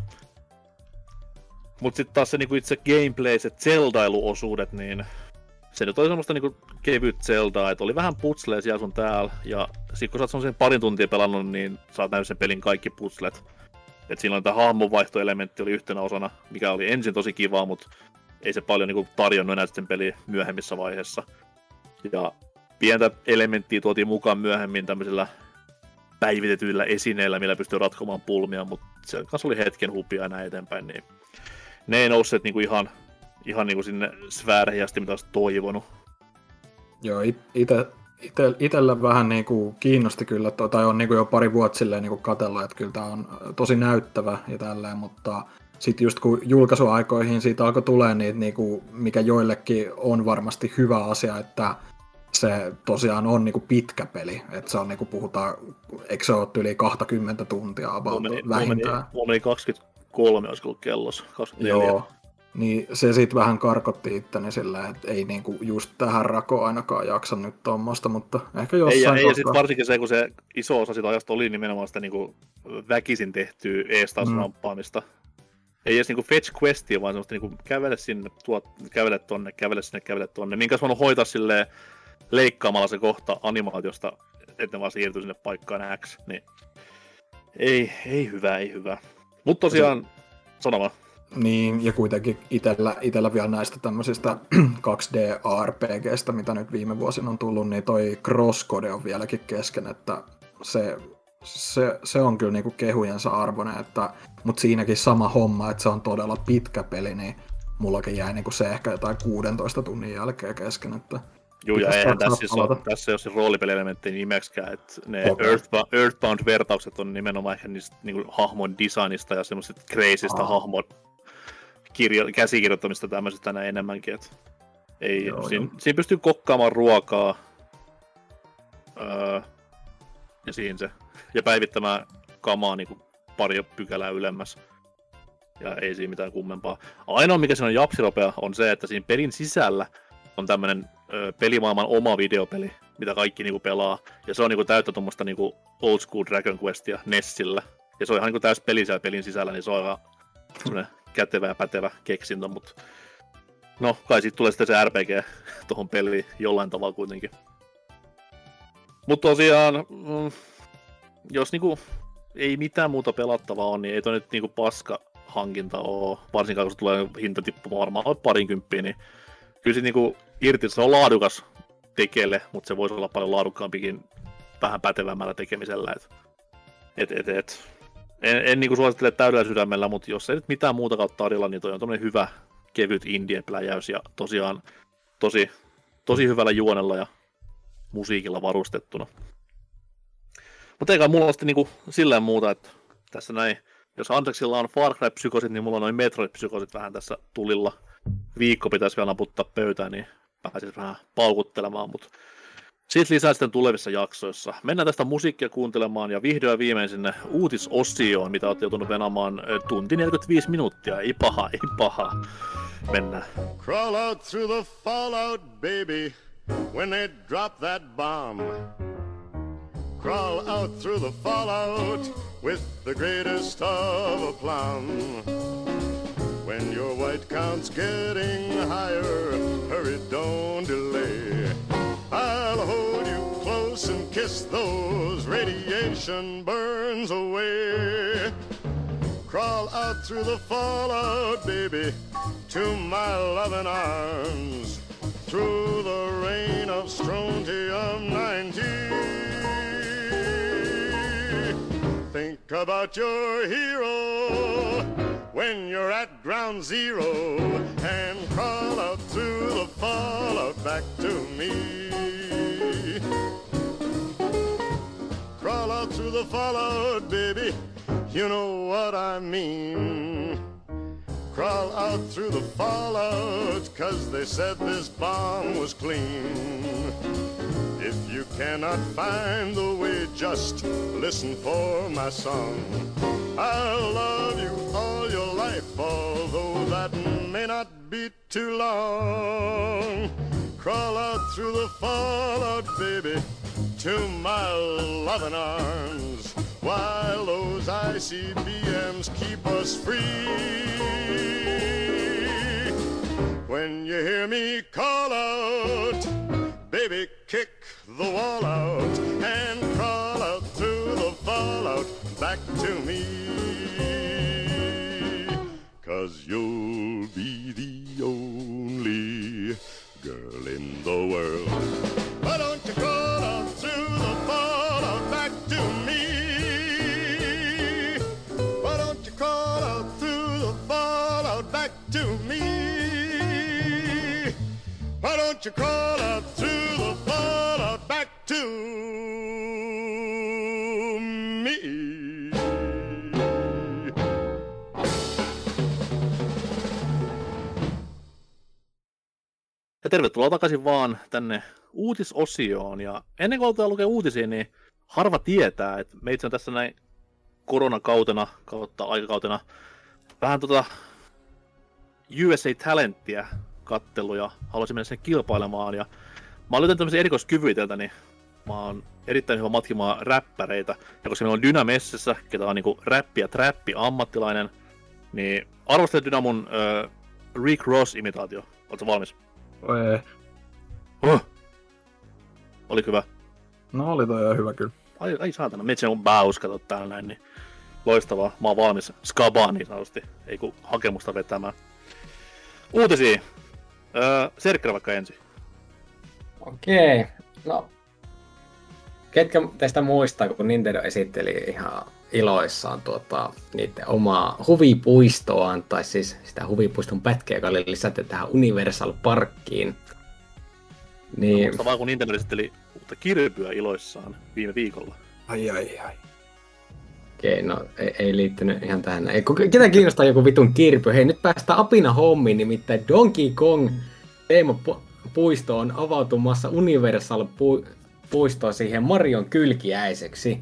Speaker 2: Mut sit taas se niinku itse gameplay, se zeldailuosuudet, niin se nyt oli semmoista niinku kevyt zeldaa, että oli vähän putsleja siellä sun täällä, ja sit kun sä oot semmosen parin tuntia pelannut, niin sä oot nähnyt sen pelin kaikki putslet. Et siinä on tämä hahmonvaihtoelementti oli yhtenä osana, mikä oli ensin tosi kivaa, mutta ei se paljon niinku tarjonnut enää sitten peliä myöhemmissä vaiheissa. Ja pientä elementtiä tuotiin mukaan myöhemmin tämmöisillä päivitetyillä esineillä, millä pystyy ratkomaan pulmia, mutta se kanssa oli hetken hupia ja näin eteenpäin. Niin ne ei nousseet niinku ihan niinku sinne sfääreihin asti, mitä olisi toivonut.
Speaker 4: Joo, itellä vähän niinku kiinnosti kyllä, tai on niinku jo pari vuotta silleen niinku katsellut, että kyllä tämä on tosi näyttävä ja tälleen, mutta sitten just kun julkaisuaikoihin siitä alkoi tulee niitä, niinku, mikä joillekin on varmasti hyvä asia, että se tosiaan on niinku pitkä peli, että se on niinku puhutaan, eikö se ole yli 20 tuntia about vähintään?
Speaker 2: Mulla meni 23, olisiko ollut kellossa, 24.
Speaker 4: Joo, niin se sitten vähän karkotti itteni silleen, että ei niinku just tähän rakoon ainakaan jaksa nyt tommoista, mutta ehkä jossain
Speaker 2: Ei, ja sitten varsinkin se, kun se iso osa sitä ajasta oli nimenomaan sitä niinku väkisin tehtyä eestaas ramppaamista. Ei edes niinku fetch questia, vaan semmoista niinku kävele sinne, kävele tonne. Minkä voinut hoitaa silleen leikkaamalla se kohta animaatiosta, että ne vaan siirtyy sinne paikkaan X. Niin ei hyvä. Mutta tosiaan, sano vaan.
Speaker 4: Niin, ja kuitenkin itellä vielä näistä tämmöisistä 2D-RPGistä, mitä nyt viime vuosina on tullut, niin toi CrossCode on vieläkin kesken, että se on kyllä niinku kehujensa arvoinen, mutta siinäkin sama homma, että se on todella pitkä peli, niin mullakin jäi niinku se ehkä jotain 16 tunnin jälkeen kesken, että
Speaker 2: joo, ja eihän tässä ei ole se roolipelielementti nimeksikään, että ne Earthbound-vertaukset on nimenomaan ehkä niistä niinku hahmon designista ja semmoisesta crazystä hahmon käsikirjoittamista tämmöisestä näin enemmänkin, että siinä pystyy kokkaamaan ruokaa ja siinä se, ja päivittämään kamaa niinku pari pykälää ylemmäs. Ja ei siinä mitään kummempaa. Ainoa mikä siinä on japsiropea on se, että siinä pelin sisällä on tämmönen pelimaailman oma videopeli, mitä kaikki niinku pelaa. Ja se on niinku täyttä tommoista niinku old school Dragon Questia Nessillä. Ja se on ihan niinku täys peli siellä pelin sisällä, niin se on ihan semmonen kätevä ja pätevä keksintö, mutta no kai siitä tulee sitten se RPG tohon peliin jollain tavalla kuitenkin. Mutta tosiaan, jos niinku ei mitään muuta pelattavaa on, niin ei toi nyt niinku paska hankinta oo, varsinkaan kun se tulee hinta tippumaan varmaan parinkymppiä, niin kyllä sit niinku irti se on laadukas tekele, mutta se voisi olla paljon laadukkaampikin vähän pätevämmällä tekemisellä. En niinku suosittele täydellä sydämellä, mutta jos ei nyt mitään muuta kautta tarjolla, niin toi on tommonen hyvä, kevyt indie-pläjäys ja tosiaan tosi hyvällä juonella ja musiikilla varustettuna. Mutta eikä mulla sitten niinku silleen muuta, että tässä näin, jos Andreksilla on Far Cry-psykosit, niin mulla on noin Metroid-psykosit vähän tässä tulilla. Viikko pitäisi vielä naputtaa pöytään, niin pääsis vähän paukuttelemaan, mutta siitä lisää sitten tulevissa jaksoissa. Mennään tästä musiikkia kuuntelemaan ja vihdoin viimein sinne uutisosioon, mitä olette joutunut venaamaan tunti 45 minuuttia. Ei paha. Mennään.
Speaker 6: Crawl out through the fallout, baby, when they drop that bomb. Crawl out through the fallout with the greatest of aplomb. When your white count's getting higher, hurry, don't delay. I'll hold you close and kiss those radiation burns away. Crawl out through the fallout, baby, to my loving arms. Through the rain of strontium-90. Think about your hero when you're at ground zero, and crawl out through the fallout back to me. Crawl out through the fallout, baby, you know what I mean. Crawl out through the fallout, 'cause they said this bomb was clean. If you cannot find the way, just listen for my song. I'll love you all your life, although that may not be too long. Crawl out through the fallout, baby, to my loving arms, while those ICBMs keep us free. When you hear me call out, baby, kick the wall out and crawl out through the fallout back to me. 'cause you'll be the only girl in the world. Why don't you crawl out through the fallout back to me? Why don't you crawl out through the fallout back to me? Why don't you crawl out through the fallout back to me?
Speaker 2: Ja tervetuloa takaisin vaan tänne uutisosioon. Ja ennen kuin aletaan lukea uutisia, niin harva tietää, että meitsi on tässä näin koronakautena kautta aikakautena vähän USA Talenttia kattelu ja haluaisin mennä sen kilpailemaan. Ja mä oon löytänyt tämmöisiä erikoiskyvyitä, niin mä oon erittäin hyvä matkimaan räppäreitä. Ja koska meillä on Dynä messissä, ketä on niinku räppi ja trappi ammattilainen, niin arvostele Dynä mun Rick Ross-imitaatio. Ootko valmis?
Speaker 4: Ei.
Speaker 2: Oli hyvä.
Speaker 4: No oli toi ihan hyvä kyllä.
Speaker 2: Ai saatana, meitsi on baus, kato täällä näin, niin loistavaa. Mä oon valmis skabaan niin sanotusti, ei kun hakemusta vetämään. Uutisia. Serkkilä vaikka ensin.
Speaker 5: Okei. No, ketkä teistä muistaa, kun Nintendo esitteli ihan iloissaan niiden omaa huvipuistoaan, tai siis sitä huvipuiston pätkää, joka oli lisätty tähän Universal Parkkiin. Niin...
Speaker 2: Muista vaan, kun Nintendo esitteli uutta kirpyä iloissaan viime viikolla.
Speaker 4: Ai.
Speaker 5: Okei, no ei liittynyt ihan tähän. Ketä kiinnostaa joku vitun kirpy? Hei, nyt päästään apina hommiin, nimittäin Donkey Kong teemapuisto on avautumassa Universal puistoon siihen Marion kylkiäiseksi.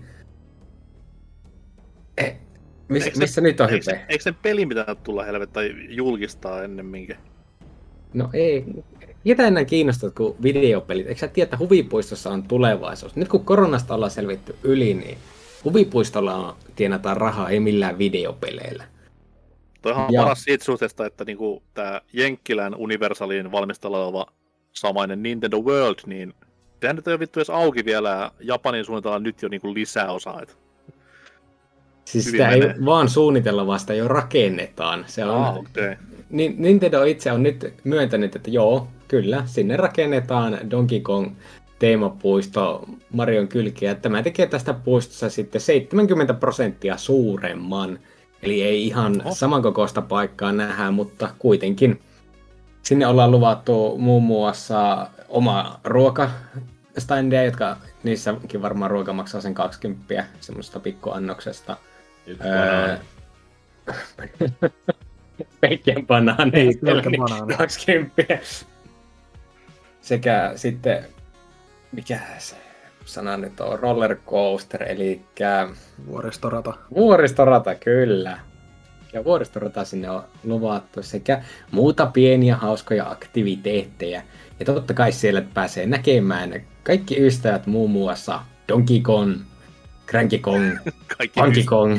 Speaker 5: Missä nyt on hype?
Speaker 2: Eikö sen peli pitää tulla helvet tai julkistaa ennemminkin?
Speaker 5: No ei. Ketä enää kiinnostaa kuin videopelit? Eikö sä tiedä, että huvipuistossa on tulevaisuus? Nyt kun koronasta ollaan selvitty yli, niin huvipuistolla tienataan rahaa, ei millään videopeleillä.
Speaker 2: Toihan on paras siitä suhteesta, että niinku tää Jenkkilän Universalin valmistella oleva samainen Nintendo World, niin sehän nyt ei ole vittu edes auki vielä, ja Japanin suunnitellaan nyt jo niinku lisäosaa.
Speaker 5: Siis sitä ei vaan suunnitella, vaan sitä jo rakennetaan. Se on...
Speaker 2: Okay.
Speaker 5: Nintendo itse on nyt myöntänyt, että joo, kyllä, sinne rakennetaan Donkey Kong teemapuisto Marion kylkiä. Tämä tekee tästä puistosta sitten 70% suuremman. Eli ei ihan samankokoista paikkaa nähdä, mutta kuitenkin. Sinne ollaan luvattu muun muassa oma ruokastandia, jotka niissäkin varmaan ruoka maksaa sen 20, semmoista pikkuannoksesta. Pelkkien banaaneista, niin 20. Sekä sitten, mikä se sana nyt on, roller coaster, eli
Speaker 4: vuoristorata.
Speaker 5: Vuoristorata, kyllä. Ja vuoristorata sinne on luvattu sekä muuta pieniä hauskoja aktiviteetteja. Ja totta kai siellä pääsee näkemään kaikki ystävät, muun muassa Donkey Kong, Cranky Kong, Funky Kong.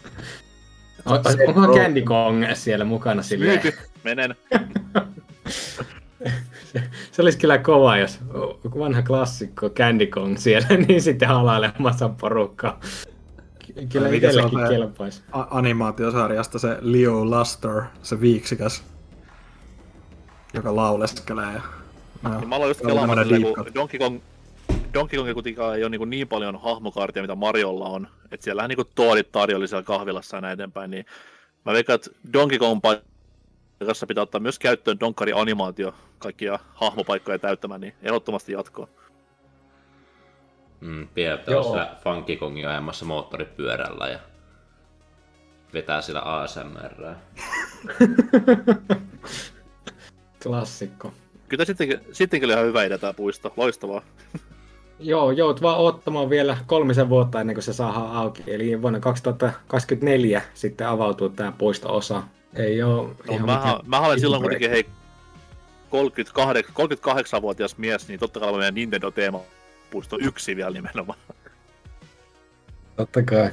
Speaker 5: Onko Candy Kong siellä mukana silleen?
Speaker 2: Menen.
Speaker 5: Se olisi kyllä kova, jos vanha klassikko Candy Kong siellä, niin sitten halailemassa porukkaa. Kyllä itsellekin kelpaisi.
Speaker 4: Animaatiosarjasta se Leo Luster, se viiksikäs, joka lauleskelee.
Speaker 2: Mä aloin just kelaamassa sillä, kun Donkey Kong kuitenkaan ei ole niin paljon hahmokaartia, mitä Mariolla on. Että siellähän niinku Toadit tarjoili siellä kahvilassa ja näin eteenpäin. Niin mä veikkaan, että Donkey Kong paikassa pitää ottaa myös käyttöön Donkari-animaatio kaikkia hahmopaikkoja täyttämään, niin ehdottomasti jatkoa.
Speaker 3: Pieltä on siellä Funky Kongin ajamassa moottoripyörällä ja vetää sillä ASMR.
Speaker 5: Klassikko.
Speaker 2: Kyllä sittenkin oli ihan hyvä idea tää puisto. Loistavaa.
Speaker 5: Joo, joudut vaan ottamaan vielä 3 vuotta ennen kuin se saadaan auki. Eli vuonna 2024 sitten avautuu tää puisto-osa. Ei oo ihan
Speaker 2: mä olen silloin kuitenkin 38-vuotias mies, niin totta kai meidän Nintendo-teema puisto 1 vielä nimenomaan.
Speaker 5: Totta kai.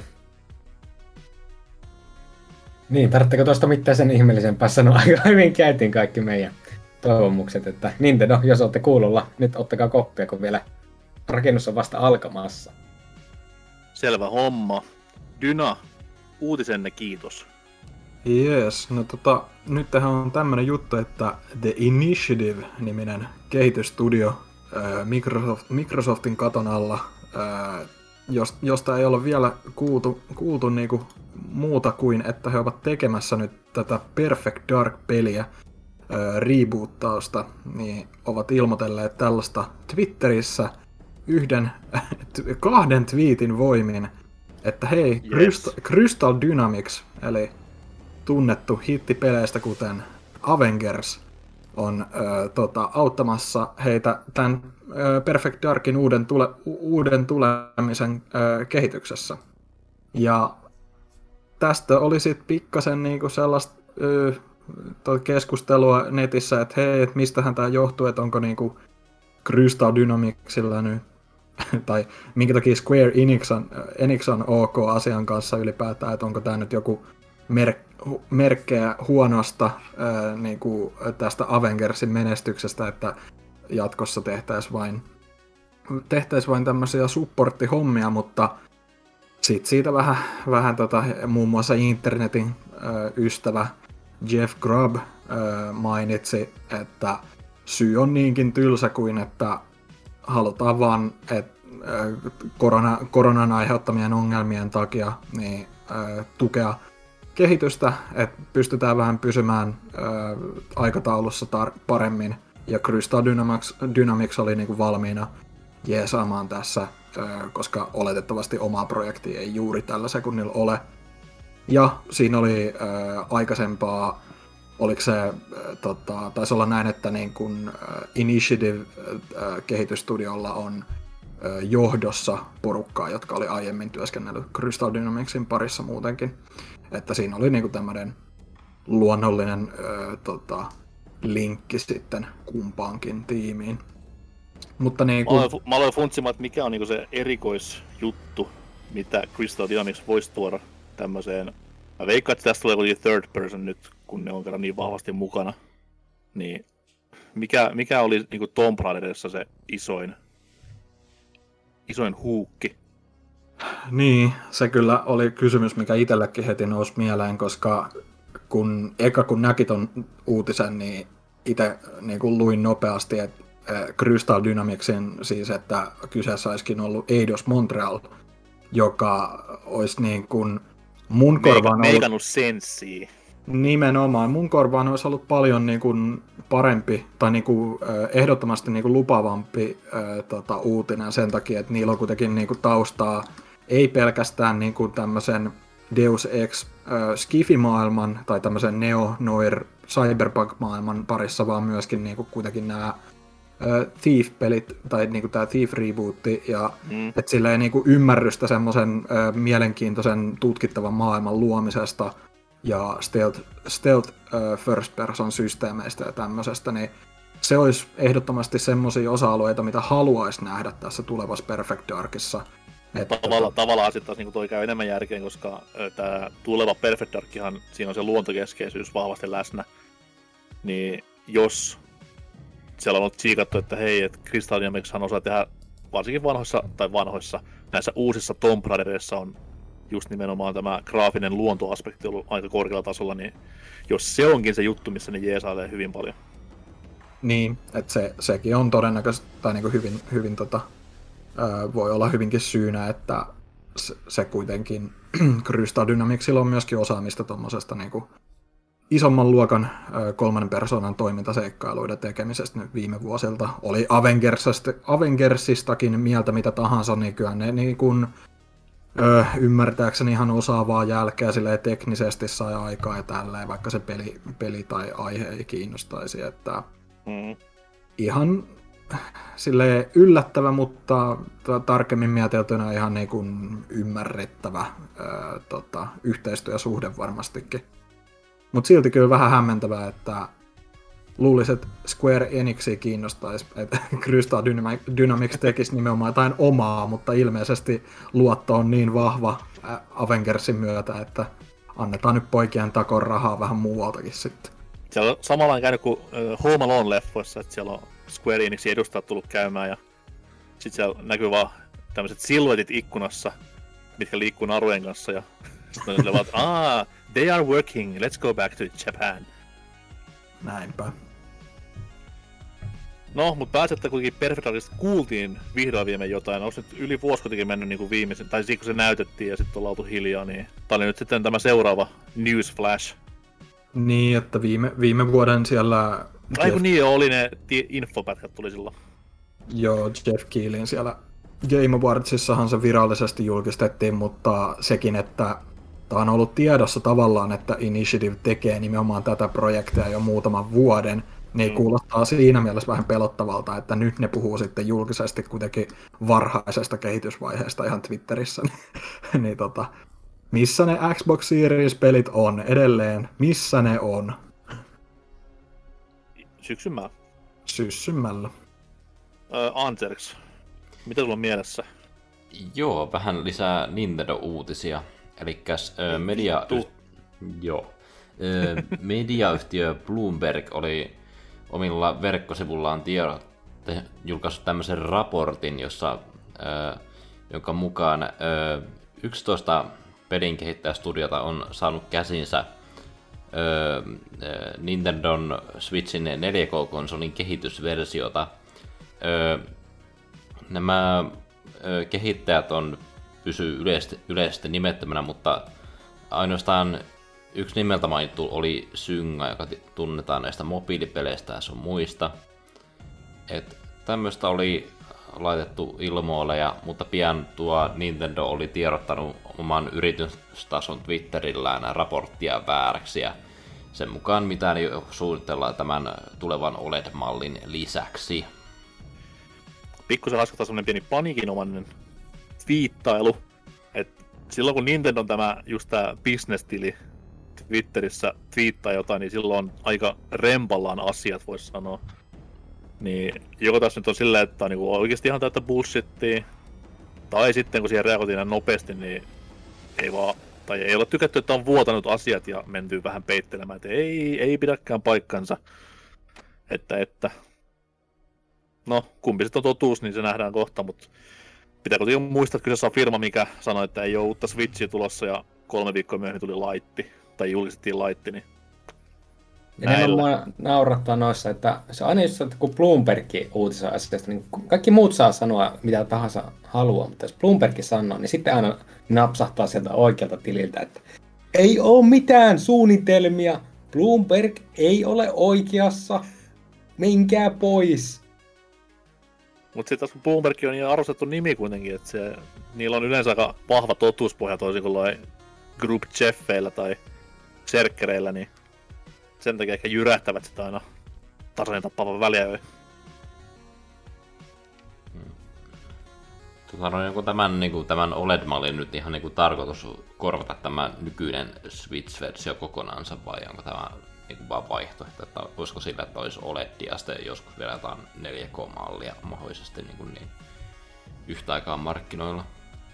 Speaker 5: Niin, tarvitseeko tuosta mitään sen ihmeellisempää sanoa? Aika hyvin käytiin kaikki meidän toivomukset, että Nintendo, jos olette kuulolla, nyt ottakaa koppia, kun vielä rakennus on vasta alkamassa.
Speaker 2: Selvä homma. Dyna, uutisenne kiitos.
Speaker 4: Jees, no nyt tähän on tämmönen juttu, että The Initiative-niminen kehitysstudio Microsoftin katon alla, josta ei ole vielä kuultu niinku muuta kuin, että he ovat tekemässä nyt tätä Perfect Dark-peliä reboottausta, niin ovat ilmoitelleet tällaista Twitterissä kahden tweetin voimin, että hei, yes. Crystal Dynamics, eli tunnettu hittipeleistä kuten Avengers, on auttamassa heitä tämän Perfect Darkin uuden tulemisen kehityksessä. Ja tästä oli sitten pikkasen niinku sellaista keskustelua netissä, että hei, et mistähän tämä johtuu, että onko niinku Crystal Dynamicsilla nyt, tai minkä takia Square Enix on ok asian kanssa ylipäätään, että onko tämä nyt joku merkkejä huonosta niinku tästä Avengersin menestyksestä, että jatkossa tehtäisiin vain tämmöisiä supporttihommia, mutta sitten siitä vähän muun muassa internetin ystävä Jeff Grubb mainitsi, että syy on niinkin tylsä kuin, että halutaan vaan, että koronan aiheuttamien ongelmien takia niin, tukea kehitystä, että pystytään vähän pysymään aikataulussa paremmin, ja Crystal Dynamics oli niinku valmiina jeesaamaan tässä, koska oletettavasti omaa projektia ei juuri tällä sekunnilla ole. Ja siinä oli aikaisempaa, oliko se, taisi olla näin, että niin kun Initiative-kehitysstudiolla on johdossa porukkaa, jotka oli aiemmin työskennellyt Crystal Dynamicsin parissa muutenkin. Että siinä oli niinku tämmöinen luonnollinen linkki sitten kumpaankin tiimiin. Mutta niinku...
Speaker 2: Mä aloin funtsimaan, että mikä on niinku se erikoisjuttu, mitä Crystal Dynamics voisi tuoda tämmöiseen. Mä veikkaan, että tästä tulee kuitenkin third person nyt, kun ne on kerran niin vahvasti mukana. Niin mikä oli niinku Tomb Raiderissa se isoin huukki?
Speaker 4: Niin, se kyllä oli kysymys, mikä itsellekin heti nousi mieleen, koska kun näki ton uutisen, niin itse niin luin nopeasti, että Crystal Dynamicsin siis, että kyseessä olisikin ollut Eidos Montreal, joka olisi niin kuin mun korvaan
Speaker 2: meikannut senssiä.
Speaker 4: Nimenomaan. Mun korvaan olisi ollut paljon niin kuin parempi tai niin kuin ehdottomasti niin kuin lupaavampi uutinen sen takia, että niillä on kuitenkin niin kuin taustaa ei pelkästään niin kuin tämmöisen Deus Ex Skifi-maailman tai tämmöisen neo-noir cyberpunk-maailman parissa, vaan myöskin niin kuin kuitenkin nämä Thief-pelit tai niinku tää Thief-rebootti ja et silleen niinku ymmärrystä semmoisen mielenkiintoisen tutkittavan maailman luomisesta ja stealth first person systeemeistä ja tämmöisestä, niin se olisi ehdottomasti semmoisia osa-alueita, mitä haluaisi nähdä tässä tulevassa Perfect Darkissa.
Speaker 2: Tavallaan sitten taas niinku toi käy enemmän järkeen, koska tää tuleva Perfect Darkihan, siinä on se luontokeskeisyys vahvasti läsnä, niin jos siellä on tsiikattu, että hei, että Crystal Dynamicshan osaa tehdä varsinkin vanhoissa, näissä uusissa Tomb Raiderissa on just nimenomaan tämä graafinen luontoaspekti ollut aika korkealla tasolla, niin jos se onkin se juttu, missä ne jeesailee hyvin paljon.
Speaker 4: Niin, että sekin on todennäköisesti, tai niinku hyvin voi olla hyvinkin syynä, että se kuitenkin Crystal Dynamicsilla on myöskin osaamista tuommoisesta niinku isomman luokan kolmannen persoonan toimintaseikkailuiden tekemisestä nyt viime vuosilta. Oli Avengersistakin mieltä mitä tahansa, niin kyllä ne niin kun, ymmärtääkseni ihan osaavaa jälkeä silleen teknisesti sai aikaa ja tälleen, vaikka se peli tai aihe ei kiinnostaisi. Että ihan silleen yllättävä, mutta tarkemmin mietitynä ihan niin kuin ymmärrettävä yhteistyösuhde varmastikin. Mutta silti kyllä vähän hämmentävää, että luulisi, että Square Enixia kiinnostaisi, että Crystal Dynamics tekisi nimenomaan jotain omaa, mutta ilmeisesti luotto on niin vahva Avengersin myötä, että annetaan nyt poikien takon rahaa vähän muualtakin sitten.
Speaker 2: Siellä on samanlainen käynyt kuin Home Alone-leffoissa, että siellä on Square Enixin edustajat tullut käymään ja sitten siellä näkyy vaan tämmöiset silhuetit ikkunassa, mitkä liikkuu narujen kanssa ja Sitten ne ovat, they are working, let's go back to Japan.
Speaker 4: Näinpä.
Speaker 2: No, mutta pääsettä kuitenkin Perfect Darkista kuultiin vihdoin viimein jotain. Onko nyt yli vuosi kuitenkin mennyt niin kuin viimeisen, tai siinä kun se näytettiin ja sitten ollaan oltu hiljaa, niin tää oli nyt sitten tämä seuraava Newsflash.
Speaker 4: Niin, että viime vuoden siellä...
Speaker 2: Ai kun niin oli ne infopätkät tuli silloin.
Speaker 4: Joo, Jeff Keelin siellä Game Awardsissahan se virallisesti julkistettiin, mutta sekin, että tämä on ollut tiedossa tavallaan, että Initiative tekee nimenomaan tätä projektia jo muutaman vuoden, niin kuulostaa siinä mielessä vähän pelottavalta, että nyt ne puhuu sitten julkisesti kuitenkin varhaisesta kehitysvaiheesta ihan Twitterissä. Niin missä ne Xbox Series-pelit on edelleen? Missä ne on? Syssymmällä.
Speaker 2: Anserks, mitä sulla on mielessä?
Speaker 3: Joo, vähän lisää Nintendo-uutisia. Elikkäs mediayhtiö Bloomberg oli omilla verkkosivullaan julkaissut tämmöisen raportin, jonka mukaan 11 pelin kehittäjästudiota on saanut käsinsä Nintendon Switchin 4K-konsolin kehitysversiota. Nämä kehittäjät pysyy yleisesti nimettömänä, mutta ainoastaan yksi nimeltä mainittu oli Synga, joka tunnetaan näistä mobiilipeleistä ja sun muista. Tämmöistä oli laitettu ilmoille, mutta pian tuo Nintendo oli tiedottanut oman yritystason Twitterillään raporttia vääräksi. Ja sen mukaan mitään suunnitellaan tämän tulevan OLED-mallin lisäksi.
Speaker 2: Pikkusen laskettaa semmonen pieni paniikinomainen twiittailu, että silloin kun Nintendon tää business-tili Twitterissä twiittaa jotain, niin silloin on aika rempallaan asiat, voisi sanoa. Niin joko tässä nyt on silleen, että on niinku oikeesti ihan täyttä bullshittia, tai sitten kun siihen reagoitiin näin nopeasti, niin ei ole tykätty, että on vuotanut asiat ja menty vähän peittelemään, että ei pidäkään paikkansa. Että. No, kumpi sitten on totuus, niin se nähdään kohta, mutta pitää kuitenkin muistaa, että kyseessä on firma, mikä sanoi, että ei ole uutta Switchia tulossa ja 3 viikkoa myöhemmin tuli laitti, tai julkistettiin laitti, niin
Speaker 5: enemmän mua naurattaa noissa, että se on aina just, että kun Bloomberg uutisoi asiasta, niin kaikki muut saa sanoa mitä tahansa haluaa, mutta jos Bloomberg sanoo, niin sitten aina napsahtaa sieltä oikealta tililtä, että ei ole mitään suunnitelmia, Bloomberg ei ole oikeassa, menkää pois.
Speaker 2: Mutta sitten taas Bloomberg on niin arvostettu nimi kuitenkin, että niillä on yleensä aika vahva totuuspohja toisin kuin Group Jeffeillä tai Serkkereillä, niin sen takia ehkä jyrähtävät sitä aina tasainen tappavan väliä.
Speaker 3: Onko tämän OLED-mallin nyt ihan tarkoitus korvata tämä nykyinen Switch-versio kokonaansa, vai onko tämä vaan vaihtoehto, että olisiko sillä, että olisi OLED ja sitten joskus vielä jotain 4K-mallia mahdollisesti niin yhtä aikaa markkinoilla?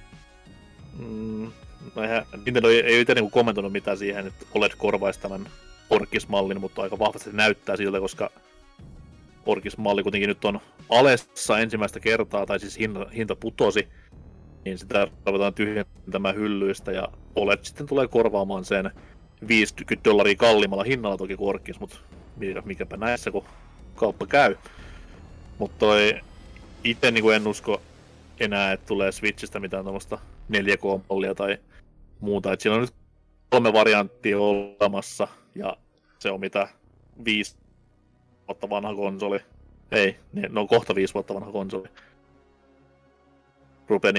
Speaker 2: No Nintendo ei itse kommentoinut mitään siihen, että OLED korvaisi tämän Orkis-mallin, mutta aika vahvasti se näyttää siltä, koska Orkis-malli kuitenkin nyt on alessa ensimmäistä kertaa, tai siis hinta putosi, niin sitä ruvetaan tyhjentämään hyllyistä, ja OLED sitten tulee korvaamaan sen $50 kalliimmalla hinnalla toki kuin Orkis, mutta mikäpä näissä, kun kauppa käy. Mutta itse en usko enää, että tulee Switchistä mitään tämmöistä 4K-mallia tai muuta. Et siinä on nyt 3 varianttia olemassa, ja se on mitä 5 vuotta vanha konsoli. Ei, ne on kohta 5 vuotta vanha konsoli. Rupeaa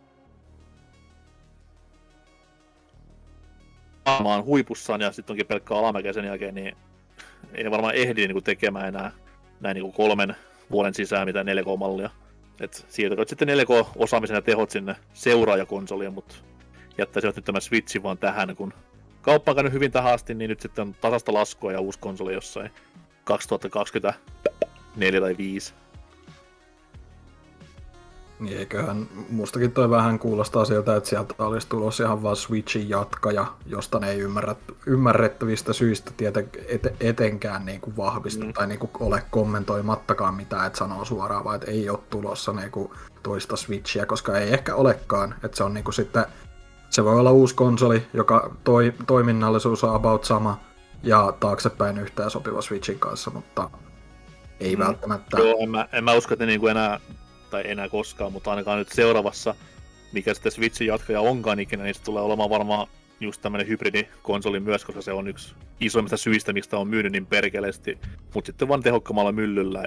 Speaker 2: maan huipussaan ja sitten onkin pelkkä alamäkeä sen jälkeen, niin ei ne varmaan ehdi tekemään enää näin 3 vuoden sisään mitään 4K-mallia. Et siirtäköt sitten 4K-osaamisen ja tehot sinne seuraajakonsoliin, mutta jättäisivät nyt tämän Switchin vaan tähän, kun kauppa on käynyt hyvin tähän asti, niin nyt sitten on tasasta laskua ja uusi konsoli jossain 2024 tai 5.
Speaker 4: Niin eiköhän mustakin toi vähän kuulostaa siltä, että sieltä olisi tulossa ihan vaan Switchin jatkaja, josta ne ei ymmärrettävistä syistä etenkään vahvistu tai ole kommentoimattakaan mitään, että sanoo suoraan, vaan että ei ole tulossa toista Switchiä, koska ei ehkä olekaan, että se on sitten Se voi olla uusi konsoli, joka toiminnallisuus on about sama ja taaksepäin yhteen sopiva Switchin kanssa, mutta ei välttämättä.
Speaker 2: Joo, en mä usko, että niinku enää koskaan, mutta ainakaan nyt seuraavassa, mikä sitten Switchin jatkaja onkaan ikinä, niin se tulee olemaan varmaan just tämmönen hybridikonsoli myös, koska se on yksi isoimmista syistä, mistä on myynyt niin perkeleesti, mutta sitten vaan tehokkaamalla myllyllä,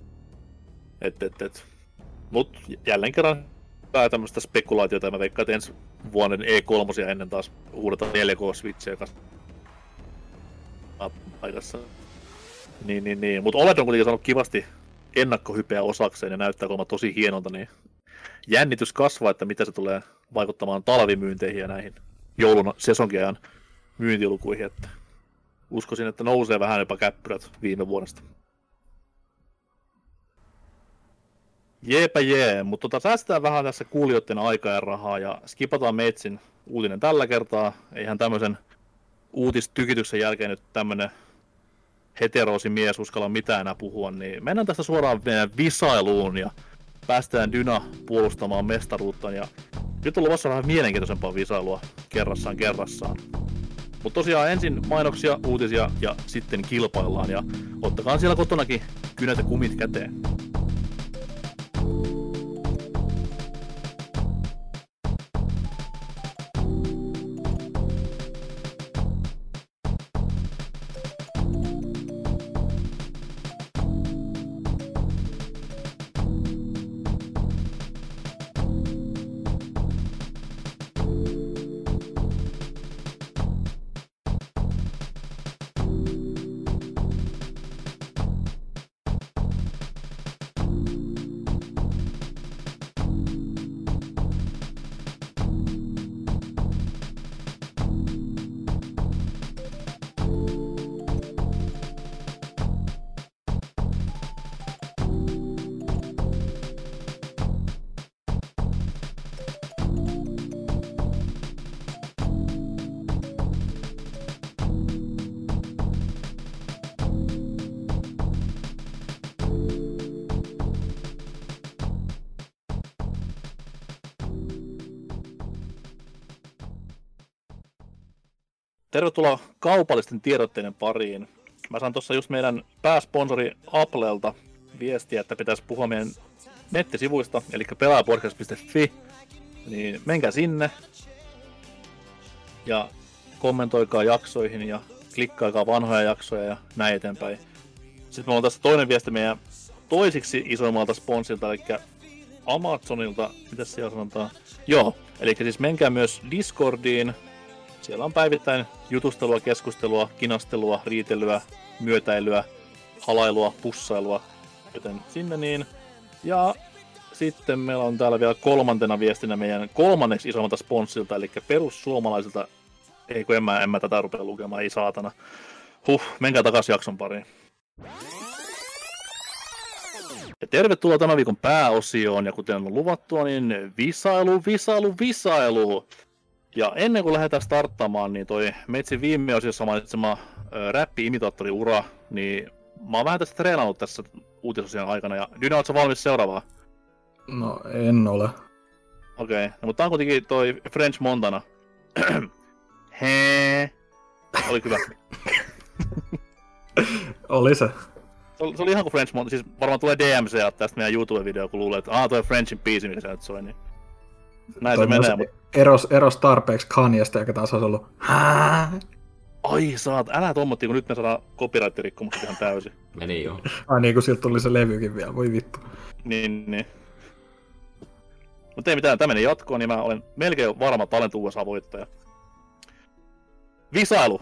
Speaker 2: Mut jälleen kerran tämmöistä spekulaatiota, ja mä veikkaan, että ensi vuoden E3 ennen taas huudetaan 4K-switchejä paikassa. Niin. Mutta OLED on kuitenkin saanut kivasti ennakkohypeä osakseen ja näyttää kolma tosi hienolta, niin jännitys kasvaa, että mitä se tulee vaikuttamaan talvimyynteihin ja näihin joulun sesonkiajan myyntilukuihin, että uskoisin, että nousee vähän jopa käppyrät viime vuodesta. Jeepä jee, mutta säästetään vähän tässä kuulijoiden aikaa ja rahaa ja skipataan Meitsin uutinen tällä kertaa. Eihän tämmöisen uutistykityksen jälkeen nyt tämmönen heteroosi mies uskalla mitään enää puhua, niin mennään tästä suoraan meidän visailuun ja päästään Dyna puolustamaan mestaruuttaan ja nyt on luvassa vähän mielenkiintoisempaa visailua kerrassaan. Mutta tosiaan ensin mainoksia, uutisia ja sitten kilpaillaan ja ottakaa siellä kotonakin kynät ja kumit käteen. Tervetuloa kaupallisten tiedotteiden pariin. Mä saan tuossa just meidän pääsponsori Applelta viestiä, että pitäisi puhua meidän nettisivuista, eli pelaajapodcast.fi. Niin menkää sinne ja kommentoikaa jaksoihin ja klikkaikaa vanhoja jaksoja ja näin eteenpäin. Sitten meillä on tässä toinen viesti meidän toisiksi isoimmalta sponsilta, eli Amazonilta. Mitäs siellä sanotaan? Joo, eli siis menkää myös Discordiin. Siellä on päivittäin jutustelua, keskustelua, kinastelua, riitelyä, myötäilyä, halailua, pussailua, joten sinne niin. Ja sitten meillä on täällä vielä kolmantena viestinä meidän kolmanneksi isommalta sponssilta, eli perussuomalaisilta. Ei kun en mä tätä rupea lukemaan, ei saatana. Menkää takaisin jakson pariin. Ja tervetuloa tämän viikon pääosioon, ja kuten on luvattua, niin visailu. Ja ennen kuin lähdetään starttaamaan, niin toi Meitsin viime osiossa mainitsema räppi-imitaattori-ura, niin mä oon vähän tästä treenannut tässä uutisosion aikana, ja Dyna, ootko valmis seuraavaan?
Speaker 4: No, en ole.
Speaker 2: Okei, no, mutta tää on kuitenkin toi French Montana. Hee. Oli hyvä.
Speaker 4: Oli se.
Speaker 2: Se oli ihan kuin French Montana, siis varmaan tulee DMC tästä meidän YouTube-video, kun luulee, että toi Frenchin biisi, mikä se nyt soi, niin näin se menee, mutta
Speaker 4: eros tarpeeksi Kanyesta, joka taas olisi ollut
Speaker 2: ai saat, älä tommottiin, kun nyt me saadaan copyright-rikkomukset ihan täysin.
Speaker 3: Meni joo.
Speaker 4: Ai niin, kun siltä tuli se levykin vielä, voi vittu.
Speaker 2: Niin. Mutta ei mitään, tämä meni jatkoon, niin mä olen melkein varma Talent USA-voittaja. Visailu!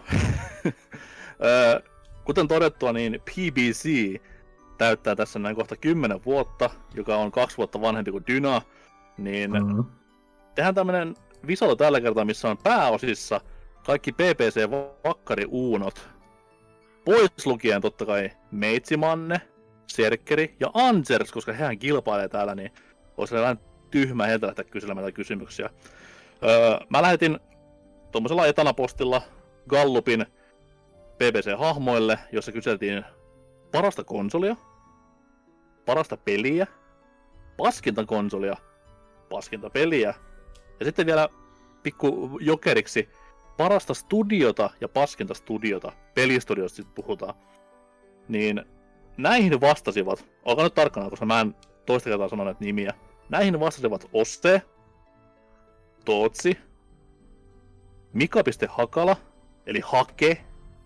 Speaker 2: Kuten todettua, niin PBC täyttää tässä näin kohta 10 vuotta, joka on 2 vuotta vanhempi kuin Dyna. Niin tehdään tämmönen visailu tällä kertaa, missä on pääosissa kaikki PPC-vakkariuunot. Pois lukien totta kai Meitsimanne, Serkkeri ja Ansers, koska hehän kilpailee täällä, niin olisi vähän tyhmää heiltä lähteä kyselemään näitä kysymyksiä. Mä lähetin tuommoisella etanapostilla Gallupin PPC-hahmoille, jossa kyseltiin parasta konsolia, parasta peliä, paskinta konsolia, paskinta peliä ja sitten vielä pikku jokeriksi parasta studiota ja paskinta studiota, pelistudiosta sitten puhutaan, niin näihin vastasivat, olkaa nyt tarkkana, koska mä en toista kertaa sano näitä nimiä, näihin vastasivat Oste, Tootsi, Mika.Hakala, eli Hake,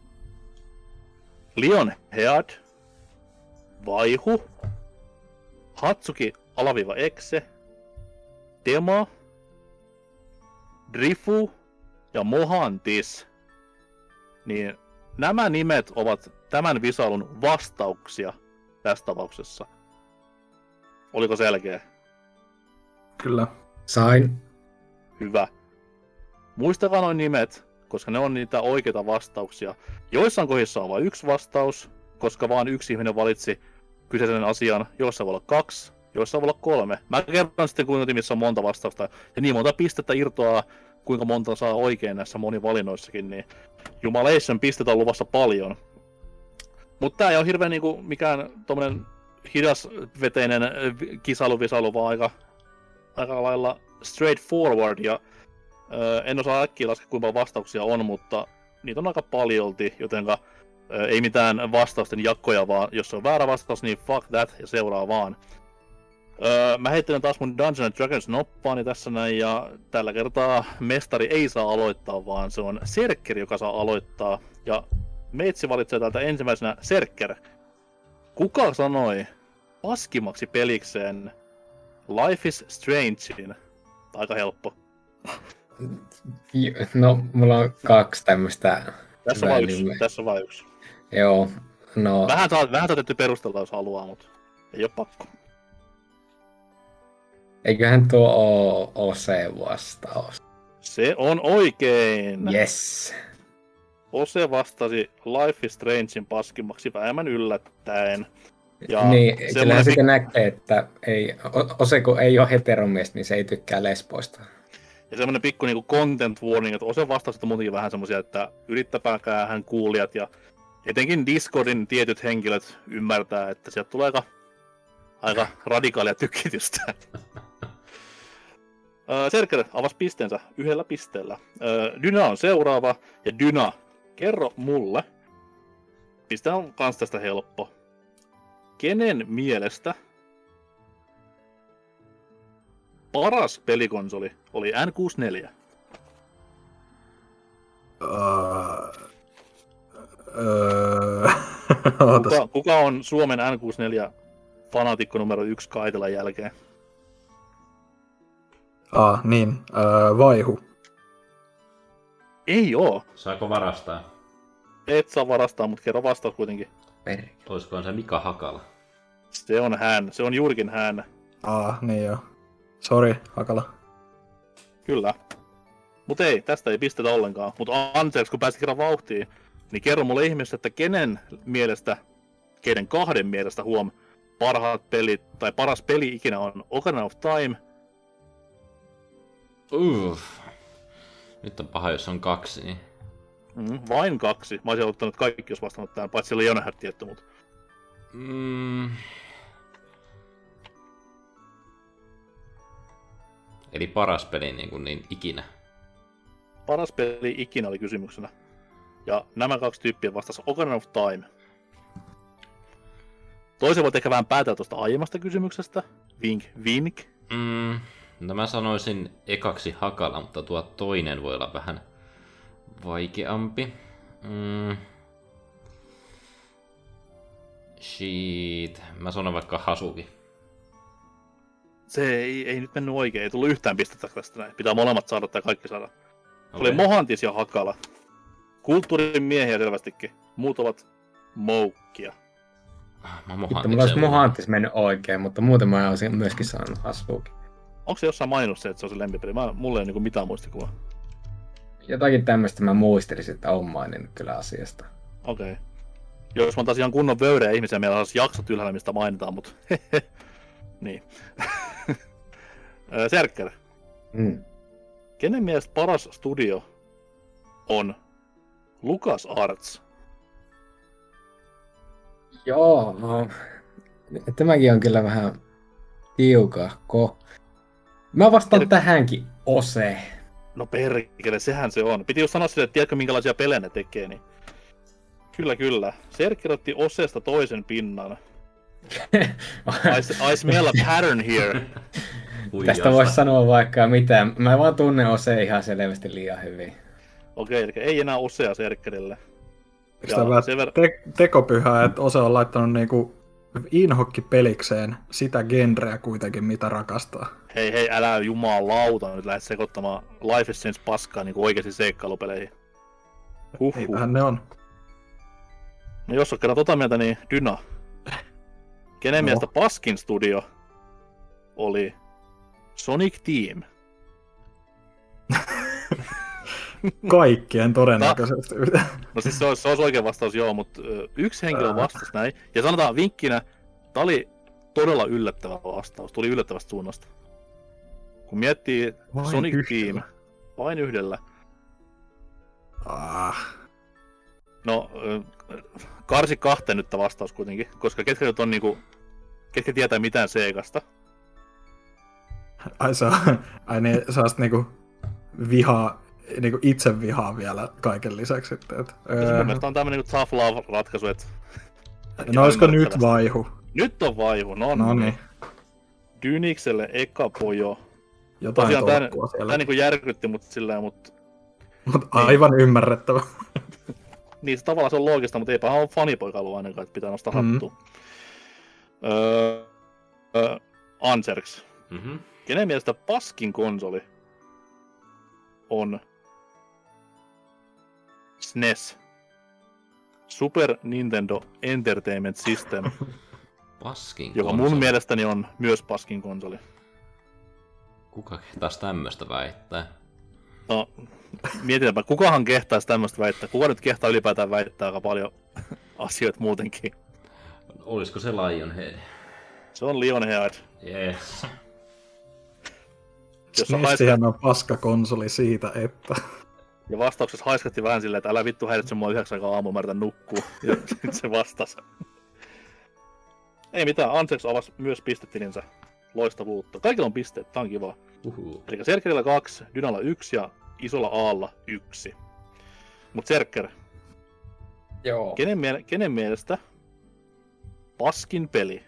Speaker 2: Lionhead, Vaihu, Hatsuki_Exe, Dema, Drifu ja Mohantis. Niin nämä nimet ovat tämän visailun vastauksia tässä tapauksessa. Oliko selkeä?
Speaker 4: Kyllä.
Speaker 5: Sain.
Speaker 2: Hyvä. Muistakaa noin nimet, koska ne on niitä oikeita vastauksia. Joissain kohdissa on vain yksi vastaus, koska vain yksi ihminen valitsi kyseisen asian. Joissain voi olla 2, joissain voi olla 3. Mä kerron sitten, kuinka missä on monta vastausta. Ja niin monta pistettä irtoaa, kuinka monta saa oikein näissä monivalinnoissakin. Niin Jumalation pistettä on luvassa paljon. Mutta tää ei ole hirveän niinku mikään tommonen hidasveteinen kisailu, vaan aika lailla straightforward. Ja en osaa äkkiä laskea, kuinka vastauksia on, mutta niitä on aika paljolti, jotenka ei mitään vastausten jakkoja, vaan jos on väärä vastaus, niin fuck that, ja seuraa vaan. Mä heittelen taas mun Dungeons & Dragons noppaani tässä näin, ja tällä kertaa mestari ei saa aloittaa, vaan se on Serkker, joka saa aloittaa. Ja meitsi valitsee täältä ensimmäisenä Serkker. Kuka sanoi paskimmaksi pelikseen Life is Strangein? Aika helppo.
Speaker 5: No, mulla on 2 tämmöstä.
Speaker 2: Tässä on vain yksi.
Speaker 5: Joo, no.
Speaker 2: Vähän saatettu perustella, jos haluaa, mutta ei oo pakko.
Speaker 5: Eiköhän tuo oo se vastaus.
Speaker 2: Se on oikein!
Speaker 5: Yes!
Speaker 2: Ose vastasi Life is Strangein paskimmaksi vähemmän yllättäen. Ja
Speaker 5: niin, kyllähän sitä näkee, että Ose kun ei ole heteromies, niin se ei tykkää lesboista.
Speaker 2: Ja semmonen pikku niinku content warning, että Ose vastaukset on muutenkin vähän semmosia, että yrittäkää hän kuulijat ja etenkin Discordin tietyt henkilöt ymmärtää, että sieltä tulee aika radikaalia tykkitystä. Serker avasi pisteensä 1 pisteellä. Dyna on seuraava, ja Dyna, kerro mulle, mistä on kans tästä helppo. Kenen mielestä paras pelikonsoli oli N64? Kuka on Suomen N64 fanaatikko numero 1 Kaitelan jälkeen?
Speaker 4: Niin. Vaihu.
Speaker 2: Ei oo.
Speaker 3: Saako varastaa?
Speaker 2: Et saa varastaa, mutta kerro vastaus kuitenkin.
Speaker 3: Olisikohan se Mika Hakala?
Speaker 2: Se on hän. Se on juurikin hän.
Speaker 4: Niin joo. Sori, Hakala.
Speaker 2: Kyllä. Mut ei, tästä ei pistetä ollenkaan. Mutta anteeksi, kun pääsit kerran vauhtiin, niin kerro mulle ihmeessä, että keiden kahden mielestä parhaat pelit, tai paras peli ikinä on Ocarina of Time.
Speaker 3: Nyt on paha, jos on 2, niin...
Speaker 2: Vain 2. Mä olisin ottanut kaikki, jos vastannut tähän, paitsi oli Leonhard tietty, mutta...
Speaker 3: Eli paras peli niin ikinä.
Speaker 2: Paras peli ikinä oli kysymyksenä. Ja nämä 2 tyyppiä vastasi Ocarina of Time. Toisen voit ehkä vähän päätellä tuosta aiemmasta kysymyksestä. Vink, vink.
Speaker 3: No mä sanoisin ekaksi Hakala, mutta tuo toinen voi olla vähän vaikeampi. Shit. Mä sanon vaikka Hasuki.
Speaker 2: Se ei nyt mennyt oikein, ei tullut yhtään pistettä tästä näin. Pitää molemmat saada tai kaikki saada. Okay. Oli Mohantis ja Hakala. Kulttuurin miehiä selvästikin. Muut ovat moukkia.
Speaker 5: Mulla olisi Mohantis mennyt oikein, mutta muuten mä olisin myöskin saanut Hasuki.
Speaker 2: Onko se jossain maininnut se, että se on se lempipeli? Mulla ei niinku mitään muistikuvaa.
Speaker 5: Jotakin tämmöistä mä muistelisin, että on maininnut kyllä asiasta.
Speaker 2: Okei. Okay. Jos mä taas ihan kunnon vöyreä ihmisiä, meillä olisi jaksot ylhäällä, mistä mainitaan, mutta niin. Serkker. Kenen mielestä paras studio on LucasArts?
Speaker 5: Joo, no. Tämäkin on kyllä vähän tiukahko. Mä vastaan tähänkin Ose.
Speaker 2: No perkele, sehän se on. Piti just sanoa sille, että tiedätkö minkälaisia pelejä ne tekee, niin... Kyllä. Serker otti Osesta toisen pinnan. I smell a pattern here.
Speaker 5: Tästä voisi sanoa vaikka mitään. Mä vaan tunnen Ose ihan selvästi liian hyvin.
Speaker 2: Okei, eli ei enää Osea Serkerille.
Speaker 4: Tekopyhää, että Ose on laittanut niinku inhokki-pelikseen sitä genreä kuitenkin, mitä rakastaa.
Speaker 2: Hei, älä jumalauta nyt lähdet sekoittamaan Life is Strange paskaa niinku oikeisiin seikkailupeleihin.
Speaker 4: Niitähän ne on.
Speaker 2: No jos on kerran tota mieltä, niin Dyna. Kenen mielestä paskin studio oli Sonic Team?
Speaker 4: Kaikkien todennäköisesti.
Speaker 2: No siis se olisi oikein vastaus, joo, mutta yksi henkilö vastasi näin. Ja sanotaan vinkkinä, tää oli todella yllättävä vastaus, tuli yllättävästä suunnasta. Kun miettii
Speaker 4: Vain
Speaker 2: Sonic
Speaker 4: yhdellä.
Speaker 2: Team, vain yhdellä. No, karsi kahteen nyt vastaus kuitenkin, koska ketkä nyt on niinku, ketkä tietää mitään Segasta.
Speaker 4: Ai ne saast niinku vihaa, niinku itse vihaa vielä kaiken lisäksi sitten.
Speaker 2: Mun mielestä on tämmönen niinku tough love-ratkaisu, et...
Speaker 4: No olisiko nyt vaihu?
Speaker 2: Nyt on vaihu,
Speaker 4: no niin.
Speaker 2: Dynikselle eka pojo.
Speaker 4: Jotain
Speaker 2: tosiaan
Speaker 4: tolkkua siellä.
Speaker 2: Tää niinku järkytti mut silleen, mut
Speaker 4: aivan ymmärrettävä.
Speaker 2: Niin, tavallaan se on loogista, mutta eipähän ole fanipoika ollut ainakaan, että pitää nostaa hattua. Anserks.
Speaker 3: Mm-hmm.
Speaker 2: Kenen mielestä paskin konsoli on SNES? Super Nintendo Entertainment System,
Speaker 3: Paskin
Speaker 2: joka
Speaker 3: konsoli.
Speaker 2: mun mielestäni on myös paskin konsoli.
Speaker 3: Kuka kehtaisi tämmöstä väittää?
Speaker 2: No, mietitäänpä, kukahan kehtaisi tämmöstä väittää? Kuka nyt kehtaa ylipäätään väittää aika paljon asioita muutenkin?
Speaker 3: Olisiko se Lionhead?
Speaker 2: Se on Lionhead.
Speaker 3: Yes.
Speaker 4: SNESihän on paskakonsoli siitä, että...
Speaker 2: Ja vastauksessa haiskatti vähän silleen, että älä vittu häiritse mua 9 aikaa aamuun, mä yritän nukkua. Ja sitten se vastasi. Ei mitään, Ansex avasi myös pistetilinsä. Loistavuutta. Kaikilla on pisteet, tää on kiva. Eli Serkerillä 2, Dynalla 1 ja Isolla Aalla 1. Mut Serker,
Speaker 5: Joo.
Speaker 2: kenen mielestä paskin peli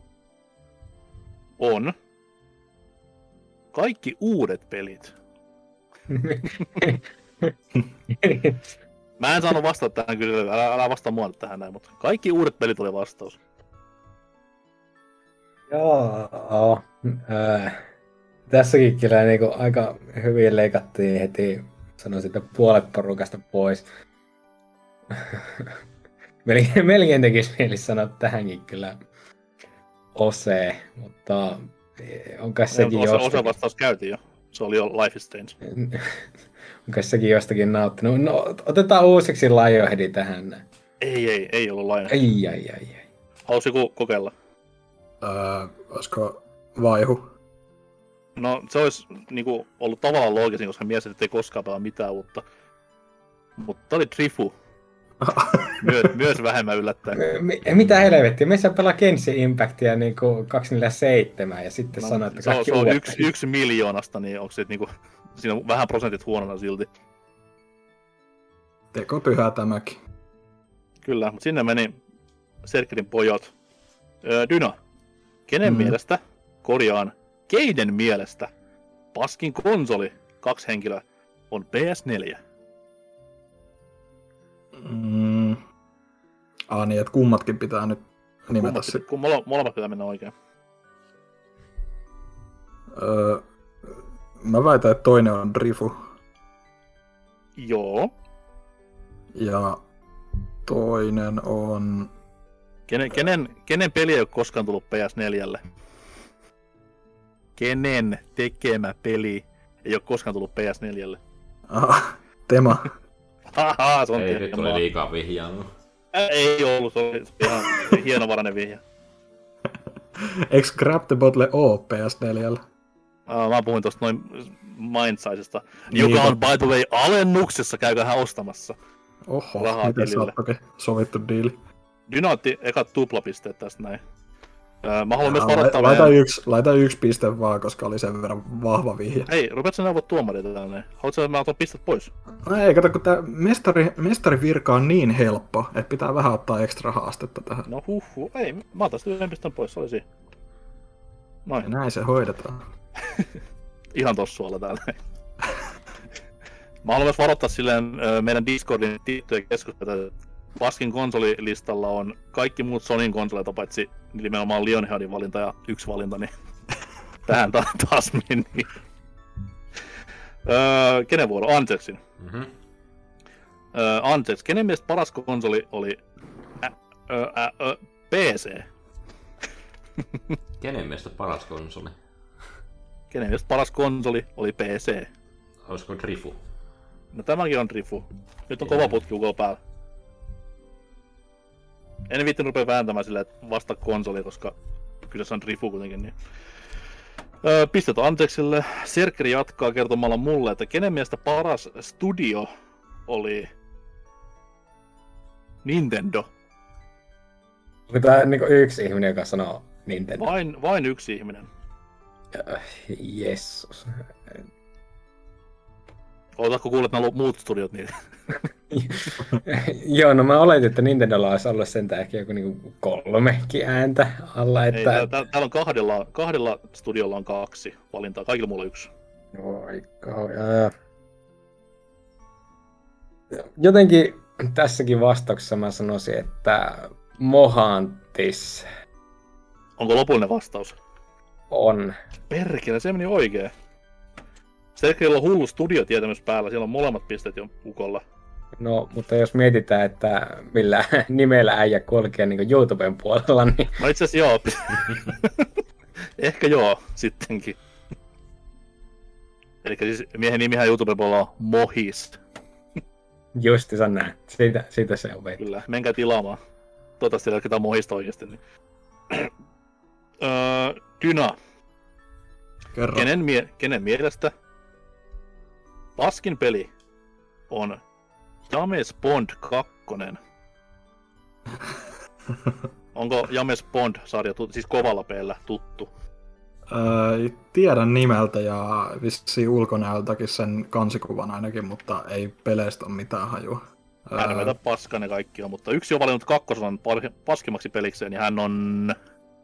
Speaker 2: on kaikki uudet pelit? Mä en saanut vastata tähän kyselyyn, älä vastaa mua nyt tähän näin, mutta kaikki uudet pelit oli vastaus.
Speaker 5: Joo. Tässäkin kyllä niinku aika hyvin leikattiin heti, sanoisin, että puolet porukasta pois. Melkein tekisi mieli sanoa tähänkin kyllä Ose, mutta on kai sekin jostakin...
Speaker 2: Osa vastaus käytiin jo, se oli jo Life is Strange.
Speaker 5: On kai sekin jostakin nauttinut. No, otetaan uusiksi Lionheadi tähän.
Speaker 2: Ei ollut Lionhead.
Speaker 5: Ai.
Speaker 2: Haluaisiko kokeilla?
Speaker 4: Olisiko vaihu?
Speaker 2: No se olisi niinku ollut tavallaan loogisin, koska mies ei koskaan pelaa mitään uutta. Mutta oli Trifu. Myös vähemmän yllättäen.
Speaker 5: Mitä helvettiä? Meissä pelaa Genshin Impactia niinku 247 ja sitten sanoo, että kaikki
Speaker 2: se on
Speaker 5: uudet.
Speaker 2: yksi miljoonasta, niin onko se niinku, siinä on vähän prosentit huonona silti.
Speaker 4: Teko pyhää tämäkin.
Speaker 2: Kyllä, mutta sinne meni Serkerin pojat. Dyna, kenen mielestä, korjaan, keiden mielestä paskin konsoli, 2 henkilöä, on PS4?
Speaker 4: Niin, että kummatkin pitää nyt nimetä sitten.
Speaker 2: Molemmat pitää mennä oikein.
Speaker 4: Mä väitän, että toinen on Drifu.
Speaker 2: Joo.
Speaker 4: Ja toinen on...
Speaker 2: Kenen peli ei ole koskaan tullut PS4:lle? Kenen tekemä peli ei ole koskaan tullut PS4:lle?
Speaker 4: Tema.
Speaker 2: Haha, se on
Speaker 3: Ei, nyt oli liikaa vihjannut.
Speaker 2: Ei ollut, se oli ihan hienovarainen vihja.
Speaker 4: Eikö Grab the Bottle oo PS4:llä?
Speaker 2: Mä puhuin tosta noin Mindsizeista,
Speaker 4: Niin,
Speaker 2: joka on by the way alennuksessa, käyköhän ostamassa.
Speaker 4: Oho,
Speaker 2: rahaa
Speaker 4: miten
Speaker 2: tilille.
Speaker 4: sä oot sovittu diili?
Speaker 2: Dynaatti ekat tuplapisteet tästä näin. Mä haluan myös varoittaa
Speaker 4: laita yksi piste vaan, koska oli sen verran vahva vihje.
Speaker 2: Hei, rupeatko sä neuvot tuomareita tänne? Haluatko sä, mä otan pistet pois?
Speaker 4: No ei, kato, kun tää mestarivirka on niin helppo, että pitää vähän ottaa ekstra haastetta tähän.
Speaker 2: No ei, mä otan sitten yhden piston pois, se oli siinä. Noin.
Speaker 4: Ja näin se hoidetaan.
Speaker 2: Ihan tossualla täällä. Mä haluan myös varoittaa silleen meidän Discordin tiettyjä keskusteluja. Paskin konsolilistalla on kaikki muut Sonyn konsoleita, paitsi nimenomaan Lionheadin valinta ja yksi valinta, niin tähän taas meni. Kenen vuoro? Anseksin.
Speaker 3: Mm-hmm.
Speaker 2: Anseks, kenen mielestä paras konsoli oli PC?
Speaker 3: Kenen mielestä paras konsoli?
Speaker 2: Kenen mielestä paras konsoli oli PC?
Speaker 3: Olisiko Drifu?
Speaker 2: No tämäkin on Drifu. Nyt on kova putki UK päällä. En viittin rupea vääntämään silleen, että vasta konsoli, koska kyllä se on Drifu kuitenkin. Niin. Pistet Anteksille. Serkkeri jatkaa kertomalla mulle, että kenen mielestä paras studio oli Nintendo.
Speaker 5: Onko tää niinku yksi ihminen, joka sanoo Nintendo?
Speaker 2: Vain yksi ihminen.
Speaker 5: Jessus.
Speaker 2: Oletko kuullut nämä muut studiot niitä?
Speaker 5: Joo, no mä oletin, että Nintendolla olisi ollut sentään ehkä joku niinku 3kin ääntä alla, että...
Speaker 2: Ei, täällä on kahdella studiolla on 2 valintaa, kaikilla mulla on 1.
Speaker 5: Oi jotenkin tässäkin vastauksessa mä sanoisin, että Mohantis
Speaker 2: Onko lopullinen vastaus?
Speaker 5: on.
Speaker 2: Perkele, se meni oikein. Serkerillä on hullu studiotietämys päällä, siellä on molemmat pisteet jo ukolla.
Speaker 5: No, mutta jos mietitään, että millä nimellä äijä kulkee niin YouTuben puolella, niin...
Speaker 2: No itse asiassa joo. Ehkä joo, sittenkin. Elikkä siis miehen nimihän YouTuben puolella on Mohis.
Speaker 5: Justiinsa näin. Siitä se on veitty.
Speaker 2: Kyllä, menkää tilaamaan. Toivottavasti siellä ketään Mohista oikeesti. Niin. Dyna.
Speaker 4: Kerro.
Speaker 2: Kenen mielestä paskin peli on James Bond 2? Onko James Bond-sarja siis kovalla peellä tuttu?
Speaker 4: Tiedän nimeltä ja vissiin ulkonäöltäkin sen kansikuvan ainakin, mutta ei peleistä ole mitään hajua.
Speaker 2: Älmeitä paska ne kaikki on, mutta yksi on valinnut 2 paskimmaksi pelikseen ja hän on...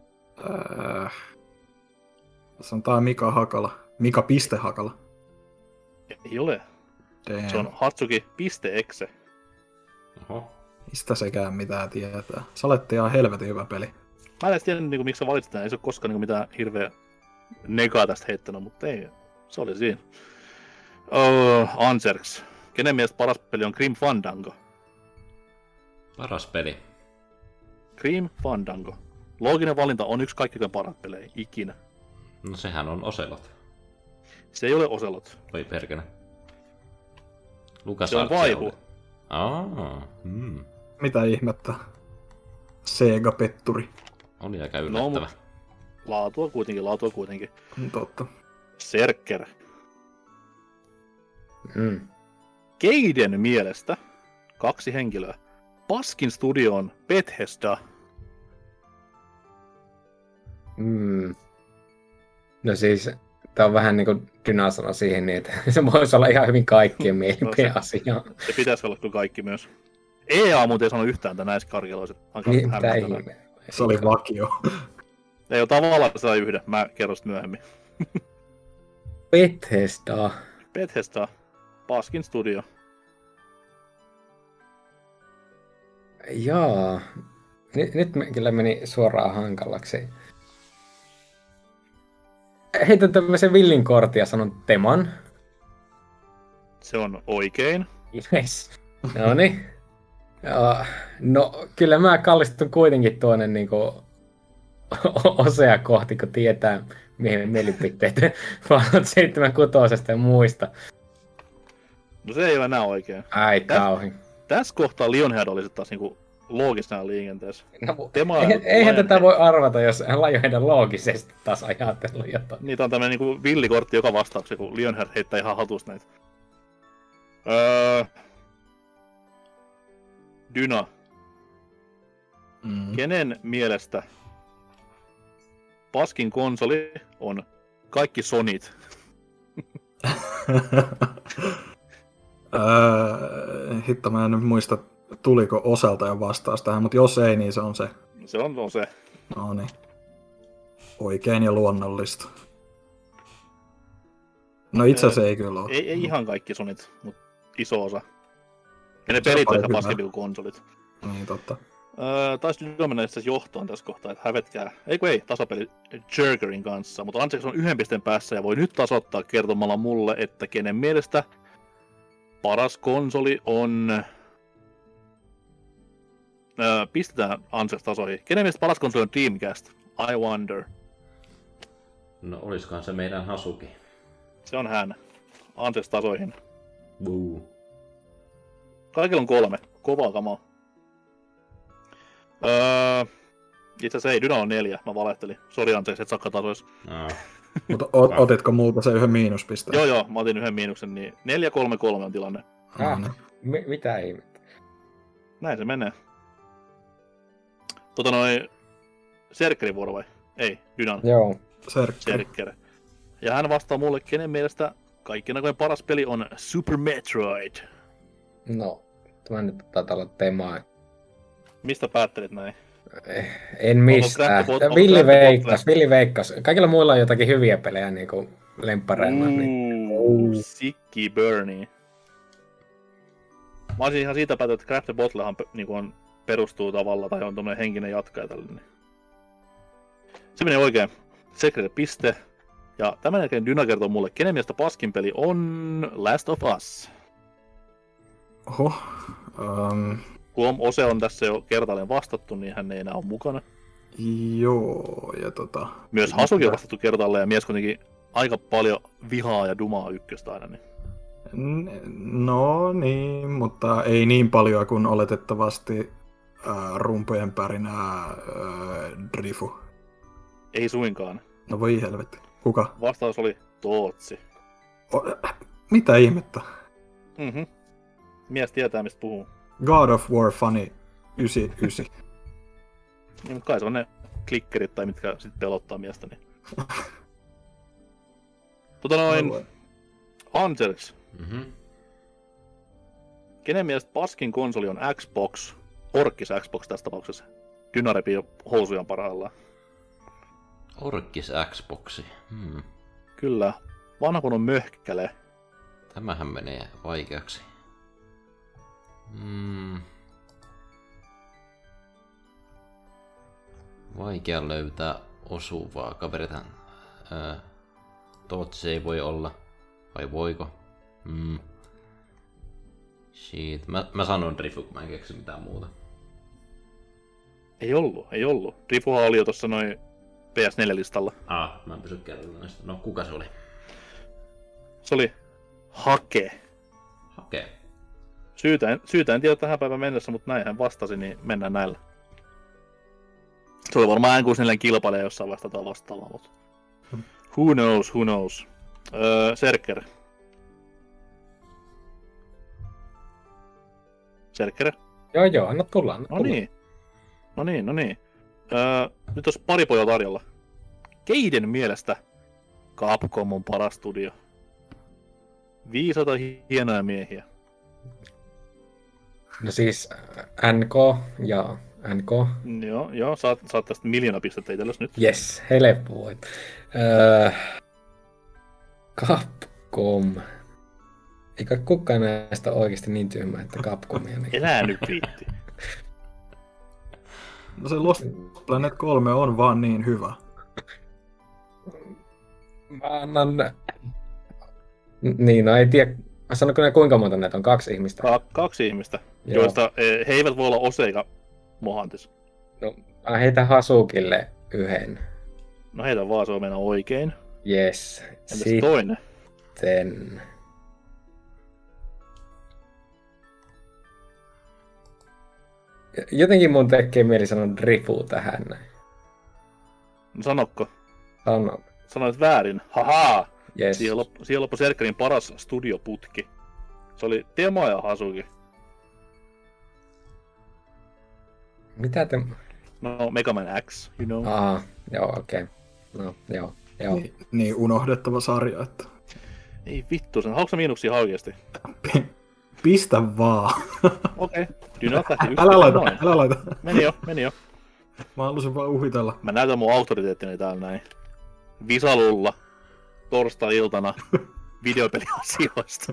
Speaker 4: Sanotaan Mika Hakala. Mika Piste Hakala.
Speaker 2: Ei ole.
Speaker 4: Damn.
Speaker 2: Se on Hatsuki.exe.
Speaker 3: Oho.
Speaker 4: Mistä sekään mitään tietää. Saletti ihan helvetin hyvä peli.
Speaker 2: Mä en edes tiedä, niin miksi sä valitsit tämän. Ei se ole koskaan niin mitään hirveä negaa tästä heittänyt, mutta ei. Se oli siinä. Anserks. Kenen mielestä paras peli on Grim Fandango?
Speaker 3: Paras peli.
Speaker 2: Grim Fandango. Looginen valinta on yksi kaikkein parat pelejä ikinä.
Speaker 3: No sehän on Ocelot.
Speaker 2: Se ei ole Ocelot.
Speaker 3: Voi perkele. Lukas
Speaker 2: Se on Vaihu.
Speaker 4: Mitä ihmettä? Sega-petturi.
Speaker 3: Oli aika yllättävä.
Speaker 2: Laatua kuitenkin.
Speaker 4: Totta.
Speaker 2: Serker. Keiden mielestä 2 henkilöä. Paskin studio on Bethesda.
Speaker 5: No siis, tää on vähän niinku Dyna sanoi siihen, niin että se voisi olla ihan hyvin kaikkien mielipiteen asia.
Speaker 2: Se pitäisi olla kyllä kaikki myös. EA muuten ei sano yhtään tän näissä karkeloiset.
Speaker 5: Niin, mitä ihme.
Speaker 4: Se oli vakio.
Speaker 2: Ei ole tavallaan sitä yhden, mä kerron sitä myöhemmin.
Speaker 5: Bethesda.
Speaker 2: Paskin studio.
Speaker 5: Jaa. Nyt kyllä meni suoraan hankalaksi. Heitän tämmöisen villin kortin ja sanon Teman.
Speaker 2: Se on oikein.
Speaker 5: Yes. Noniin. No, kyllä mä kallistun kuitenkin tuonne niinku osea kohti, kun tietää mihin mielipiteet Fallout 76 ja muista.
Speaker 2: No se ei ole enää oikein.
Speaker 5: Ai kauhin.
Speaker 2: Tässä kohtaa Lionhead olisi taas niinku loogisena liikenteessä.
Speaker 5: No, eihän tätä voi arvata, jos Lionhead on loogisesti taas ajatellut jotain.
Speaker 2: Niitä on tämmönen niinku villikortti joka vastauksessa, kun Lionhead heittää ihan hatusta näitä. Dyna. Kenen mielestä paskin konsoli on kaikki Sonyt.
Speaker 4: Hitto, mä en nyt muista, tuliko osalta jo vastaus tähän, mutta jos ei, niin se on se.
Speaker 2: Se on se.
Speaker 4: No niin. Oikein ja luonnollista. No itse asiassa ei kyllä ole.
Speaker 2: Ei ihan kaikki Sonyt, mutta iso osa. Ja ne pelit on aika paskempi kuin konsolit.
Speaker 4: Niin, totta.
Speaker 2: Taisi nyt mennä itse asiassa johtoon tässä kohtaa, että hävetkää. Ei, tasapeli Jerkerin kanssa, mutta Ansex on 1 pisteen päässä ja voi nyt tasoittaa kertomalla mulle, että kenen mielestä paras konsoli on... pistetään Ansex tasoihin. Kenen mielestä paras konsoli on Dreamcast? I wonder.
Speaker 3: No olisikohan se meidän Hasuki.
Speaker 2: Se on hän. Ansex tasoihin.
Speaker 3: Buu.
Speaker 2: Kaikilla on 3. Kovaa kamaa. Itse asiassa ei, Dyna on 4. Mä valehtelin. Sori Ansex, et sakka tasois.
Speaker 4: Mutta otitko multa se 1 miinuspisteen?
Speaker 2: Joo, mä otin 1 miinuksen, niin 4-3-3 on tilanne.
Speaker 5: Mitä ihmettä?
Speaker 2: Näin se menee. Serkkerin vuoro vai? Ei, Dynan.
Speaker 5: Joo.
Speaker 2: Serkker. Ja hän vastaa mulle, kenen mielestä kaikkien aikojen paras peli on Super Metroid.
Speaker 5: No, tämä nyt taitaa olla temaa.
Speaker 2: Mistä päättelit näin?
Speaker 5: En mistään. Villi veikkas. Kaikilla muilla on jotakin hyviä pelejä niinku lemppareina.
Speaker 2: Sikki Bernie. Mä olisin ihan siitä päätä, että Craft the Bottlehan niinku on, perustuu tavalla tai on tommonen henkinen jatkaja tällainen. Se menee oikein. Secret piste. Ja tämän jälkeen Dyna kertoo mulle, kenen mielestä paskin peli on Last of Us.
Speaker 4: Oho.
Speaker 2: Kun Ose on tässä jo kertaalleen vastattu, niin hän ei enää ole mukana.
Speaker 4: Joo, ja
Speaker 2: Myös Hasuki on vastattu kertaalleen ja mies kuitenkin aika paljon vihaa ja dumaa ykköstä aina. Niin.
Speaker 4: No niin, mutta ei niin paljon kuin oletettavasti rumpujen pärinää Drifu.
Speaker 2: Ei suinkaan.
Speaker 4: No voi helvetti. Kuka?
Speaker 2: Vastaus oli Tootsi.
Speaker 4: Mitä ihmettä?
Speaker 2: Mies tietää mistä puhuu.
Speaker 4: God of War Funny 99.
Speaker 2: Niin, mutta kai se on ne klikkerit tai mitkä sit pelottaa miestä. Niin. Anselks. Kenen mielestä paskin konsoli on Xbox? Orkkis Xbox tässä tapauksessa. Dyna repii housujaan parhaillaan.
Speaker 3: Orkkis Xboxi.
Speaker 2: Kyllä. Vanha kun on möhkäle.
Speaker 3: Tämähän menee vaikeaksi. Vaikea löytää osuvaa. Kaverithan Tootsi ei voi olla. Vai voiko? Shit. Mä sanon Drifu, kun mä en keksi mitään muuta.
Speaker 2: Ei ollut. Drifuhan oli jo tossa noin PS4-listalla.
Speaker 3: Mä en pysy kerralla näistä. No, kuka se oli? Se
Speaker 2: oli Hake. Syytä en tiedä tähän päivän mennessä, mutta näin hän vastasi, niin mennään näillä. Se oli varmaan N64 kilpailija jossain vastataan vastaavaa, mutta... Who knows? Serker. Serker?
Speaker 5: Joo, anna tulla.
Speaker 2: No niin. Nyt olisi pari pojoa tarjolla. Keiden mielestä Capcom on paras studio? Viisata hienoja miehiä.
Speaker 5: No siis NK ja NK.
Speaker 2: Joo, saat tästä 1 pistettä itsellesi nyt.
Speaker 5: Yes, helppo voit. Capcom. Eikä kukaan näistä oikeasti niin tyhmä, että Capcomia. Niin...
Speaker 2: Elää nyt viitti.
Speaker 4: No se Lost Planet 3 on vaan niin hyvä.
Speaker 5: Mä annan... Niin, no ei tiedä. Sanoiko ne kuinka monta näitä on? 2 ihmistä?
Speaker 2: 2 ihmistä, joo. Joista he eivät voi olla Ose eikä Mohantis.
Speaker 5: No, mä heitän Hasukille 1.
Speaker 2: No heitä vaan, se on mennä oikein.
Speaker 5: Yes.
Speaker 2: Entäs toinen?
Speaker 5: Sitten... Jotenkin mun tekee mieli sanoa Drifu tähän.
Speaker 2: No sanokko?
Speaker 5: Sano.
Speaker 2: Sanoit väärin. Haha!
Speaker 5: Yes.
Speaker 2: Siihen loppui Serkerin paras studioputki. Se oli Temo ja Hasuki.
Speaker 5: Mitä te...
Speaker 2: No, Mega Man X, you know.
Speaker 5: Joo, okei. No, joo.
Speaker 4: Niin unohdettava sarja, että...
Speaker 2: Ei vittu, sen haluatko sä miinuksia oikeesti?
Speaker 4: Pistä vaan.
Speaker 2: Okei. Dynat lähti yksi.
Speaker 4: Älä laita.
Speaker 2: Meni jo.
Speaker 4: Mä halusin vaan uhitella.
Speaker 2: Mä näytän mun auktoriteettini täällä näin. Visalulla. Torstai-iltana. Videopeliasioista.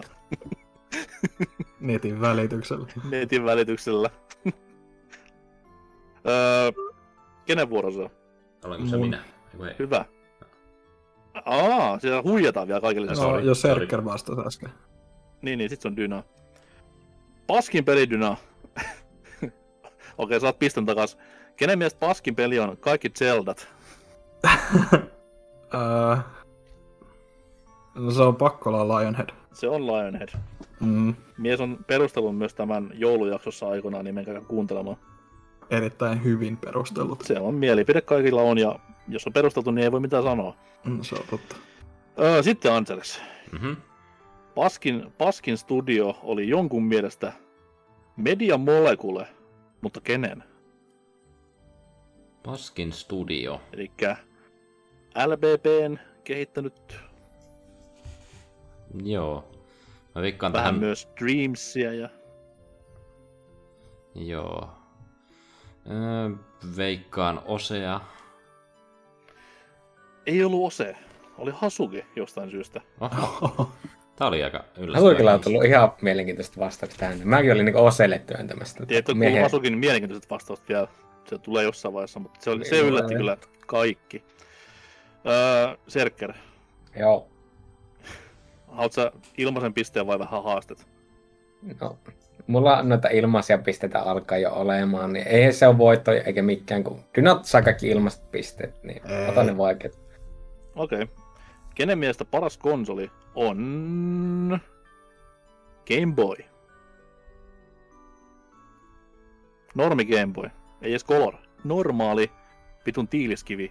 Speaker 4: Netin välityksellä.
Speaker 2: Netin välityksellä. Kenen vuoro se on?
Speaker 3: Olenko se minä?
Speaker 2: Hyvä. Siellä huijataan vielä kaikille.
Speaker 4: No, jos Serker vastasi äsken.
Speaker 2: Niin, sit se on Dyna. Paskin peli Dyna. Okei, saat pistän takas. Kenen mielestä paskin peli on kaikki Zeldat?
Speaker 4: No se on pakko olla Lionhead.
Speaker 2: Se on Lionhead. Mies on perustellut myös tämän joulujaksossa aikanaan, niin menkää kuuntelemaan.
Speaker 4: Erittäin hyvin perustellut.
Speaker 2: Se on mielipide kaikilla on, ja jos on perusteltu, niin ei voi mitään sanoa.
Speaker 4: Se on totta.
Speaker 2: Sitten Angeles.
Speaker 3: Mm-hmm.
Speaker 2: Paskin studio oli jonkun mielestä Media Molecule, mutta kenen?
Speaker 3: Paskin studio.
Speaker 2: Elikkä LBPn kehittänyt.
Speaker 3: Joo. Mä veikkaan
Speaker 2: vähän
Speaker 3: tähän...
Speaker 2: myös Dreamsia ja...
Speaker 3: Joo. Veikkaan Osea.
Speaker 2: Ei ollut Ose. Oli Hasuki jostain syystä.
Speaker 3: Oho. Tää oli aika yllättävää.
Speaker 5: Hasukilla on tullut ihan mielenkiintoista vastausta tähän. Mäkin olin niinku Oselle työntämästä.
Speaker 2: Tiedätkö, että kuuluu Hasukin mielenkiintoiset vastaukset vielä. Se tulee jossain vaiheessa, mutta se yllätti kyllä kaikki. Serker.
Speaker 5: Joo.
Speaker 2: Haluatko sä ilmaisen pisteen vai vähän haastet?
Speaker 5: No, mulla noita ilmaisia pisteitä alkaa jo olemaan, niin eihän se ole voitto eikä mikään, kun Dynat saa kaikki ilmaiset pisteet, niin otan ne vaikeat.
Speaker 2: Okei. Kenen mielestä paras konsoli on... Game Boy? Normi Game Boy. Ei edes Color. Normaali vitun tiiliskivi.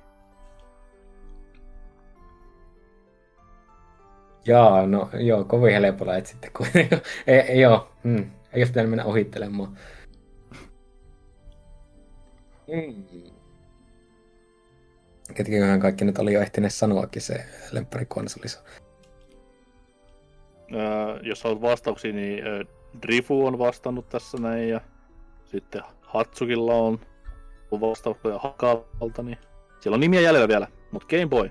Speaker 5: Jaa, no joo, kovin helpolla et sitten kuitenkin. Joo, ei jos pitänyt mennä ohittelemaan. Ketkäköhän kaikki nyt oli jo ehtineet sanoakin se lempparikonsolissa.
Speaker 2: Jos haluat vastauksia, niin Drifu on vastannut tässä näin ja sitten Hatsukilla on vastauksia Hakalta, niin siellä on nimiä jäljellä vielä, mutta Game Boy.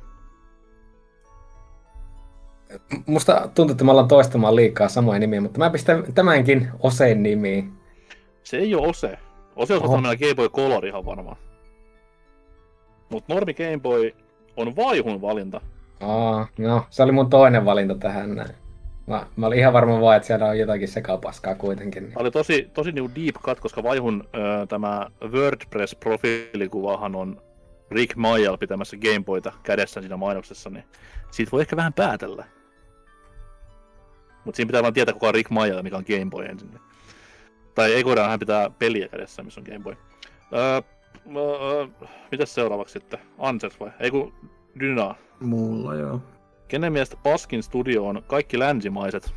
Speaker 5: Musta tuntuu, että me ollaan toistamaan liikaa samoja nimiä, mutta mä pistän tämänkin Oseen nimiin.
Speaker 2: Se ei ole Ose. Ose on vastannut meillä Game Boy Color ihan varmaan. Mut normi Game Boy on Vaihun valinta.
Speaker 5: No, se oli mun toinen valinta tähän näin. Mä olin ihan varma vaan, että siellä on jotakin sekapaskaa kuitenkin. Niin.
Speaker 2: Tämä oli tosi niinku deep cut, koska Vaihun tämä WordPress-profiilikuvahan on Rick Mayall pitämässä Game Boyta kädessä siinä mainoksessa, niin siitä voi ehkä vähän päätellä. Mut siinä pitää vaan tietää, kuka on Rick Mayall ja mikä on Game Boy ensin. Tai ei kohdaan, hän pitää peliä kädessä, missä on Game Boy. Mitäs seuraavaksi sitten? Ansers vai? Ei kun Dyna.
Speaker 4: Mulla joo.
Speaker 2: Kenen mielestä Paskin studio on kaikki länsimaiset?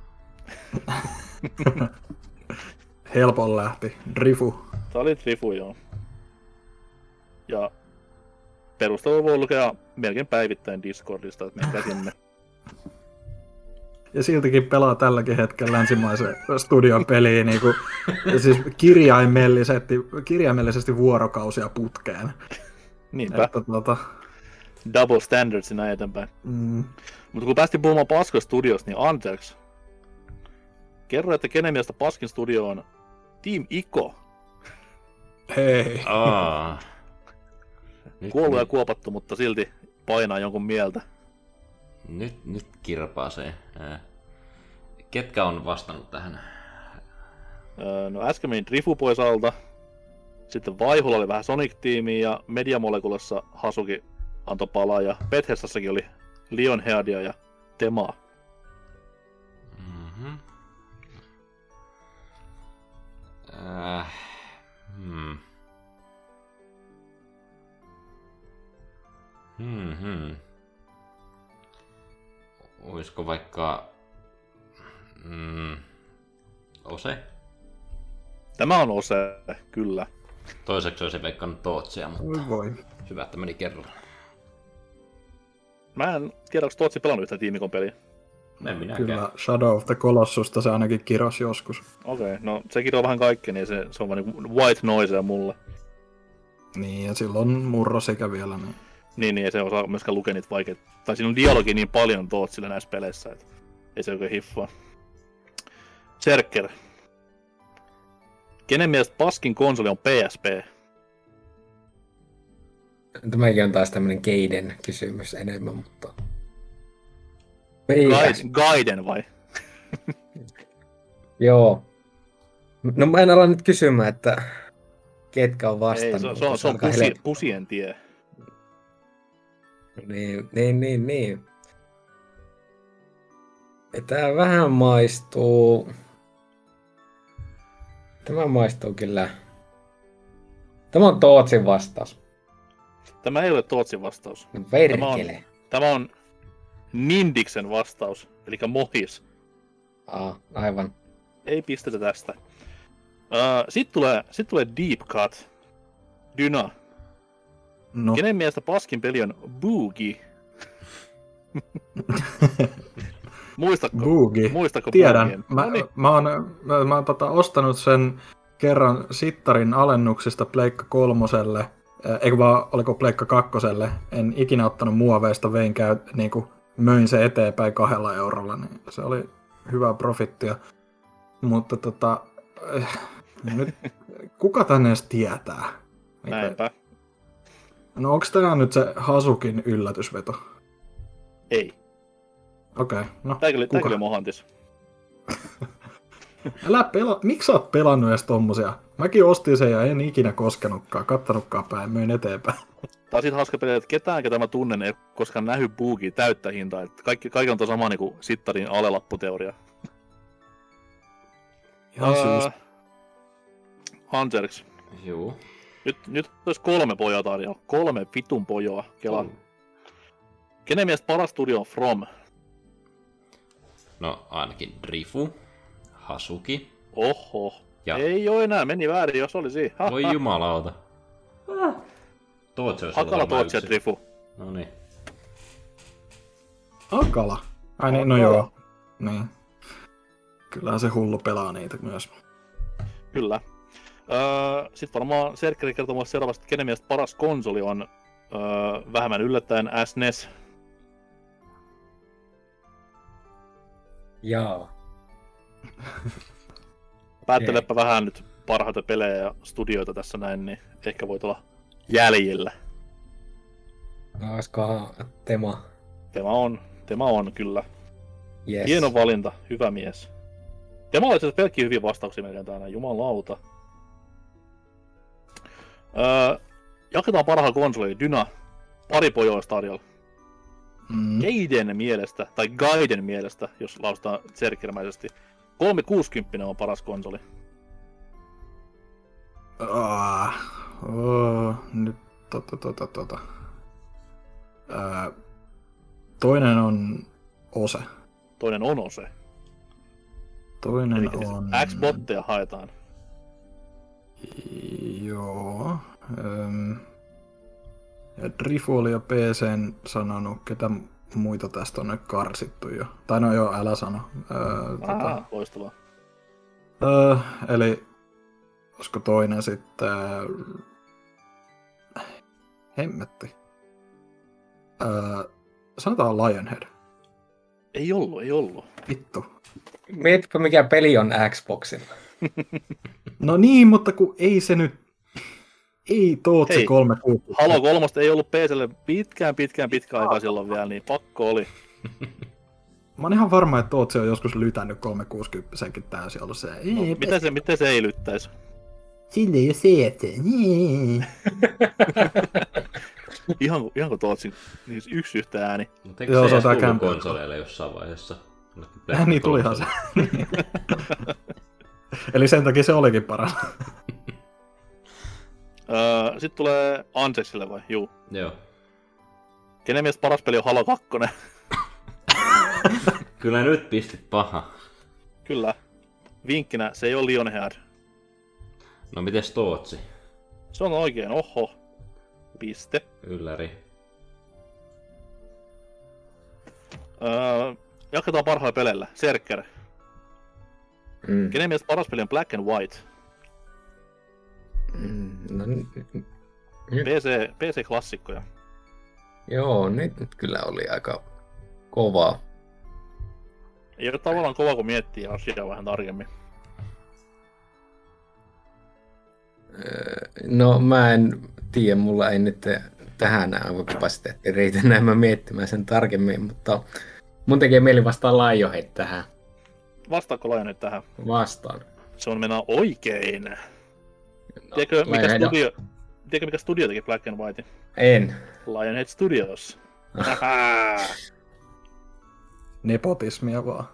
Speaker 4: Helpon lähti. Drifu.
Speaker 2: Tää oli Drifu, joo. Ja perustelu voi lukea melkein päivittäin Discordista, että menkää sinne.
Speaker 4: Ja siltikin pelaa tälläkin hetkellä länsimaisen studion peliä niinku, siis kirjaimellisesti vuorokausia putkeen.
Speaker 2: Niinpä.
Speaker 4: Että,
Speaker 2: Double standards näin eteenpäin. Mutta kun päästiin puhumaan Paskin studiosta, niin Anteeksi. Kerro, että kenen mielestä Paskin studio on Team Ico.
Speaker 4: Hei.
Speaker 2: Kuollut ja kuopattu, mutta silti painaa jonkun mieltä.
Speaker 3: Nyt kirpaasee. Ketkä on vastannut tähän?
Speaker 2: No äsken meni Drifu pois alta. Sitten Vaihulla oli vähän Sonic-tiimiä ja Media Moleculessa Hasuki antoi palaa ja Bethesdassakin oli Lionheadia ja Temaa.
Speaker 3: Olisiko vaikka... Ose?
Speaker 2: Tämä on Ose, kyllä.
Speaker 3: Toiseksi olisi veikannut Tootsia, mutta
Speaker 4: Voi.
Speaker 3: hyvä, että meni kerran.
Speaker 2: Mä en tiedä, onko Tootsi pelannut yhtä Tiimikon peliä.
Speaker 3: En minäkään.
Speaker 4: Kyllä Shadow of the Colossusta se ainakin kiros joskus.
Speaker 2: Okei, no se kirjoaa vähän kaikkea, niin se on vaan niinku white noisea mulle.
Speaker 4: Niin, ja silloin murrosikä vielä. Niin.
Speaker 2: Niin, ei se osaa myöskään lukea niitä vaikeita. Tai siinä on dialogi niin paljon Tootsille näissä peleissä, että ei se oikein hiffaa. Serker. Kenen mielestä paskin konsoli on PSP?
Speaker 5: Tämäkin on taas tämmönen Gaiden kysymys enemmän, mutta...
Speaker 2: Gaiden vai?
Speaker 5: Joo. No mä en ala nyt kysymään, että ketkä on vastannut.
Speaker 2: Ei, se on pusien tie.
Speaker 5: Niin. Tää vähän maistuu... Tämä maistuu kyllä... Tämä on Tootsin vastaus.
Speaker 2: Tämä ei ole Tootsin vastaus.
Speaker 5: Verkele.
Speaker 2: Tämä on Nindiksen vastaus, eli Mohis.
Speaker 5: Aivan.
Speaker 2: Ei pistetä tästä. Sitten tulee Deep Cut. Dyna.
Speaker 4: No.
Speaker 2: Kenen mielestä paskin peli on Boogie? Muistatko?
Speaker 4: Boogie.
Speaker 2: Muistatko
Speaker 4: Tiedän.
Speaker 2: Boogien?
Speaker 4: Mä oon ostanut sen kerran Sittarin alennuksista Pleikka 3:lle. Eikö vaan, oliko Pleikka 2:lle. En ikinä ottanut muoveista, niinku möin se eteenpäin 2 eurolla. Niin se oli hyvää profittia. Mutta nyt, kuka tänne edes tietää?
Speaker 2: Näinpä.
Speaker 4: No onks tää nyt se Hasukin yllätysveto?
Speaker 2: Ei.
Speaker 4: Okei, no
Speaker 2: Tää
Speaker 4: kuka?
Speaker 2: kyllä Mohantis.
Speaker 4: Miksi sä oot pelannut edes tommosia? Mäkin ostin sen ja en ikinä kattanutkaan päin, möin eteenpäin.
Speaker 2: Tää on sit hauska peli, että ketään, ketä mä tunnen, ei koskaan nähnyt Boogie täyttä hintaa. Että kaikki on tuo sama niinku Sittarin alelapputeoria.
Speaker 4: Ihan syystä.
Speaker 2: Anserks.
Speaker 3: Juu.
Speaker 2: Nyt olisi 3 pojaa tarjolla. 3 vitun pojoa. Kela. Kenen mielestä paras studio on From?
Speaker 3: No ainakin Drifu, Hasuki.
Speaker 2: Oho.
Speaker 3: Ja.
Speaker 2: Ei oo enää, meni väärin, jos oli siinä.
Speaker 3: Voi jumalauta. Tootsi olisi
Speaker 2: Akala, Tootsi ja Drifu.
Speaker 3: Noniin.
Speaker 4: Akala? Ai niin, no joo. Niin. Kyllähän se hullu pelaa niitä myös.
Speaker 2: Kyllä. Sitten varmaan Serkkeri kertoo mulle seuraavasti, että kenen mielestä paras konsoli on vähemmän yllättäen SNES.
Speaker 5: Jaa.
Speaker 2: Päättelepä vähän nyt parhaita pelejä ja studioita tässä näin, niin ehkä voit olla jäljellä.
Speaker 5: Olisikohan Tema?
Speaker 2: Tema on kyllä.
Speaker 5: Yes.
Speaker 2: Hieno valinta, hyvä mies. Tema oli pelkkiä hyviä vastauksia melkein täällä, jumalauta. Jatketaan parhaan konsoliin, Dyna. Pari pojoista tarjolla. Gaiden mielestä, jos lausutaan serkirmäisesti. 360 on paras konsoli.
Speaker 4: Nyt toinen on Ose.
Speaker 2: Toinen on Ose.
Speaker 4: Toinen
Speaker 2: Eli
Speaker 4: on...
Speaker 2: X-botteja haetaan.
Speaker 4: Joo. Ja Drifu oli jo PC:n sanonut, ketä muita tästä on nyt karsittu jo. Tai no joo, älä sano.
Speaker 2: Loistavaa.
Speaker 4: Eli olisiko toinen sitten... Hemmetti. Sanotaan Lionhead.
Speaker 2: Ei ollut.
Speaker 4: Vittu.
Speaker 5: Mietipä mikä peli on Xboxilla.
Speaker 4: No niin, mutta kun ei se nyt... Ei Tootsi 360.
Speaker 2: Halo 3 ei ollut PC:lle pitkään aikaa silloin vielä, niin pakko oli.
Speaker 4: Mä oon ihan varma, että Tootsi on joskus lytännyt 360-senkin täysin ollut se.
Speaker 2: No, miten se ei lyttäisi?
Speaker 4: Sille ei ole se, että...
Speaker 2: ihan kuin Tootsin niin yksi yhtä ääni.
Speaker 3: Mutta eikö se edes tullut konsoleille jossain vaiheessa?
Speaker 4: Niin tulihan se. Eli sen takia se olikin paras.
Speaker 2: Sitten tulee Anseksille vai? Juu.
Speaker 3: Joo.
Speaker 2: Kenen mielestä paras peli on Halo 2?
Speaker 3: Kyllä nyt pistit paha.
Speaker 2: Kyllä. Vinkkinä, se ei ole Lionhead.
Speaker 3: No mites Tootsi?
Speaker 2: Se on oikein, oho. Piste.
Speaker 3: Ylläri.
Speaker 2: Jatketaan parhailla peleillä. Serker. Kenen mielestä paras peli on Black and White?
Speaker 5: No,
Speaker 2: PC-klassikkoja.
Speaker 5: joo, nyt kyllä oli aika kovaa.
Speaker 2: Ei ole tavallaan kova, kun miettii asiaa vähän tarkemmin.
Speaker 5: No mä en tiedä, mulla ei nyt tähän aivokapasiteetti riitä näin mä miettimään sen tarkemmin, mutta mun tekee mieli vastaan Lionhead tähän.
Speaker 2: Vastaako Lionhead tähän?
Speaker 5: Vastaan.
Speaker 2: Se on mennä oikein.
Speaker 5: No,
Speaker 2: Tiedätkö mikä studio teki Black and White?
Speaker 5: En.
Speaker 2: Lionhead Studios.
Speaker 4: Nepotismia vaan.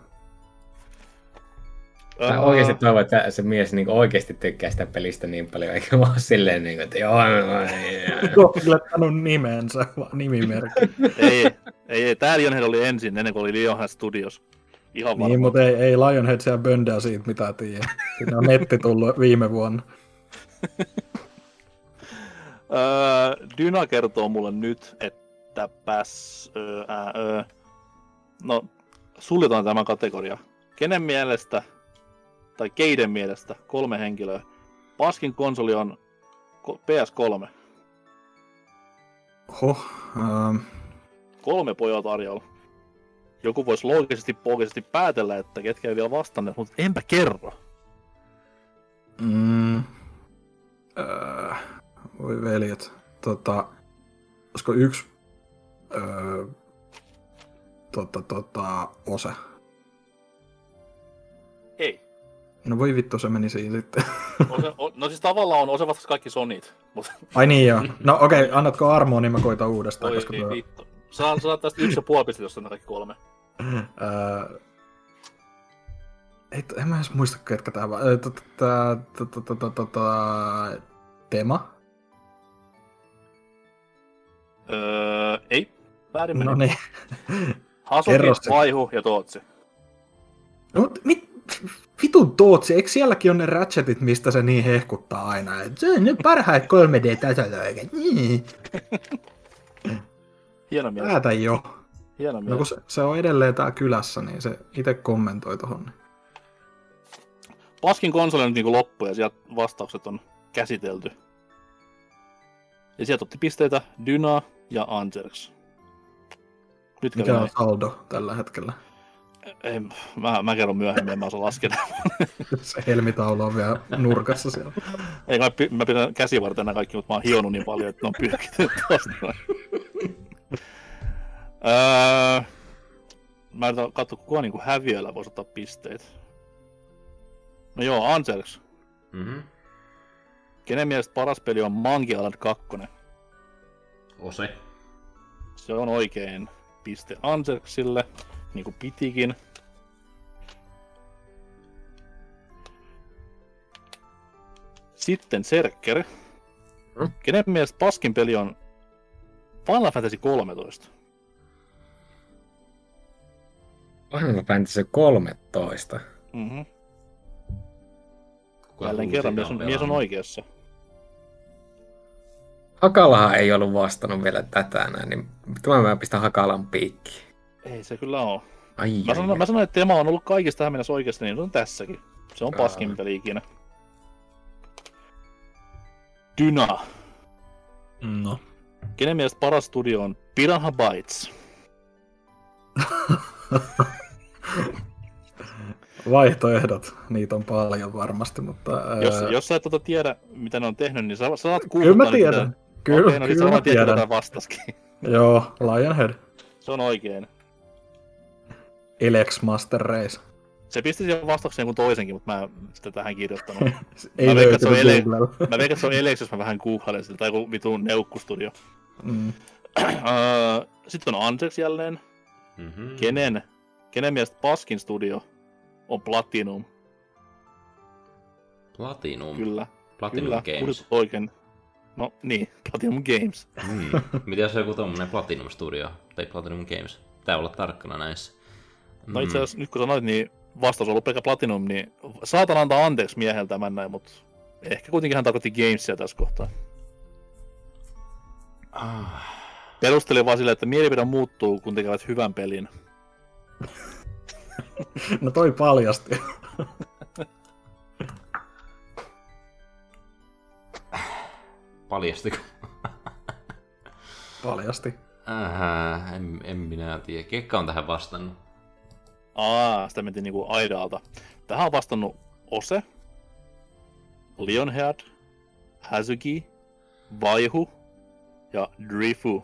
Speaker 5: Mä oikeesti toivon, että se mies niin oikeesti tykkää sitä pelistä niin paljon, eikä vaan silleen, niin kuin, että joo.
Speaker 4: Googlettanut nimensä, vaan nimimerkki.
Speaker 2: ei. Tää Lionhead oli ensin, ennen kuin oli Lionhead Studios. Ihan varmaan.
Speaker 4: Niin, mutta ei Lionhead siellä böndää siitä mitään tiedä. Siitä on netti tullut viime vuonna.
Speaker 2: Dyna kertoo mulle nyt, että no, suljetaan tämä kategoria. Kenen mielestä, tai keiden mielestä, 3 henkilöä, paskin konsoli on PS3?
Speaker 4: Oho,
Speaker 2: 3 pojaa tarjolla. Joku voisi loogisesti päätellä, että ketkä ei vielä vastanneet, mutta enpä kerro.
Speaker 4: Voi veljet. Olisiko yksi Ose?
Speaker 2: Ei.
Speaker 4: No voi vittu, se meni siinä sitten.
Speaker 2: No siis tavallaan on Ose vastasi kaikki Sonit. Mutta...
Speaker 4: Ai niin joo. No okei, annatko armoa, niin mä koitan uudestaan.
Speaker 2: Oi
Speaker 4: koska
Speaker 2: niin, vittu. Saat tästä 1,5 pistettä, jos on kaikki 3.
Speaker 4: En mä edes muista, ketkä tää vaan. Tema?
Speaker 2: Ei. Väärin meni.
Speaker 4: No niin.
Speaker 2: Hasuki, Vaihu ja Tootsi.
Speaker 4: No, vitun Tootsi, eikö sielläkin ole ne ratchetit, mistä se niin hehkuttaa aina? Et se on nyt parhaat 3D-tasoja. Niin.
Speaker 2: Hieno mies.
Speaker 4: Päätä jo.
Speaker 2: Hieno mies.
Speaker 4: No kun se on edelleen tää kylässä, niin se itse kommentoi tohon.
Speaker 2: Paskin konsoli on nyt niinku loppu ja sieltä vastaukset on käsitelty. Ja sieltä otti pisteitä Dyna ja Angerx. Nyt
Speaker 4: mikä on saldo tällä hetkellä?
Speaker 2: Ei, mä kerron myöhemmin, en mä osaa laskea.
Speaker 4: Se helmitaulu on vielä nurkassa siellä.
Speaker 2: Ei, mä pidän käsivarten nämä kaikki, mutta mä oon hionut niin paljon, että ne on pyrkinyt tosta. Mä yritän katsoa, kuka niinku häviöllä voisi ottaa pisteitä. No joo, Angerx.
Speaker 3: Mhm.
Speaker 2: Kenen mielestä paras peli on Monkey Island 2?
Speaker 3: Ose.
Speaker 2: Se on oikein piste Angerxille, niinku pitikin. Sitten Serker. Kenen mielestä paskin peli on Final Fantasy 13?
Speaker 5: Final Fantasy 13.
Speaker 2: Mhm. Jälleen kerran mies on oikeassa.
Speaker 5: Hakalahan ei ollut vastannut vielä tätä näin, niin mä pistän Hakalan piikkiin.
Speaker 2: Ei se kyllä oo.
Speaker 5: Ai,
Speaker 2: Mä sanoin, että Tema on ollut kaikista tähän mennessä oikeasti, niin se on tässäkin. Se on paskin peli ikinä. Dyna.
Speaker 4: No.
Speaker 2: Kenen mielestä paras studio on Piranha Bytes?
Speaker 4: Vaihtoehdot, niitä on paljon varmasti, mutta...
Speaker 2: Jos sä et tiedä, mitä ne on tehnyt, niin sä saat kuulla.
Speaker 4: Kyllä mä tiedän. Kyllä mä tiedän.
Speaker 2: Okei, vastaskin.
Speaker 4: Joo, Lionhead.
Speaker 2: Se on oikein.
Speaker 4: Elex Master Race.
Speaker 2: Se pisti siihen vastaukseen kuin toisenkin, mutta mä en sitä tähän kirjoittanut.
Speaker 4: Ei löytynyt Googlella.
Speaker 2: Mä veikän, että se on Elex, jos mä vähän googlailen sitä, tai joku vitun neukkustudio. Sitten on Angerx jälleen.
Speaker 3: Mm-hmm.
Speaker 2: Kenen mielestä paskin studio on Platinum?
Speaker 3: Platinum?
Speaker 2: Kyllä.
Speaker 3: Platinum
Speaker 2: Kyllä,
Speaker 3: Games.
Speaker 2: Oikein. No niin, Platinum Games.
Speaker 3: Mitä jos on joku tommonen Platinum Studio tai Platinum Games? Pitää olla tarkkana näissä.
Speaker 2: No itse asiassa nyt kun sanoit, niin vastaus on ollut pelkkä Platinum, niin saatan antaa anteeksi mieheltä tämän näin, mutta ehkä kuitenkin hän tarkoitti Gamesia tässä kohtaa. Perustelin vaan silleen, että mielipide muuttuu, kun tekevät hyvän pelin.
Speaker 4: No toi paljasti.
Speaker 3: Paljastiko?
Speaker 4: Paljasti.
Speaker 3: En minä tiedä. Kekka on tähän vastannut.
Speaker 2: Sitä mentiin niinku aidaalta. Tähän on vastannut Ose, Lionhead, Hazuki, Vaihu ja Drifu.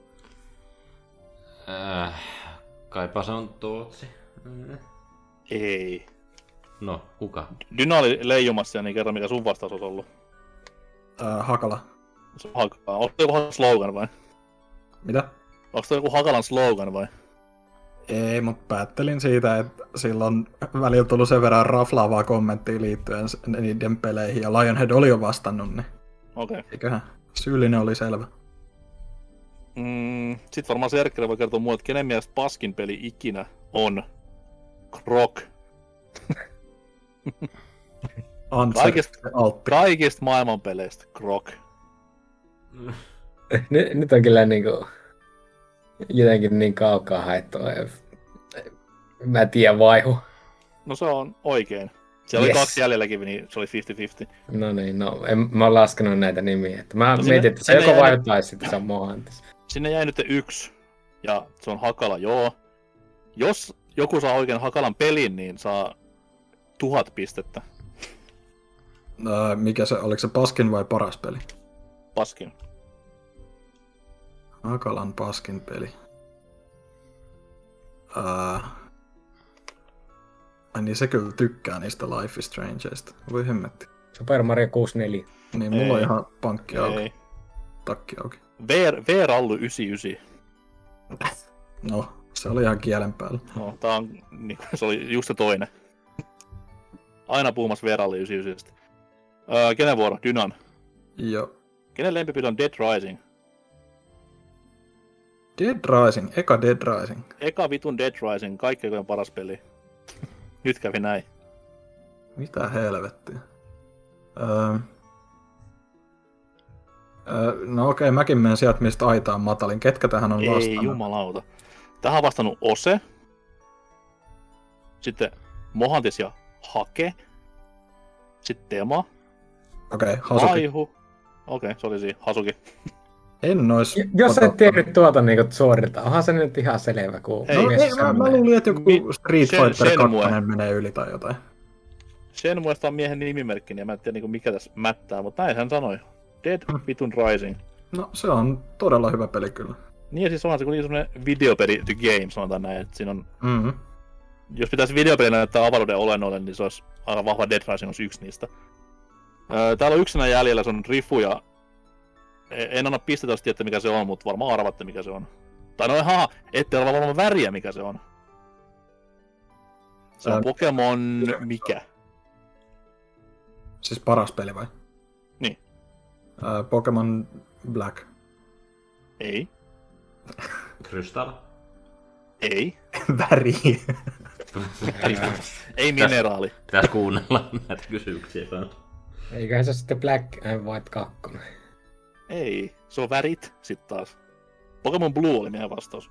Speaker 3: Kaipa se on Tootsi.
Speaker 2: Ei.
Speaker 3: No, kuka?
Speaker 2: Dyna oli leijumassa ja niin kerran mikä sun vastaus olisi ollut.
Speaker 4: Hakala.
Speaker 2: Se on Hakala. Onko se joku slogan vai?
Speaker 4: Mitä?
Speaker 2: Onko se joku Hakalan slogan vai?
Speaker 4: Ei, mutta päättelin siitä, että silloin välillä tullut sen verran raflaavaa kommenttia liittyen niiden peleihin, ja Lionhead oli jo vastannut, niin
Speaker 2: Okei.
Speaker 4: eiköhän syyllinen oli selvä.
Speaker 2: Sitten varmaan se Erkkilä voi kertoa mulle, että kenen mielestä paskin peli ikinä on Croc. Kaikista maailman peleistä Croc.
Speaker 5: Nyt on kyllä niinku jotenkin niin kaukaa haettua. Mä en tiedä, Vaihu.
Speaker 2: No se on oikein. Siellä oli 2 jäljelläkin, niin se oli 50-50.
Speaker 5: No niin, mä oon laskenut näitä nimiä. Mä mietin, että se joko Vaihu tai sitten se on Mohantis.
Speaker 2: Sinne jäi nyt 1, ja se on Hakala, joo. Jos joku saa oikein Hakalan pelin, niin saa 1000 pistettä.
Speaker 4: Mikä se, oliko se paskin vai paras peli?
Speaker 2: Paskin.
Speaker 4: Hakalan paskin peli. Niin se kyllä tykkää niistä Life is Strangeista. Voi hemmetti.
Speaker 5: Super Mario 64.
Speaker 4: Niin, mulla on ihan pankki auki.
Speaker 2: Ei.
Speaker 4: Takki auki.
Speaker 2: V-rallu 99.
Speaker 4: No, se oli ihan kielen päällä.
Speaker 2: No, tää on, niin, se oli just se toinen. Aina puhumassa V-rallu 99. Kenen vuoro? Dynan.
Speaker 4: Joo.
Speaker 2: Kenen lempipeli on Dead Rising?
Speaker 4: Dead Rising, eka Dead Rising.
Speaker 2: Eka vitun Dead Rising, kaikkein paras peli. Nyt kävi näin.
Speaker 4: Mitä helvettiä? No okei, mäkin menen sieltä, mistä aitaan matalin. Ketkä tähän on vastannut?
Speaker 2: Ei jumalauta. Tähän on vastannut Ose. Sitten Mohantis ja Hake. Sitten Tema.
Speaker 4: Okei, Hasuki.
Speaker 2: Vaihu. Okei, se oli siinä. Hasuki.
Speaker 4: En ois...
Speaker 5: Jos et tiennyt tuota niinku suorita, onhan se nyt ihan selvä, kun...
Speaker 4: Mä luulin, että joku Street Fighter 2 menee yli tai jotain.
Speaker 2: Shenmue on miehen nimimerkki, ja mä en tiedä niinku mikä tässä mättää, mutta näin hän sanoi. Dead vitun Rising.
Speaker 4: No se on todella hyvä peli kyllä.
Speaker 2: Niin ja siis onhan se kuitenkin semmonen videopeli the game, sanotaan näin, että siinä on... Jos pitäisi videopeli näyttää avaruuden olennoille, niin se olisi aika vahva Dead Rising on yksi niistä. Täällä on yksinä jäljellä, se on Rifu ja... En anna pistetä, jos tiedätte mikä se on, mutta varmaan arvatte mikä se on. Tai no ette arvaa varmaan väriä mikä se on. Se on Pokemon mikä?
Speaker 4: Siis paras peli vai?
Speaker 2: Niin.
Speaker 4: Pokemon Black.
Speaker 2: Ei.
Speaker 3: Crystal?
Speaker 2: Ei.
Speaker 4: Väri.
Speaker 2: Ei mineraali.
Speaker 3: Pitäis kuunnella näitä kysymyksiä kanssa.
Speaker 5: Eiköhän se sitten Black and White 2.
Speaker 2: Ei, se on värit sit taas. Pokemon Blue oli meidän vastaus.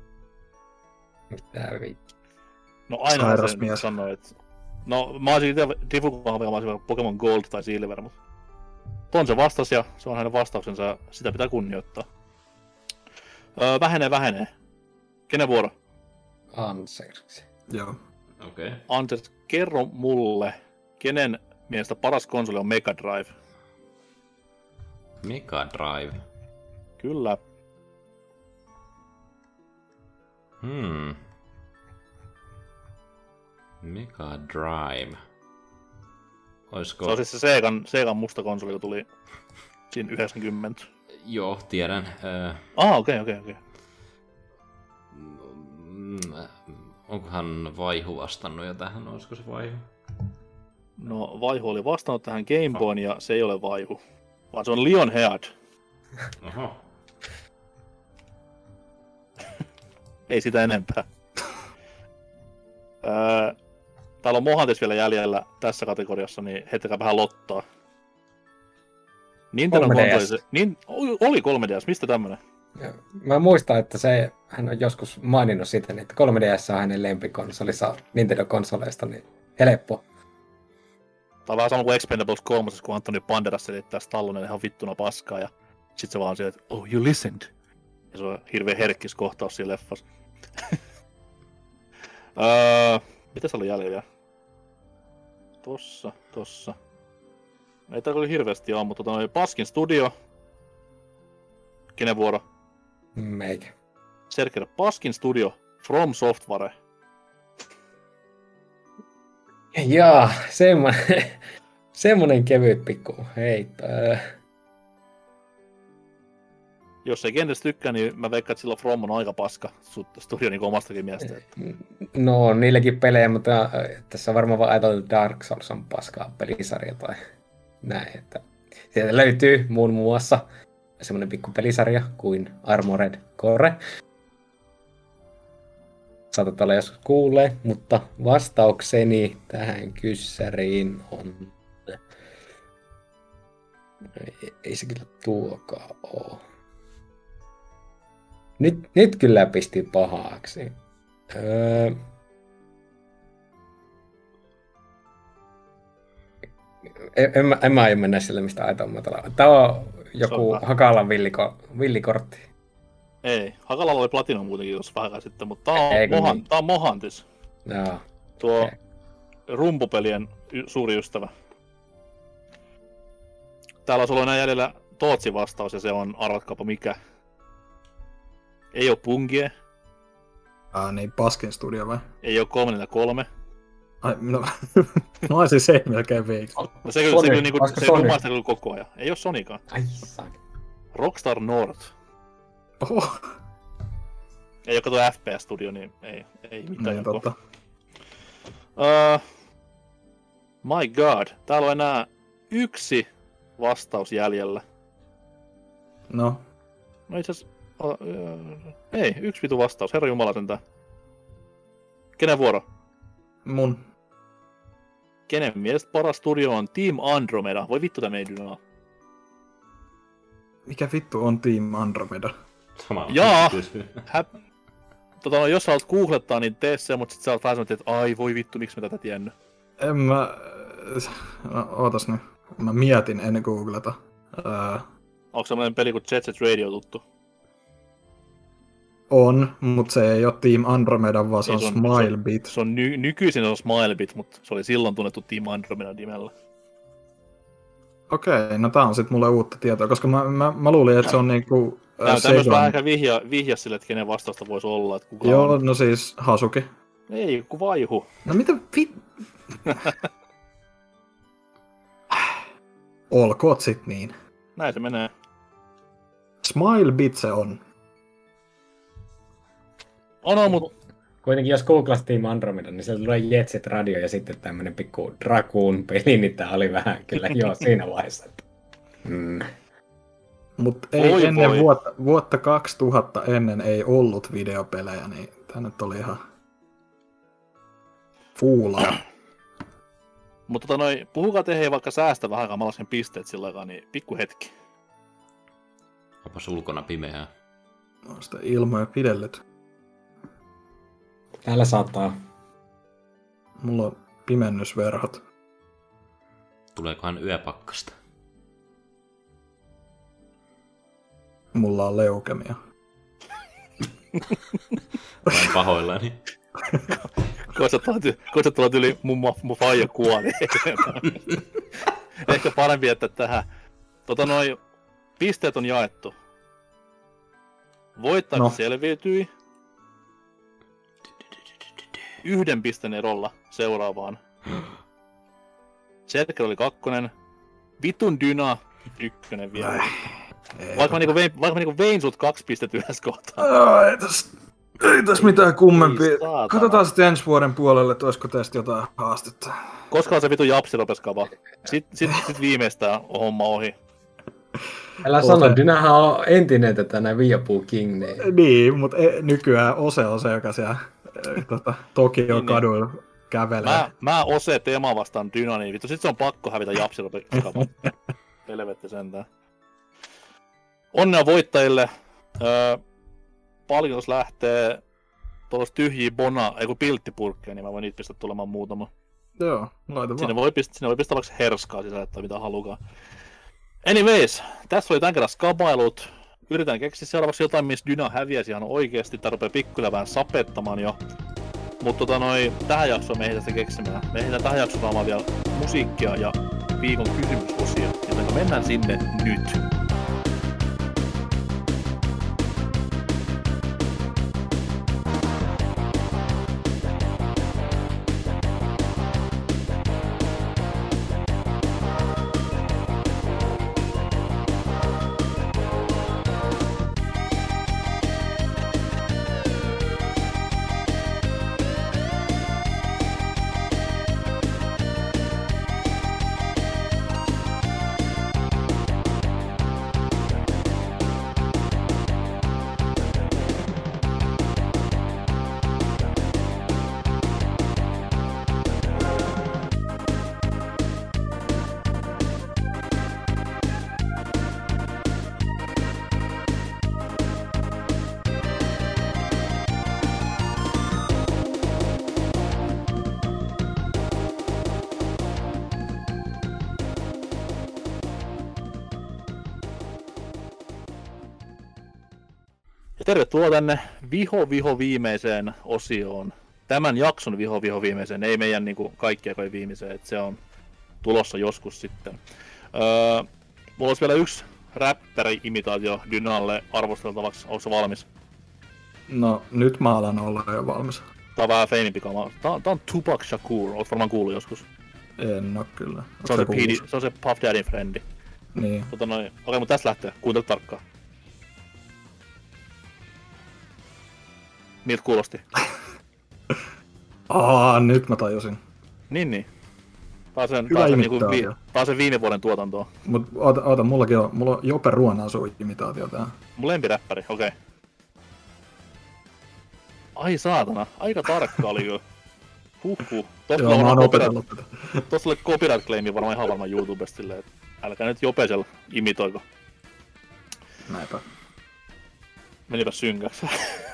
Speaker 5: Mitä vittu.
Speaker 2: No aina sen sanoi, että... No mä olisin itse Diffukohan mä olisin Pokemon Gold tai Silver, mutta... Ton se vastas ja se on hänen vastauksensa ja sitä pitää kunnioittaa. Vähenee. Kenen vuoro?
Speaker 5: Anserksi.
Speaker 4: Joo.
Speaker 3: Okei.
Speaker 2: Ansers, kerro mulle, kenen mielestä paras konsoli on Mega Drive?
Speaker 3: Mega Drive.
Speaker 2: Kyllä.
Speaker 3: Mega Drive. Oisko...
Speaker 2: Se on siis se Segan musta konsoli, joka tuli siinä 90.
Speaker 3: Joo, tiedän.
Speaker 2: Okei.
Speaker 3: Onkohan Vaihu vastannut jo tähän? Olisiko se Vaihu?
Speaker 2: No, Vaihu oli vastannut tähän Game Boyn ja se ei ole Vaihu. Vaan se on Lionhead.
Speaker 3: Oho.
Speaker 2: Ei sitä enempää. Täällä on Mohantis vielä jäljellä tässä kategoriassa, niin heittäkää vähän lottaa. Nintendo konsoli se... Oli 3DS, mistä tämmönen?
Speaker 5: Mä muistan, että hän on joskus maininnut siitä, että 3DS on hänen lempikonsolissa Nintendo-konsoleista, niin helppo.
Speaker 2: Tämä on vähän sama kuin Expendables 3, kun Anthony Banderas selittää Stallonen ihan vittuna paskaa ja sit se vaan sieltä, että oh, you listened. Ja se on hirveä herkkis kohtaus siinä leffassa. Mitä se oli jäljellä? Tossa. Ei täällä oli hirveästi ole, mutta Paskin Studio. Kenen vuoro?
Speaker 5: Meikä.
Speaker 2: Sergei Paskin Studio, From Software.
Speaker 5: Jaa, semmonen kevyt pikku heitto.
Speaker 2: Jos ei kenties tykkää, niin mä veikkaan, että silloin From on aika paska studio niin omastakin mielestä.
Speaker 5: No, niilläkin pelejä, mutta tässä on varmaan vaan ajateltu, että Dark Souls on paskaa pelisarja tai näin. Että sieltä löytyy muun muassa semmonen pikku pelisarja kuin Armored Core. Saatat olla joskus kuullee, mutta vastaukseni tähän kyssäriin on... Ei se kyllä tuokaan oo. Nyt kyllä pisti pahaksi. En mä aio mennä sille, mistä aitomatala. Tää on joku Hakalan villikortti.
Speaker 2: Ei, Hakalalla oli Platinum muutenkin tuossa vähän sitten, mutta tää on Mohantis.
Speaker 5: Joo.
Speaker 2: Tuo rumpupelien suuri ystävä. Täällä olisi ollut enää jäljellä Tootsin vastaus ja se on, arvatkaapa mikä. Ei oo Pungie.
Speaker 4: Niin, Paskin Studio vai?
Speaker 2: Ei oo 343.
Speaker 4: Ai, no, mä olisin se melkein veiksi.
Speaker 2: No se kyllä niinku, se rumaista kyllä koko ajan. Ei oo Sonikaan.
Speaker 5: Ai saak.
Speaker 2: Rockstar North.
Speaker 4: Oho.
Speaker 2: Ei oo kato FPS Studio, niin ei mitään.
Speaker 4: Niin, totta.
Speaker 2: My god, täällä on enää yksi vastaus jäljellä.
Speaker 4: No.
Speaker 2: No itse ei, yksi vitu vastaus, herra jumala sentään. Kenen vuoro?
Speaker 4: Mun.
Speaker 2: Kenen mielestä paras studio on Team Andromeda? Voi vittu tää meidän dynaa.
Speaker 4: Mikä vittu on Team Andromeda?
Speaker 3: Sama.
Speaker 2: Jaa! Jos sä haluat googlettaa, niin tee se, mutta sit sä oot vähän sanonut, että ai voi vittu, miksi mä tätä tiennyt.
Speaker 4: En mä... No, ootas nyt. Mä mietin ennen googleta.
Speaker 2: Onko semmonen peli kuin Jet Set Radio tuttu?
Speaker 4: On, mutta se ei oo Team Andromeda, vaan se on Smilebit.
Speaker 2: Se on nykyisin on Smilebit, mutta se oli silloin tunnettu Team Andromeda nimellä.
Speaker 4: Okei, no tää on sit mulle uutta tietoa, koska mä luulin, että se on niinku...
Speaker 2: Tää myös vähän ehkä vihja sille, että kenen vastausta voisi olla, että kuka
Speaker 4: Joo,
Speaker 2: on.
Speaker 4: no siis Hasuki.
Speaker 2: Ei, kun Vaihu.
Speaker 4: No mitä Olkoot sit niin.
Speaker 2: Näin se menee.
Speaker 4: Smilebit se on.
Speaker 2: On, mut...
Speaker 5: Kuitenkin jos googlas Team Andromeda, niin sieltä tulee Jet Set Radio ja sitten tämmönen pikku Dragoon-peli, niin tää oli vähän kyllä joo siinä vaiheessa.
Speaker 4: Mut ei ennen vuotta 2000 ennen ei ollut videopelejä, niin tää nyt oli ihan fuulaa.
Speaker 2: Mutta puhukaa te hei vaikka säästä vähän aikaa, mä lasken pisteet sillä aikaa, niin pikku hetki.
Speaker 3: Onpas ulkona pimeää.
Speaker 4: On sitä ilmoja pidellyt.
Speaker 5: Täällä saattaa.
Speaker 4: Mulla on pimennysverhot.
Speaker 3: Tuleekohan yöpakkasta?
Speaker 4: Mulla on leukemia.
Speaker 3: Olen pahoillani.
Speaker 2: Koitat tulla yli mun faija kuoli. Ehkä parempi, että tähän. Pisteet on jaettu. Voittaja selviytyi. 1 pisteen erolla seuraavaan. Sergei oli 2. Vitun Dyna 1 vielä. Vaikka mä niinku vein sut 2 pistettä yhdessä kohtaa.
Speaker 4: Ei täs mitään kummempia. Katsotaan sitten ensi vuoden puolelle, että olisiko tästä jotain haastetta.
Speaker 2: Koska se vitu japsi rupes kava. Sit viimeistään on homma ohi.
Speaker 5: Älä sano, Dynahan on entinen tätä Viapuu King.
Speaker 4: Niin, mutta nykyään Ose on se, joka siellä Tokion kaduilla kävelee.
Speaker 2: Mä Ose Tema vastaan Dyna, niin vittu sit se on pakko hävitä japsi rupes kava. Helvetti sentään. Onnea voittajille. Paljon jos lähtee tuollaista tyhjiä pilttipurkkeja, niin mä voin niitä pistää tulemaan muutama.
Speaker 4: Joo, laita vaan.
Speaker 2: Sinne voi pistää vaikka herskaa sisälle tai mitä halukaan. Anyways, tässä oli tämän kerran skabailut. Yritän keksiä seuraavaksi jotain, missä Dyna häviäisi ihan oikeesti. Tää rupee pikkuhiljaa vähän sapettamaan jo. Mutta tähän jaksoon me ehditään sitä keksimään. Me ehditään tähän jaksoon saamaan vielä musiikkia ja viikon kysymysosia. Joten mennään sinne nyt. Tervetuloa tänne viho viimeiseen osioon. Tämän jakson viho viimeiseen, ei meidän niinku kaikkia kai viimeiseen, että se on tulossa joskus sitten. Mulla olisi vielä yksi räppäri-imitaatio Dynalle arvosteltavaksi. Oletko valmis?
Speaker 4: No, nyt mä alan olla jo valmis.
Speaker 2: Tää on vähän feinimpi kama. Tää on Tupac Shakur, oot varmaan kuullut joskus.
Speaker 4: En oo kyllä.
Speaker 2: Se on se Puff Daddyn frendi.
Speaker 4: Niin.
Speaker 2: Okei, mutta tässä lähtee. Kuuntele tarkkaan. Miltä kuulosti?
Speaker 4: Nyt mä tajusin.
Speaker 2: Niin. Tää on se viime vuoden tuotantoa.
Speaker 4: Mut oota, mulla on Jope Ruonansuun imitaatio tää.
Speaker 2: Mun lempiräppäri, okei. Ai saatana, aika tarkka oli jo. Huhhuh.
Speaker 4: Joo, mä oon opetellut tätä.
Speaker 2: Tossa oli copyright claimi varmaan ihan varmaan YouTubesta silleen, että älkää nyt Jopesella imitoiko.
Speaker 4: Näinpä.
Speaker 2: Menipä synkäksi.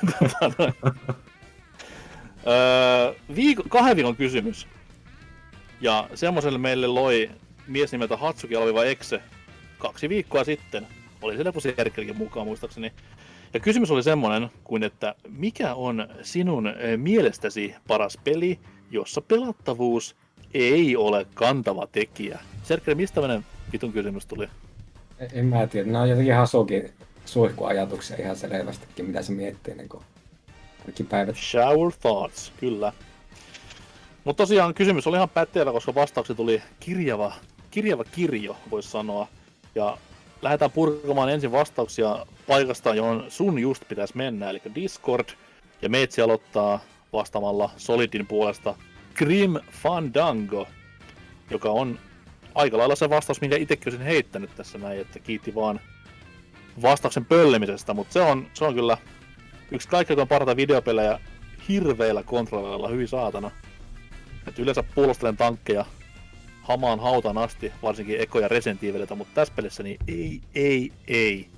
Speaker 2: 2 viikon kysymys. Ja semmoiselle meille loi mies nimeltä Hatsuki-Exe 2 viikkoa sitten. Oli siellä joku Serkelikin mukaan muistaakseni. Ja kysymys oli semmonen kuin, että mikä on sinun mielestäsi paras peli, jossa pelattavuus ei ole kantava tekijä? Serkeli, mistä tämmönen vitun kysymys tuli?
Speaker 5: En mä tiedä, nämä on jotenkin Hasukin suihkuajatuksia ihan selvästikin, mitä se miettii niin kaikki päivät.
Speaker 2: Shower thoughts, kyllä. Mutta tosiaan kysymys oli ihan pätevä, koska vastaukset tuli kirjava kirjo, voisi sanoa. Ja lähdetään purkamaan ensin vastauksia paikasta, johon sun just pitäisi mennä, eli Discord. Ja Meitsi aloittaa vastaamalla Solidin puolesta Grim Fandango, joka on aika lailla se vastaus, minkä itsekin olisin heittänyt tässä näin, että kiitti vaan vastauksen pöllemisestä, mutta se on kyllä yksi kaikkein parhaita videopelejä hirveillä kontrolleilla, hyvin saatana. Et yleensä puolustelen tankkeja hamaan hautaan asti, varsinkin Eko- ja Resident Evililtä, mutta tässä pelissä niin ei.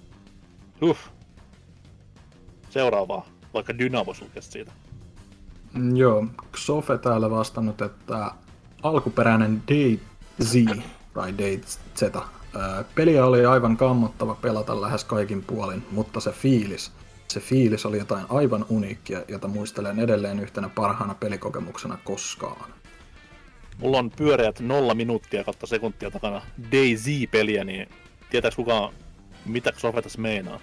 Speaker 2: Seuraavaa, vaikka Dyna voisi lukea siitä.
Speaker 4: Joo, Xofe täällä vastannut, että alkuperäinen DayZ tai DayZ peliä oli aivan kammottava pelata lähes kaikin puolin, mutta se fiilis oli jotain aivan uniikkia, jota muistelen edelleen yhtenä parhaana pelikokemuksena koskaan.
Speaker 2: Mulla on pyöreät 0 minuuttia kautta sekuntia takana DayZ-peliä, niin tietääks kukaan mitä Xofe tässä meinaa?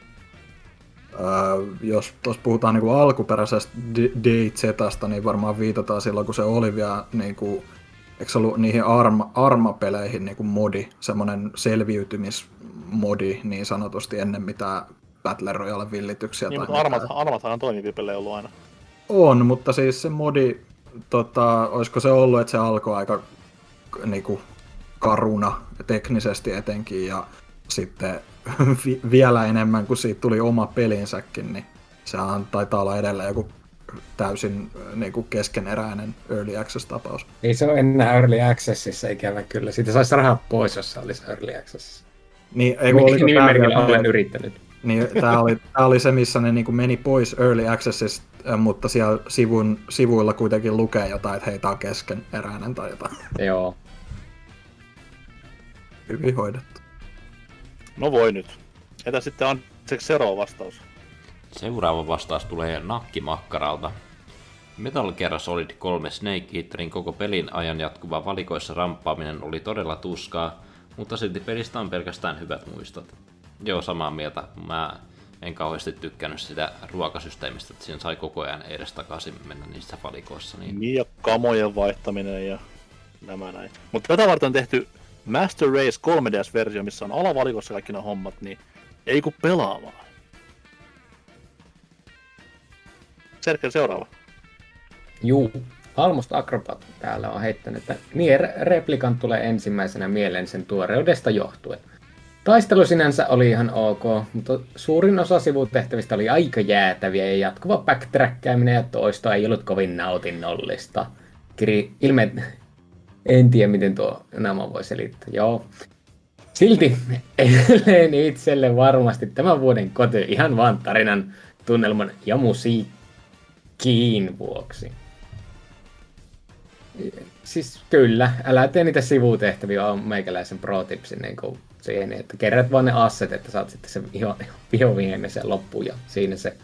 Speaker 4: Jos tuossa puhutaan niinku alkuperäisestä DayZ:stä, niin varmaan viitataan silloin, kun se oli vielä niinku, eikö se ollut niihin Arma-peleihin niinku modi, semmonen selviytymismodi niin sanotusti ennen mitään Battle Royale-villityksiä.
Speaker 2: Niin, mutta Armathan on toimivia pelejä ollut aina.
Speaker 4: On, mutta siis se modi, olisiko se ollut, että se alkoi aika niinku karuna teknisesti etenkin ja sitten vielä enemmän kuin siitä tuli oma pelinsäkin, niin sehän taitaa olla edelleen joku täysin niinku keskeneräinen Early Access-tapaus.
Speaker 5: Ei se ole enää Early Accessissa ikävä kyllä. Siitä saisi rahaa pois, jos se olisi Early Accessissa.
Speaker 4: Niin, ei kun oliko
Speaker 5: nimimerkillä olen yrittänyt.
Speaker 4: Niin, tää oli se, missä ne niinku meni pois Early Accessista, mutta siellä sivuilla kuitenkin lukee jotain, että hei, tää on keskeneräinen tai jotain.
Speaker 5: Joo.
Speaker 4: Hyvin hoidettu.
Speaker 2: No voi nyt. Entä sitten on seuraava vastaus?
Speaker 3: Seuraava vastaus tulee nakkimakkaralta. Metal Gear Solid 3 Snake Eaterin koko pelin ajan jatkuva valikoissa ramppaaminen oli todella tuskaa, mutta silti pelistä on pelkästään hyvät muistot. Joo, samaa mieltä. Mä en kauheasti tykkännyt sitä ruokasysteemistä, että siinä sai koko ajan edestakaisin mennä niissä valikoissa.
Speaker 2: Niin ja kamojen vaihtaminen ja nämä näin. Mutta tätä varten on tehty Master Race 3DS-versio, missä on alavalikossa kaikki nämä hommat, niin ei kun pelaamaan. Serkel seuraava.
Speaker 5: Juu. Almost Acrobat täällä on heittänyt, että Nier Replicant tulee ensimmäisenä mieleen sen tuoreudesta johtuen. Taistelu sinänsä oli ihan ok, mutta suurin osa sivutehtävistä oli aika jäätäviä ja jatkuva backtrackkääminen ja toisto ei ollut kovin nautinnollista. En tiedä miten tuo nämä voi selittää, joo. Silti edelleen itselle varmasti tämän vuoden koti ihan vaan tarinan, tunnelman ja musiikkiin vuoksi. Siis kyllä, älä tee niitä sivutehtäviä, on meikäläisen pro-tipsin niin siihen, että kerät vaan ne asset, että saat sitten sen vihoviimeisen loppuun ja siinä se.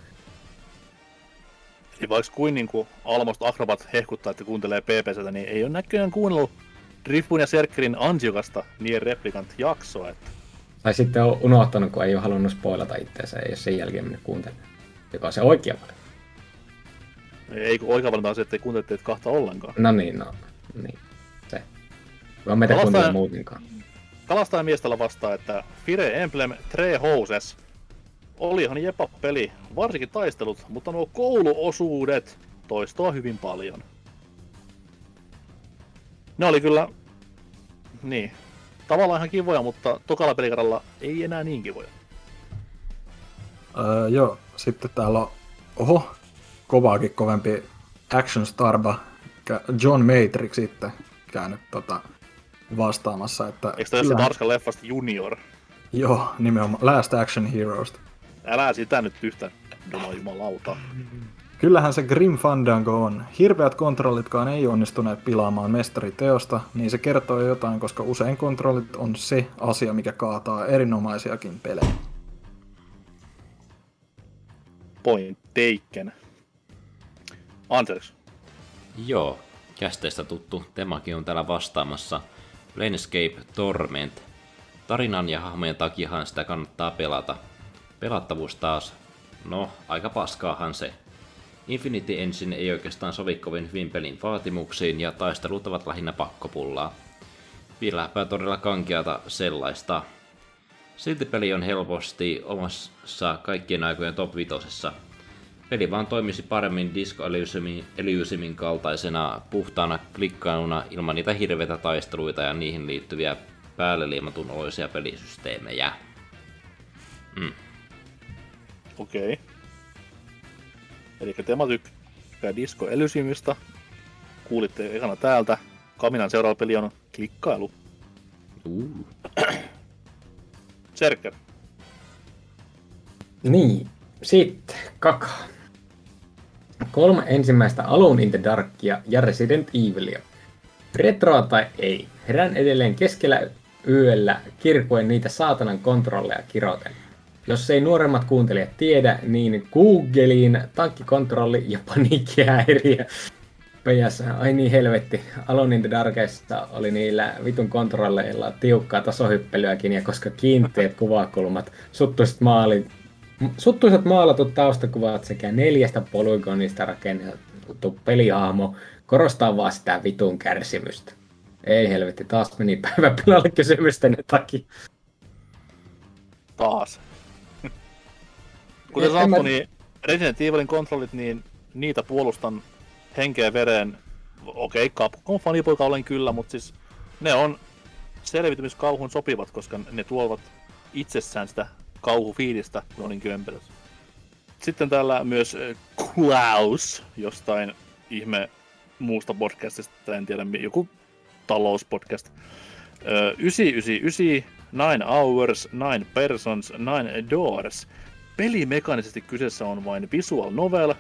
Speaker 2: Eli vaikka kuin niinku Almost Acrobat hehkuttaa, että kuuntelee PPCtä, niin ei ole näköjään kuunnellut Driftun ja Serkkelin ansiokasta Nier Replicant-jaksoa. Että...
Speaker 5: Tai sitten on unohtanut, kun ei ole halunnut spoilata itseänsä, ei ole sen jälkeen mennyt kuuntelemaan, joka on se oikea valinta.
Speaker 2: Ei kun oikea valinta on se, että ei kuuntele teitä kahta ollenkaan.
Speaker 5: No niin, se. Vaan meitä kuuntele muutenkaan.
Speaker 2: Kalastajamiestellä vastaa, että Fire Emblem Three Houses oli ihan jepa-peli, varsinkin taistelut, mutta nuo kouluosuudet toistoa hyvin paljon. Ne oli kyllä, niin, tavallaan ihan kivoja, mutta tokalla pelikaralla ei enää niin kivoja.
Speaker 4: Joo, sitten täällä on, kovaakin kovempi Action Starba, John Matrix sitten käynyt vastaamassa, että...
Speaker 2: Eikö tässä Tarskan leffasta Junior?
Speaker 4: Joo, nimenomaan Last Action Heroes.
Speaker 2: Älä sitä nyt yhtä, jumalauta.
Speaker 4: Kyllähän se Grim Fandango on. Hirveät kontrollitkaan ei onnistuneet pilaamaan mestariteosta, niin se kertoo jotain, koska usein kontrollit on se asia, mikä kaataa erinomaisiakin pelejä.
Speaker 2: Point taken. Anders.
Speaker 3: Joo, kästeistä tuttu Temakin on täällä vastaamassa. Planescape Torment. Tarinan ja hahmojen takiahan sitä kannattaa pelata. Pelattavuus taas, no aika paskaahan se. Infinity Engine ei oikeastaan sovi kovin hyvin pelin vaatimuksiin ja taistelut ovat lähinnä pakkopullaa. Vieläpä todella kankeata sellaista. Silti peli on helposti omassa kaikkien aikojen top 5. Peli vaan toimisi paremmin Disco Elysiumin kaltaisena puhtaana klikkailuna ilman niitä hirveitä taisteluita ja niihin liittyviä päälle liimatun oloisia pelisysteemejä.
Speaker 2: Okei. Elikkä Tema tykkää Disco Elysiumista. Kuulitte ekana täältä. Kaminan seuraava peli on klikkailu. Serker.
Speaker 5: Niin, sitten Kaka. 3 ensimmäistä Alone in the Darkia ja Resident Evilia. Retroa tai ei, herään edelleen keskellä yöllä kirkuen niitä saatanan kontrolleja kiroten. Jos ei nuoremmat kuuntelijat tiedä, niin Googlein tankkikontrolli ja paniikkihäiriö. PS, ai niin helvetti, Alone in the Darkissa oli niillä vitun kontrolleilla tiukkaa tasohyppelyäkin, ja koska kiinteät kuvakulmat, suttuisat maalatut taustakuvat sekä 4 polygonista rakennettu pelihahmo korostaa vaan sitä vitun kärsimystä. Ei helvetti, taas meni päivä pilalle kysymysten takia.
Speaker 2: Taas. Kuten sanottu, niin Resident Evilin kontrollit, niin niitä puolustan henkeä vereen. Okei, Capcom fanipoika olen kyllä, mutta siis ne on selvitymiskauhun sopivat, koska ne tuovat itsessään sitä kauhufiilistä, kun on niin kömpelöt. Sitten täällä myös Klaus, jostain ihme muusta podcastista, en tiedä, joku talouspodcast. 999 9 Hours, 9 Persons, 9 Doors. Pelimekaanisesti kyseessä on vain visual novel,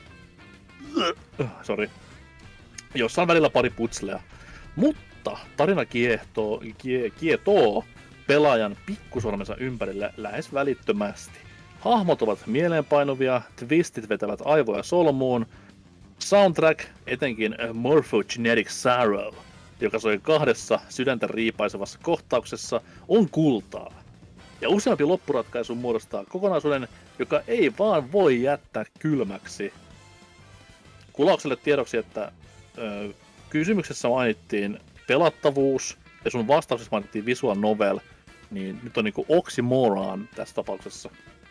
Speaker 2: jossa on välillä pari putslea. Mutta tarina kietoo pelaajan pikkusormensa ympärille lähes välittömästi. Hahmot ovat mieleenpainuvia, twistit vetävät aivoja solmuun. Soundtrack, etenkin Morphogenetic Sorrow, joka soi 2 sydäntä riipaisevassa kohtauksessa, on kultaa. Ja useampi loppuratkaisu muodostaa kokonaisuuden, joka ei vaan voi jättää kylmäksi. Kulaukselle tiedoksi, että kysymyksessä mainittiin pelattavuus ja sun vastauksessa mainittiin visual novel, niin nyt on niinku oxymoron tässä tapauksessa.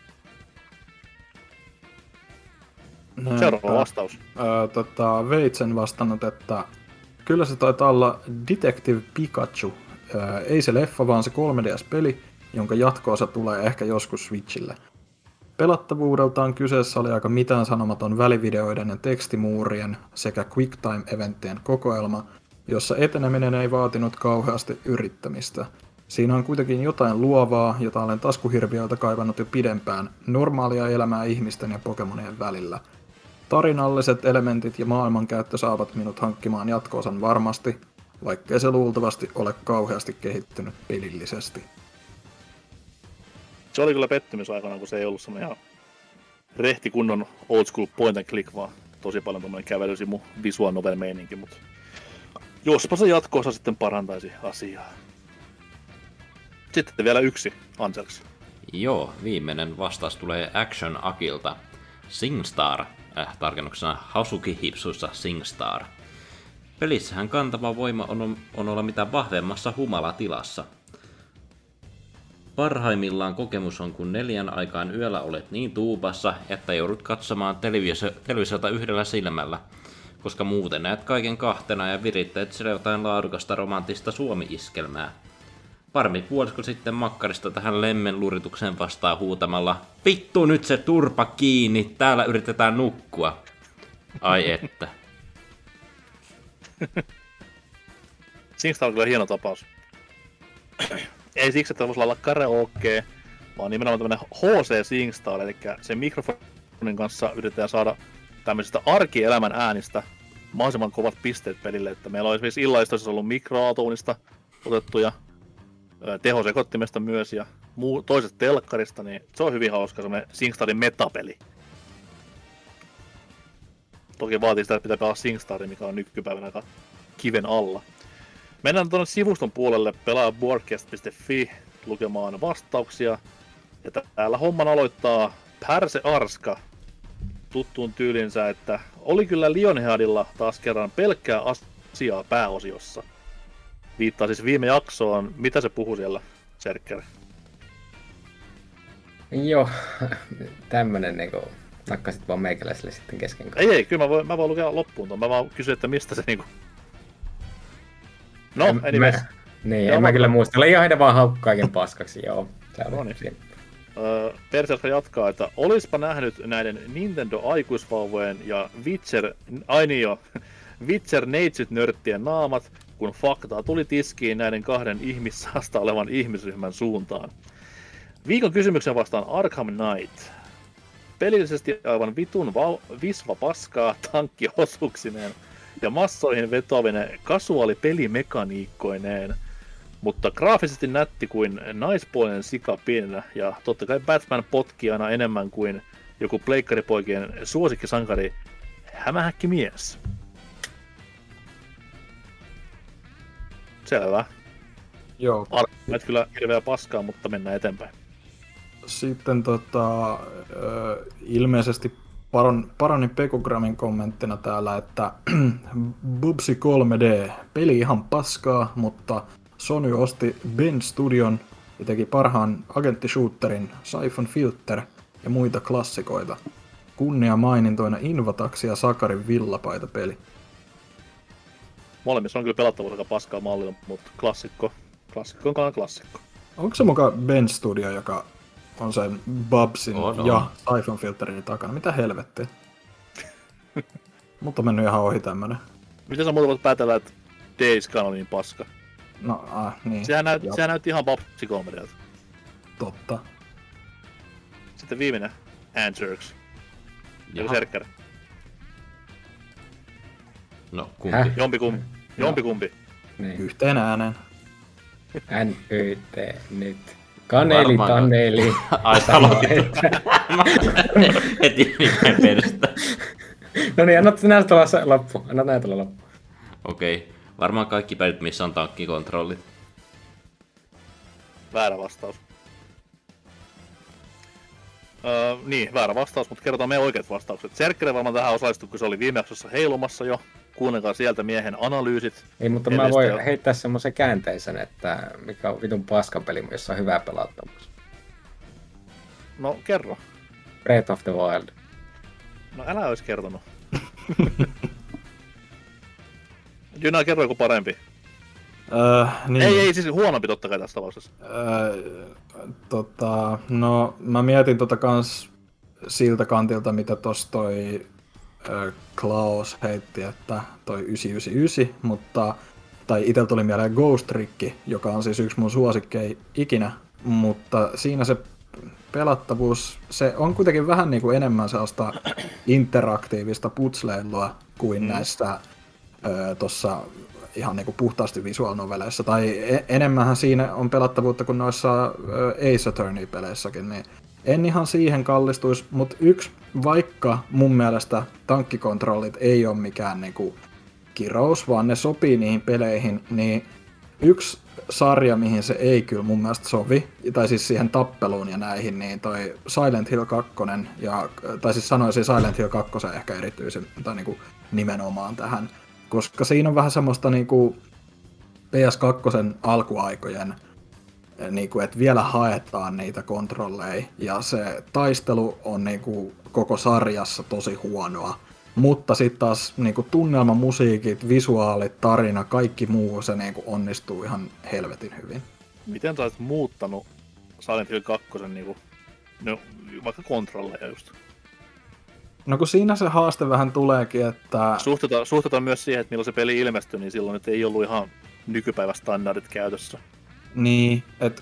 Speaker 2: Seuraava vastaus.
Speaker 4: Veitsen vastannut, että kyllä se taitaa olla Detective Pikachu. Ei se leffa, vaan se 3DS-peli, jonka jatkoosa tulee ehkä joskus Switchille. Pelattavuudeltaan kyseessä oli aika mitään sanomaton välivideoiden ja tekstimuurien sekä QuickTime-eventtien kokoelma, jossa eteneminen ei vaatinut kauheasti yrittämistä. Siinä on kuitenkin jotain luovaa, jota olen taskuhirviöiltä kaivannut jo pidempään, normaalia elämää ihmisten ja Pokemonien välillä. Tarinalliset elementit ja maailmankäyttö saavat minut hankkimaan jatkoosan varmasti, vaikkei se luultavasti ole kauheasti kehittynyt pelillisesti.
Speaker 2: Se oli kyllä pettymys aikana, kun se ei ollut semmoinen ihan rehti kunnon old school point and click, vaan tosi paljon tommoinen kävelysimu visual novel meininki, mutta jospa se jatkoosa sitten parantaisi asiaa. Sitten vielä yksi, Anselks.
Speaker 3: Joo, viimeinen vastaus tulee Action Akilta. SingStar, tarkennuksena Hasuki hipsuissa SingStar. Pelissähän kantava voima on olla mitä vahvemmassa humalatilassa. Parhaimmillaan kokemus on, kun 4 aikaan yöllä olet niin tuupassa, että joudut katsomaan televisiota yhdellä silmällä, koska muuten näet kaiken 2 ja virittäet sille jotain laadukasta romanttista suomi-iskelmää. Parmi puolisko sitten makkarista tähän lemmen luritukseen vastaa huutamalla: "Vittu nyt se turpa kiinni, täällä yritetään nukkua." Ai että.
Speaker 2: SingStar on kyllä hieno tapaus. Ei siksi, että voisi olla karaoke, vaan nimenomaan tämmönen HC SingStar, eli sen mikrofonin kanssa yritetään saada tämmöisistä arkielämän äänistä mahdollisimman kovat pisteet pelille, että meillä on esimerkiksi illaistoissa ollut mikroaaltounista otettuja, tehosekottimesta myös ja toiset telkkarista, niin se on hyvin hauska semmoinen SingStarin metapeli. Toki vaatii sitä, että pitää pelaa SingStaria, mikä on nykypäivänä aika kiven alla. Mennään tuonne sivuston puolelle pelaajaboardcast.fi lukemaan vastauksia. Ja täällä homman aloittaa Pärse Arska tuttuun tyylinsä, että oli kyllä Lionheadilla taas kerran pelkkää asiaa pääosiossa. Viittaa siis viime jaksoon. Mitä se puhui siellä, Serkker?
Speaker 5: Joo, tämmönen niinku nakkasit vaan meikäläiselle sitten kesken.
Speaker 2: Ei, kyllä mä voin lukea loppuun tuon. Mä vaan kysyn, että mistä se niinku... No, anyways.
Speaker 5: En mä kyllä muista. Oli ihan vaan haukku kaiken paskaksi, joo.
Speaker 2: No niin. Persiaska jatkaa, että olispa nähnyt näiden Nintendo-aikuisvauvojen ja Witcher neitsyt-nörttien naamat, kun faktaa tuli tiskiin näiden 2 ihmissaasta olevan ihmisryhmän suuntaan. Viikon kysymyksen vastaan Arkham Knight. Pelillisesti aivan vitun visva paskaa tankkiosuuksineen ja massoihin vetoavinen kasuaali pelimekaniikkoineen, mutta graafisesti nätti kuin naispuolinen sika pienenä, ja totta kai Batman potkii aina enemmän kuin joku pleikkaripoikien suosikkisankari hämähäkkimies. Selvä.
Speaker 4: Joo.
Speaker 2: Arvoit kyllä hirveä paskaa, mutta mennään eteenpäin.
Speaker 4: Sitten ilmeisesti Paronin Pekogrammin kommenttina täällä, että Bubsy 3D, peli ihan paskaa, mutta Sony osti Ben Studion ja teki parhaan agenttishooterin Siphon Filter ja muita klassikoita. Kunnia mainintoina Invatax ja Sakarin villapaita peli.
Speaker 2: Molemmissa on kyllä pelattavuus aika paskaa mallilla, mutta klassikko on klassikko.
Speaker 4: Onko se mukaan Ben Studio, joka on sen Bubsin ja Siphon Filterin takana? Mitä helvettiä? Mutta on mennyt ihan ohi tämmönen.
Speaker 2: Miten sä muuta voit päätellä, että Days Gone on niin paska?
Speaker 4: No, niin.
Speaker 2: Sehän näytti ihan Bubsi 3D:ltä.
Speaker 4: totta.
Speaker 2: Sitten viimeinen, Anturks. Joku Serkker.
Speaker 3: No, kumpi?
Speaker 2: Jompikumpi.
Speaker 5: Niin.
Speaker 4: Yhteen ääneen.
Speaker 5: NYT nyt. Kaneli.
Speaker 3: Ai aloitit. Heti mikään perusta.
Speaker 5: No niin, anna näytellä se loppu.
Speaker 3: Okei. Varmaan kaikki pelit, missä on tankkikontrollit.
Speaker 2: Väärä vastaus. Niin, väärä vastaus, mutta kerrotaan meidän oikeat vastaukset. Serkkele varmaan tähän osallistui, kun se oli viime jaksossa heilumassa jo. Kuunnelkaa sieltä miehen analyysit.
Speaker 5: Ei, mutta mä voin heittää semmoisen käänteisen, että mikä on vitun paskapeli, jossa on hyvä pelattavuus.
Speaker 2: No, kerro.
Speaker 5: Breath of the Wild.
Speaker 2: No, älä ois kertonut. Jynä, kerro joku parempi.
Speaker 4: Niin.
Speaker 2: Ei, siis huonompi totta kai tässä tapauksessa.
Speaker 4: No, mä mietin kans siltä kantilta, mitä tossa toi Klaus heitti, että toi 999, mutta tai itellä tuli mieleen Ghost Trick, joka on siis yksi mun suosikkeja ikinä, mutta siinä se pelattavuus, se on kuitenkin vähän niinku enemmän sellaista interaktiivista putsleilua kuin näissä tossa ihan niinku puhtaasti visual noveleissa, tai enemmänhän siinä on pelattavuutta kuin noissa Ace Attorney-peleissäkin, niin en ihan siihen kallistuisi, mutta vaikka mun mielestä tankkikontrollit ei ole mikään niinku kirous, vaan ne sopii niihin peleihin, niin yksi sarja, mihin se ei kyllä mun mielestä sovi, tai siis siihen tappeluun ja näihin, niin toi Silent Hill 2, tai siis sanoisin Silent Hill 2 ehkä erityisen, tai niinku nimenomaan tähän, koska siinä on vähän semmoista niinku PS2 alkuaikojen, niinku, että vielä haetaan niitä kontrolleja, ja se taistelu on niinku koko sarjassa tosi huonoa. Mutta sitten taas niinku tunnelma, musiikit, visuaalit, tarina, kaikki muu se niinku onnistuu ihan helvetin hyvin.
Speaker 2: Miten sä olisit muuttanut Silent Hill 2 niinku, no, vaikka kontrolleja just?
Speaker 4: No kun siinä se haaste vähän tuleekin, että...
Speaker 2: Suhteutetaan myös siihen, että milloin se peli ilmestyi, niin silloin nyt ei ollut ihan nykypäivästandardit käytössä.
Speaker 4: Niin, että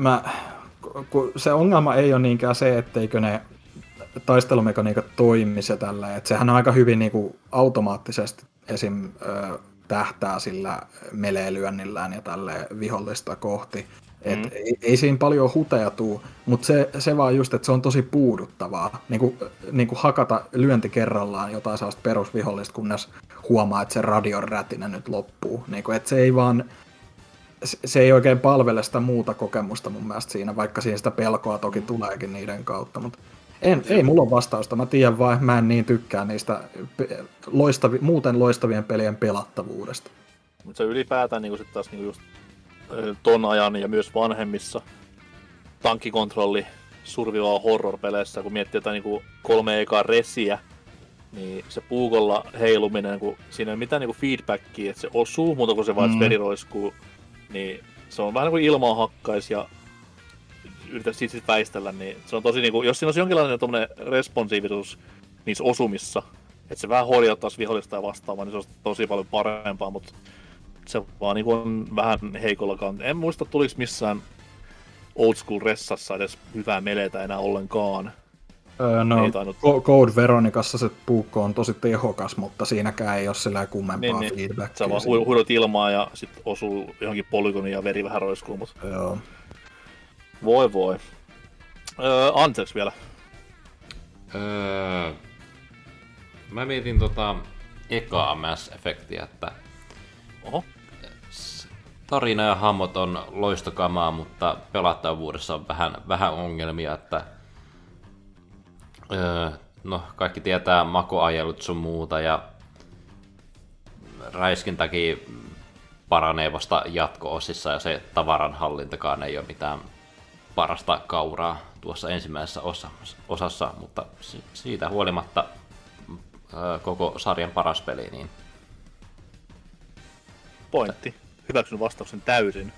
Speaker 4: se ongelma ei ole niinkään se, etteikö ne taistelumekaniikat toimisi ja tälleen, että sehän on aika hyvin niinku automaattisesti esim. Tähtää sillä melee-lyönnillään ja tälleen vihollista kohti. Ei siinä paljon huteja tuu, mutta se vaan just, että se on tosi puuduttavaa. Niinku hakata lyönti kerrallaan jotain sellaista perusvihollista, kunnes huomaa, että se radion rätinä nyt loppuu. Niinku, että se ei oikein palvele sitä muuta kokemusta mun mielestä siinä, vaikka siinä sitä pelkoa toki tuleekin niiden kautta. Mutta ei mulla ole vastausta, mä tiedän vaan, mä en niin tykkää niistä muuten loistavien pelien pelattavuudesta.
Speaker 2: Mutta se ylipäätään niin sit taas niin just ton ajan ja myös vanhemmissa tankkikontrolli survival horror-peleissä, kun miettii jotain niin 3 ekaa resiä, niin se puukolla heiluminen, kun siinä ei ole mitään niin feedbackia, että se osuu, mutta kun se vaan veriroiskuu, niin se on vähän niin kuin ilmaa hakkais ja yritä siitä väistellä, niin se on tosi niinku, jos siinä olisi jonkinlainen tommonen responsiivisuus niissä osumissa, että se vähän horjattaisi vihollista ja vastaavaa, niin se olisi tosi paljon parempaa, mutta se vaan niinku on vähän heikolla kanta. En muista tuliko missään old school ressassa edes hyvää meleitä enää ollenkaan.
Speaker 4: Code Veronicassa se puukko on tosi tehokas, mutta siinäkään ei ole sillä kummempaa feedbackia.
Speaker 2: Se vaan huidot ilmaa ja sit osuu johonkin polygoniin ja veri vähän roiskuu, mutta...
Speaker 4: Joo.
Speaker 2: Voi. Anteeksi vielä.
Speaker 3: Mä mietin ekaa Mass Effectia, että
Speaker 2: oho.
Speaker 3: Tarina ja hahmot on loistokamaa, mutta pelattavuudessa on vähän ongelmia, että no kaikki tietää makoajelut sun muuta ja räiskintäkin paranee vasta jatko-osissa ja se tavaranhallintakaan ei ole mitään parasta kauraa tuossa ensimmäisessä osassa, mutta siitä huolimatta koko sarjan paras peli. Niin...
Speaker 2: Pointti. Hyväksyn vastauksen täysin.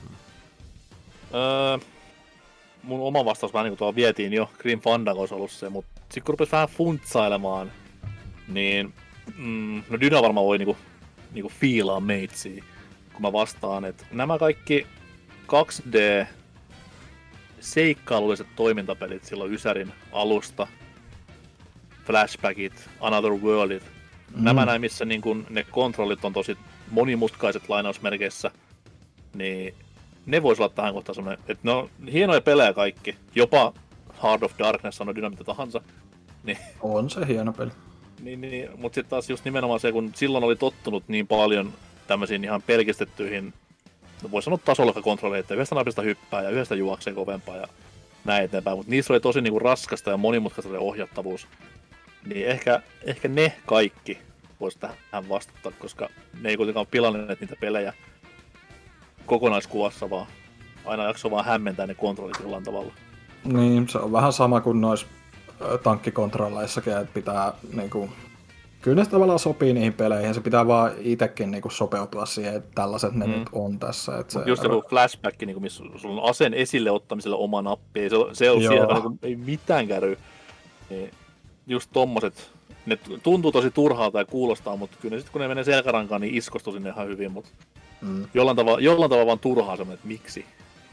Speaker 2: Mun oma vastaus vähän niin kuin tuolla vietiin jo, Grim Fandango olisi ollut se, mutta sitten kun rupesi vähän funtsailemaan, niin no Dyna varmaan voi niinku fiilaa meitsiä, kun mä vastaan, että nämä kaikki 2D seikkailulliset toimintapelit silloin Ysärin alusta, Flashbackit, Another Worldit, nämä näin, missä niin kun ne kontrollit on tosi monimutkaiset lainausmerkeissä, niin ne vois olla tähän kohtaan semmoinen, että ne on hienoja pelejä kaikki, jopa Heart of Darkness on dynamita tahansa. Niin,
Speaker 4: on se hieno peli.
Speaker 2: Niin, mutta sitten taas just nimenomaan se, kun silloin oli tottunut niin paljon tämmöisiin ihan pelkistettyihin, voisi sanoa tasolokkakontrolleja, että yhdestä napista hyppää ja yhdestä juoksee kovempaa ja näin eteenpäin, mutta niissä oli tosi niinku raskasta ja monimutkaista se ohjattavuus. Niin ehkä ne kaikki voisi tähän vastata, koska ne ei kuitenkaan pilanneet niitä pelejä kokonaiskuvassa, vaan aina jakso vaan hämmentää ne kontrollit jollain tavalla.
Speaker 4: Niin, se on vähän sama kuin noissa tankkikontrolleissakin, että pitää niinku... Kyllä ne tavallaan sopii niihin peleihin, se pitää vaan itsekin niinku sopeutua siihen, että tällaiset ne nyt on tässä. Että se...
Speaker 2: Just joku flashback, niinku, missä sulla on aseen esille ottamiselle oma nappi, se on siellä, niinku, ei mitään käry. Niin just tommoset, ne tuntuu tosi turhaalta ja kuulostaa, mutta kyllä sitten kun ne menee selkärankaan, niin iskostuu sinne ihan hyvin, mutta jollain tavalla vaan turhaa semmoinen, että miksi.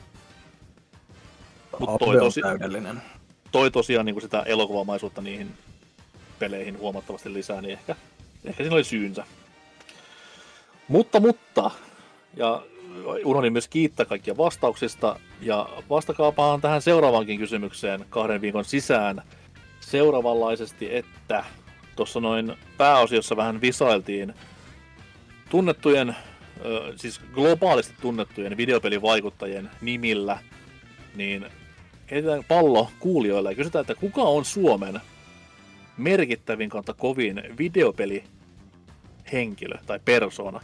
Speaker 2: Mut toi tosiaan niin sitä elokuvamaisuutta niihin peleihin huomattavasti lisää, niin ehkä siinä oli syynsä. Mutta, ja unohdin myös kiittää kaikkia vastauksista, ja vastakaapaan tähän seuraavaankin kysymykseen 2 viikon sisään seuraavanlaisesti, että tuossa noin pääosiossa vähän visailtiin tunnettujen, siis globaalisti tunnettujen videopelivaikuttajien nimillä, niin heitetään pallo kuulijoille ja kysytään, että kuka on Suomen merkittävin kautta kovin videopelihenkilö tai persona.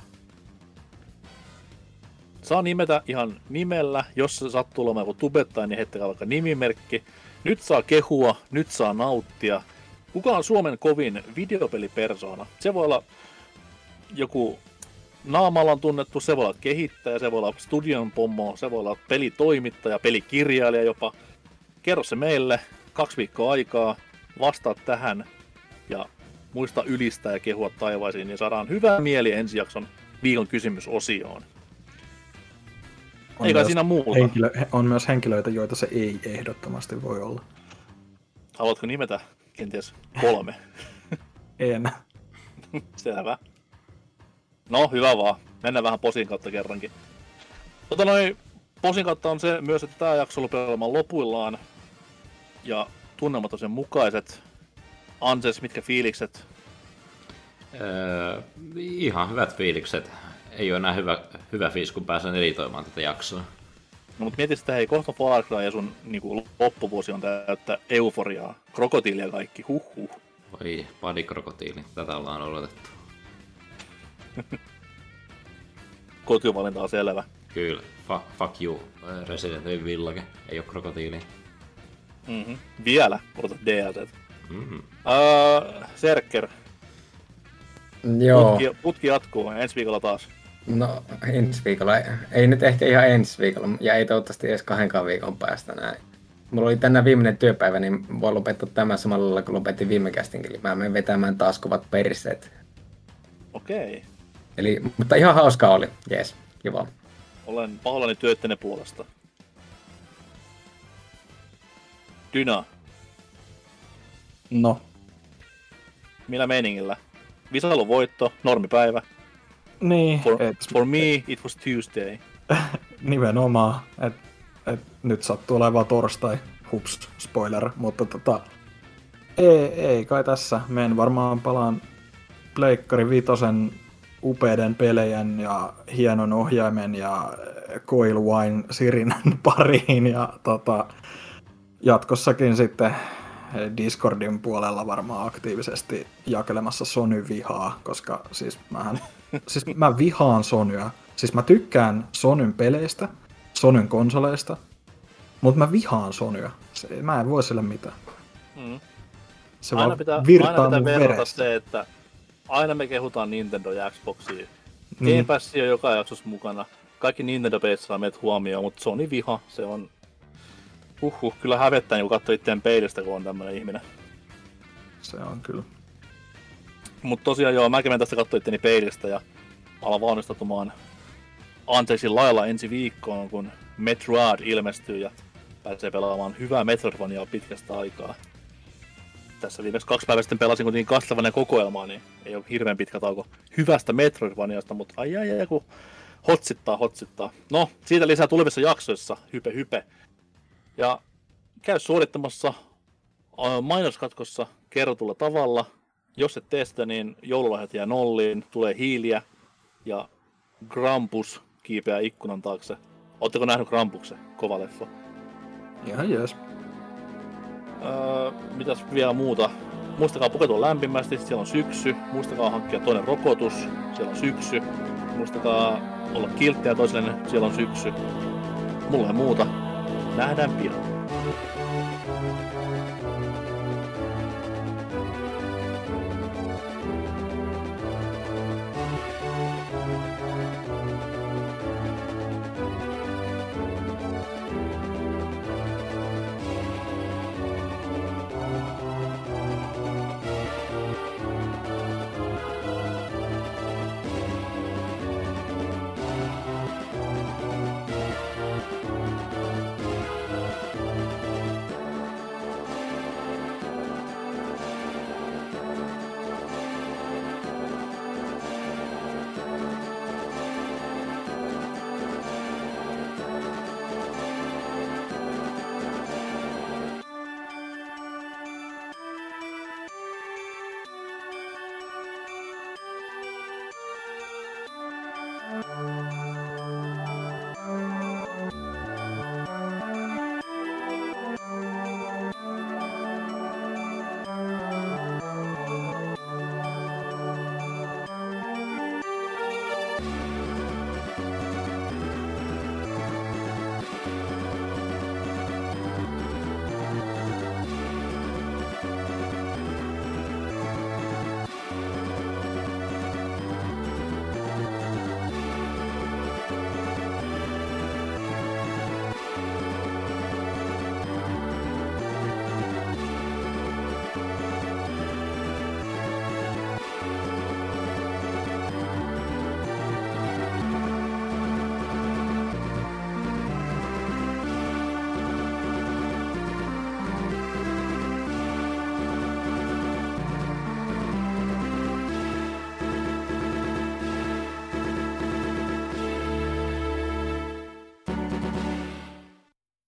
Speaker 2: Saa nimetä ihan nimellä, jos se sattuu olemaan joku tubettaja, niin heittäkää vaikka nimimerkki. Nyt saa kehua, nyt saa nauttia. Kuka on Suomen kovin videopelipersona? Se voi olla joku naamallaan tunnettu, se voi olla kehittäjä, se voi olla studion pommo, se voi olla pelitoimittaja, pelikirjailija jopa. Kerro se meille, 2 viikkoa aikaa, vastaa tähän ja muista ylistää ja kehua taivaisiin, niin saadaan hyvä mieli ensi jakson viikon kysymysosioon. Eikä siinä muuta.
Speaker 4: On myös henkilöitä, joita se ei ehdottomasti voi olla.
Speaker 2: Haluatko nimetä kenties 3?
Speaker 4: En.
Speaker 2: Selvä. No, hyvä vaan. Mennään vähän posin kautta kerrankin. Posin kautta on se myös, että tää jakso rupeaa olemaan lopuillaan. Ja tunnelmat on sen mukaiset. Anses, mitkä fiilikset?
Speaker 3: Ihan hyvät fiilikset. Ei ole enää hyvä fiilis, kun pääsen editoimaan tätä jaksoa.
Speaker 2: No mut mieti sitä, hei, kohta Far Cry ja sun niinku, loppuvuosi on täyttä euforiaa. Krokotiilia kaikki, huhhuh.
Speaker 3: Oi, padikrokotiili. Tätä ollaan odotettu.
Speaker 2: Kotivalinta on selvä.
Speaker 3: Kyllä, fuck you, Resident Evil Village. Ei oo krokotiili.
Speaker 2: Vielä odotat DLCt. Serker.
Speaker 5: Joo.
Speaker 2: Putki jatkuu, ensi viikolla taas.
Speaker 5: No, ensi viikolla. Ei nyt ehkä ihan ensi viikolla, ja ei toivottavasti edes 2 viikon päästä näin. Mulla oli tänään viimeinen työpäivä, niin voi lopettaa tämä samalla lailla, kun lopetin viime castingin. Eli mä menen vetämään taas kovat perseet.
Speaker 2: Okei.
Speaker 5: Eli, mutta ihan hauskaa oli. Jees, kiva.
Speaker 2: Olen pahoillani työttenne puolesta. Dyna.
Speaker 4: No.
Speaker 2: Millä meiningillä? Visailun voitto, normipäivä.
Speaker 4: Niin.
Speaker 2: For me, it was Tuesday.
Speaker 4: Nimenomaan. Et nyt sattuu olemaan torstai. Hups, spoiler. Mutta ei kai tässä. Menen varmaan palaan Pleikkari Vitosen upeiden pelejen ja hienon ohjaimen ja Coil Wine Sirinän pariin. Ja jatkossakin sitten Discordin puolella varmaan aktiivisesti jakelemassa Sony-vihaa, koska siis mä vihaan Sonya. Siis mä tykkään Sonyn peleistä, Sonyn konsoleista, mutta mä vihaan Sonya. Mä en voi sille mitään. Se
Speaker 2: aina
Speaker 4: vaan
Speaker 2: pitää
Speaker 4: virtaa mun
Speaker 2: verrata
Speaker 4: verestä.
Speaker 2: se, että aina me kehutaan Nintendo ja Xboxia. Game Pass on joka jaksossa mukana. Kaikki Nintendo-pelit saa meidät huomioon, mutta Sony viha, se on... kyllä hävettää, kun katsoo itseään peilistä, kun on tämmönen ihminen.
Speaker 4: Se on kyllä.
Speaker 2: Mut tosiaan joo, mäkin menen tästä katsoo itseäni peilistä ja alan valmistautumaan Anteeksi lailla ensi viikkoon, kun Metroid ilmestyy ja pääsee pelaamaan hyvää Metroidvaniaa pitkästä aikaa. Tässä viimeksi 2 päivää sitten pelasin kuitenkin Castlevania-kokoelmaa, niin ei ole hirveän pitkä tauko hyvästä Metroidvaniasta, mutta ai kun hotsittaa. No, siitä lisää tulevissa jaksoissa, hype. Ja käy suorittamassa mainoskatkossa kerrotulla tavalla. Jos et tee sitä, niin joululahjat jää nolliin, tulee hiiliä ja Krampus kiipeää ikkunan taakse. Ootteko nähnyt Krampuksen? Kova leffa.
Speaker 4: Ihan jees.
Speaker 2: Mitäs vielä muuta? Muistakaa pukeutua lämpimästi, siellä on syksy. Muistakaa hankkia toinen rokotus, siellä on syksy. Muistakaa olla kilttejä toisellenne, siellä on syksy. Mulla ei muuta. Nähdään pian.